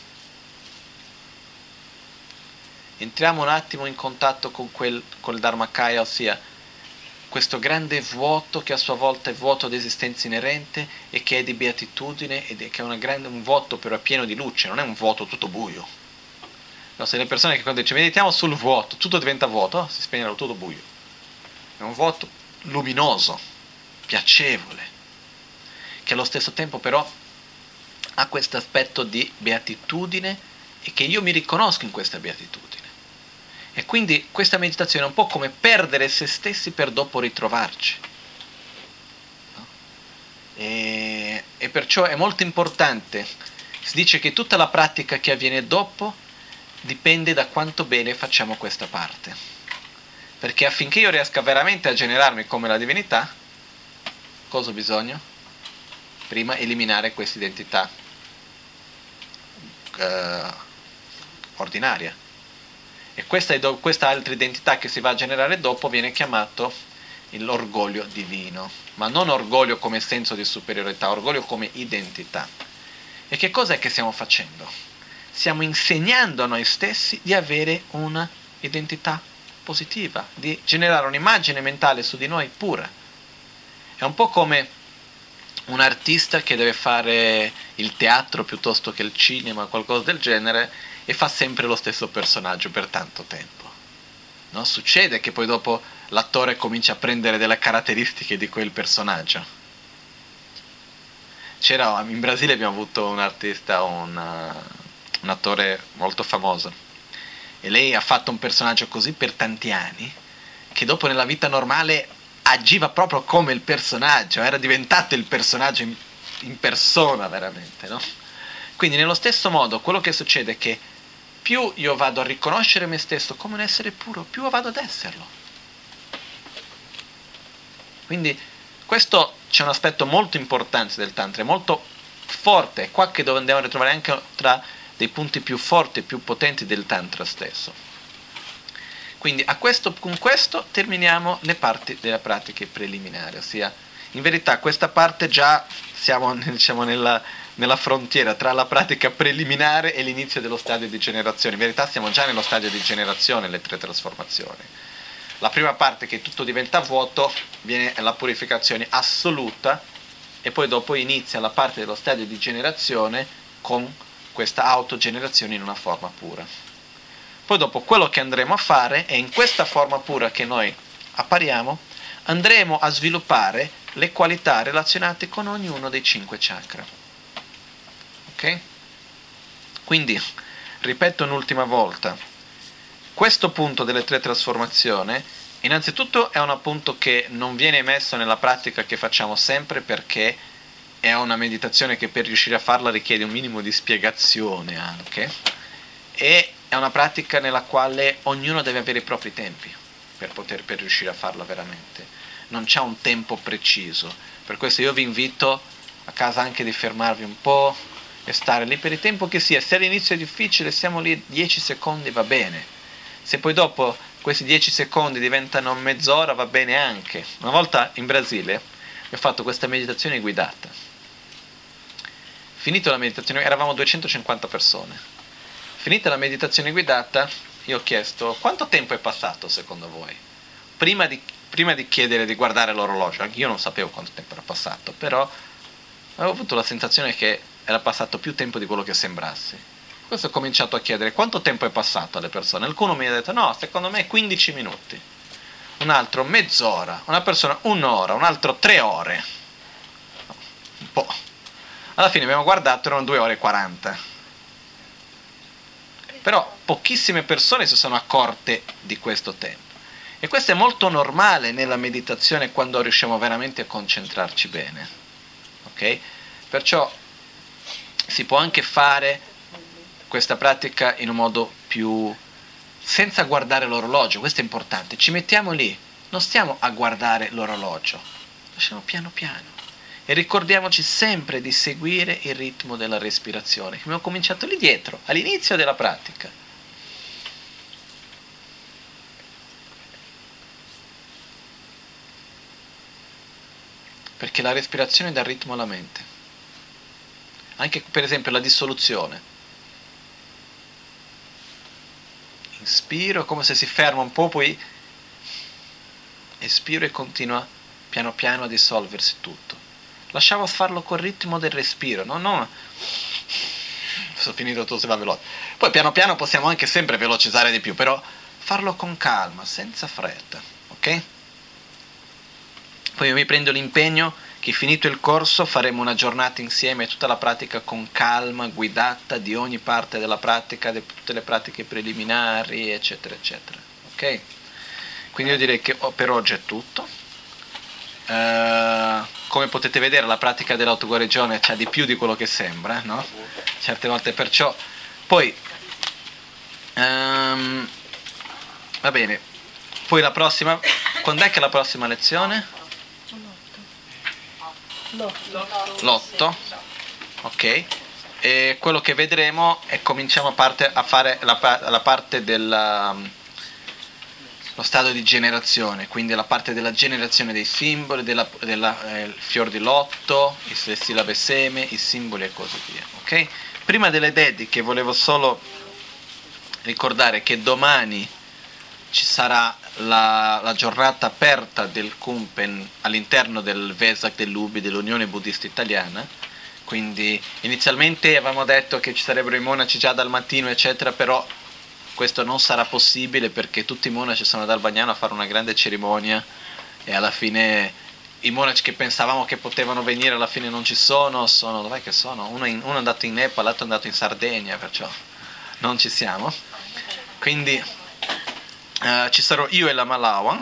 Entriamo un attimo in contatto con quel col Dharmakaya, ossia questo grande vuoto che a sua volta è vuoto di esistenza inerente e che è di beatitudine, ed è che è una grande, un vuoto però pieno di luce, non è un vuoto tutto buio. No, se le persone che quando dice meditiamo sul vuoto, tutto diventa vuoto, oh, si spegnerà tutto buio. È un vuoto luminoso, piacevole, che allo stesso tempo però ha questo aspetto di beatitudine e che io mi riconosco in questa beatitudine. E quindi questa meditazione è un po' come perdere se stessi per dopo ritrovarci. No? E, e perciò è molto importante. Si dice che tutta la pratica che avviene dopo dipende da quanto bene facciamo questa parte. Perché affinché io riesca veramente a generarmi come la divinità, cosa ho bisogno? Prima eliminare questa identità eh, ordinaria. E questa, questa altra identità che si va a generare dopo viene chiamato l'orgoglio divino, ma non orgoglio come senso di superiorità, orgoglio come identità. E che cosa è che stiamo facendo? Stiamo insegnando a noi stessi di avere una identità positiva, di generare un'immagine mentale su di noi pura. È un po' come un artista che deve fare il teatro piuttosto che il cinema, qualcosa del genere, e fa sempre lo stesso personaggio per tanto tempo. no? Succede che poi dopo l'attore comincia a prendere delle caratteristiche di quel personaggio. C'era, in Brasile abbiamo avuto un artista, un, un attore molto famoso, e lei ha fatto un personaggio così per tanti anni che dopo nella vita normale agiva proprio come il personaggio, era diventato il personaggio in, in persona veramente, no? Quindi nello stesso modo quello che succede è che più io vado a riconoscere me stesso come un essere puro, più vado ad esserlo. Quindi questo c'è un aspetto molto importante del Tantra, è molto forte, è qua che dove andiamo a ritrovare anche tra dei punti più forti e più potenti del Tantra stesso. Quindi a questo, con questo terminiamo le parti delle pratiche preliminari, ossia in verità questa parte già siamo, diciamo, nella, nella frontiera tra la pratica preliminare e l'inizio dello stadio di generazione. In verità siamo già nello stadio di generazione, le tre trasformazioni. La prima parte, che tutto diventa vuoto, viene la purificazione assoluta, e poi dopo inizia la parte dello stadio di generazione con questa autogenerazione in una forma pura. Poi dopo quello che andremo a fare è in questa forma pura che noi appariamo, andremo a sviluppare le qualità relazionate con ognuno dei cinque chakra. Ok? Quindi, ripeto un'ultima volta, questo punto delle tre trasformazioni, innanzitutto è un punto che non viene messo nella pratica che facciamo sempre, perché è una meditazione che per riuscire a farla richiede un minimo di spiegazione anche, e è una pratica nella quale ognuno deve avere i propri tempi per poter per riuscire a farla veramente. Non c'è un tempo preciso, per questo io vi invito a casa anche di fermarvi un po' e stare lì per il tempo che sia. Se all'inizio è difficile, stiamo lì dieci secondi, va bene. Se poi dopo questi dieci secondi diventano mezz'ora, va bene anche. Una volta in Brasile ho fatto questa meditazione guidata. Finito la meditazione, eravamo duecentocinquanta persone. Finita la meditazione guidata, io ho chiesto: quanto tempo è passato secondo voi? Prima di, prima di chiedere di guardare l'orologio, anche io non sapevo quanto tempo era passato, però avevo avuto la sensazione che era passato più tempo di quello che sembrasse. Questo ho cominciato a chiedere quanto tempo è passato alle persone. Qualcuno mi ha detto: no, secondo me quindici minuti, un altro mezz'ora, una persona un'ora, un altro tre ore. Un po'. Alla fine abbiamo guardato, erano due ore e quaranta. Però pochissime persone si sono accorte di questo tempo. E questo è molto normale nella meditazione quando riusciamo veramente a concentrarci bene. Ok? Perciò si può anche fare questa pratica in un modo più senza guardare l'orologio. Questo è importante. Ci mettiamo lì, non stiamo a guardare l'orologio, lasciamo piano piano. E ricordiamoci sempre di seguire il ritmo della respirazione. Abbiamo cominciato lì dietro, all'inizio della pratica. Perché la respirazione dà ritmo alla mente. Anche per esempio la dissoluzione. Inspiro, come se si ferma un po', poi espiro e continua piano piano a dissolversi tutto. Lasciamo farlo col ritmo del respiro, no? No. Sono finito, tutto si va veloce. Poi piano piano possiamo anche sempre velocizzare di più, però farlo con calma, senza fretta, ok? Poi io mi prendo l'impegno che finito il corso faremo una giornata insieme, tutta la pratica con calma, guidata di ogni parte della pratica, di tutte le pratiche preliminari, eccetera, eccetera, ok? Quindi io direi che per oggi è tutto. Uh, come potete vedere la pratica dell'autoguarigione c'ha di più di quello che sembra, no? Certe volte, perciò poi um, va bene, poi la prossima, quando è che è la prossima lezione? L'otto, ok, e quello che vedremo è cominciamo a, parte, a fare la, la parte del lo stato di generazione, quindi la parte della generazione dei simboli, della, della eh, fior di lotto, le sillabe seme, i simboli e così via, ok? Prima delle dediche volevo solo ricordare che domani ci sarà la, la giornata aperta del Kumpen all'interno del Vesak dell'U B I, dell'Unione Buddista Italiana. Quindi inizialmente avevamo detto che ci sarebbero i monaci già dal mattino eccetera, però questo non sarà possibile perché tutti i monaci sono ad Albagnano a fare una grande cerimonia e alla fine i monaci che pensavamo che potevano venire alla fine non ci sono, sono dov'è che sono? Uno, in, uno è andato in Nepal, l'altro è andato in Sardegna, perciò non ci siamo. Quindi uh, ci sarò io e la Malawan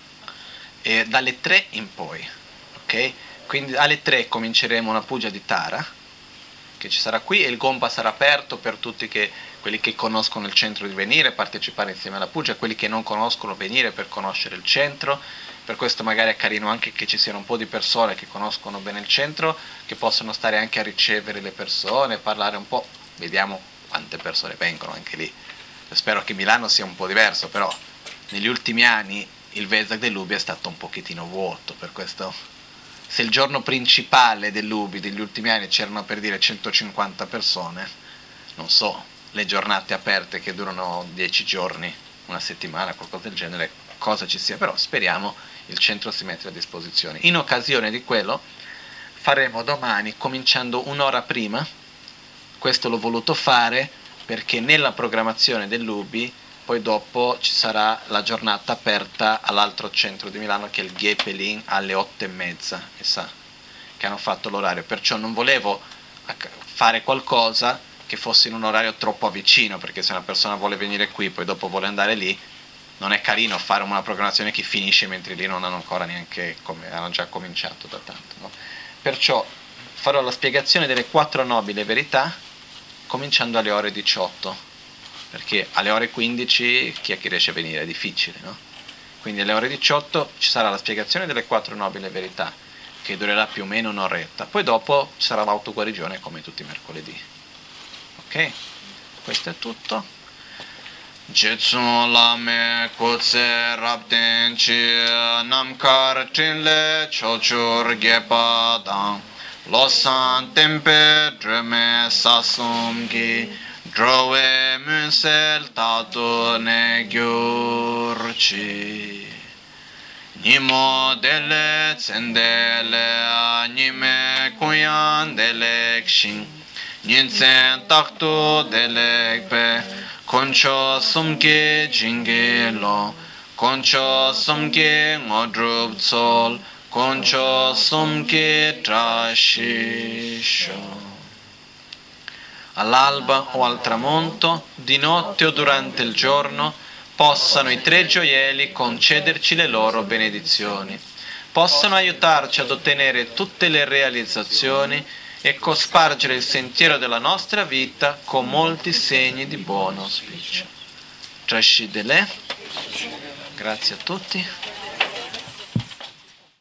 e dalle tre in poi, ok? Quindi alle tre cominceremo una puja di Tara che ci sarà qui e il Gompa sarà aperto per tutti che, quelli che conoscono il centro di venire, partecipare insieme alla puja, quelli che non conoscono venire per conoscere il centro. Per questo magari è carino anche che ci siano un po' di persone che conoscono bene il centro, che possono stare anche a ricevere le persone, parlare un po', vediamo quante persone vengono anche lì. Io spero che Milano sia un po' diverso, però negli ultimi anni il Vesak dell'Ubi è stato un pochettino vuoto, per questo se il giorno principale dell'Ubi degli ultimi anni c'erano per dire centocinquanta persone, non so, le giornate aperte che durano dieci giorni, una settimana, qualcosa del genere, cosa ci sia, però speriamo il centro si mette a disposizione. In occasione di quello faremo domani, cominciando un'ora prima, questo l'ho voluto fare perché nella programmazione dell'Ubi poi dopo ci sarà la giornata aperta all'altro centro di Milano che è il Ghepelin alle otto e mezza, mi sa, che hanno fatto l'orario, perciò non volevo fare qualcosa che fosse in un orario troppo vicino, perché se una persona vuole venire qui poi dopo vuole andare lì, non è carino fare una programmazione che finisce mentre lì non hanno ancora neanche, come hanno già cominciato da tanto, no? Perciò farò la spiegazione delle quattro nobili verità cominciando alle ore diciotto, perché alle ore quindici chi è che riesce a venire? È difficile, no? Quindi alle ore diciotto ci sarà la spiegazione delle quattro nobili verità, che durerà più o meno un'oretta, poi dopo ci sarà l'autoguarigione come tutti i mercoledì. Ok? Questo è tutto. Jetsun lame kutse rabden chi namkar chinle chochur gepadang losan tempe dreme sasumgi drove munsel tatu ne gyurchi nimo dele tsendele nime kuyan delek shin ninsen taktu delek pe Concho sumke jinge lo, concho sumke ngodrup tsol, concho sumke trashisho. All'alba o al tramonto, di notte o durante il giorno, possano i tre gioielli concederci le loro benedizioni, possano aiutarci ad ottenere tutte le realizzazioni e cospargere il sentiero della nostra vita con molti segni di buon auspicio. Trascidele. Grazie a tutti.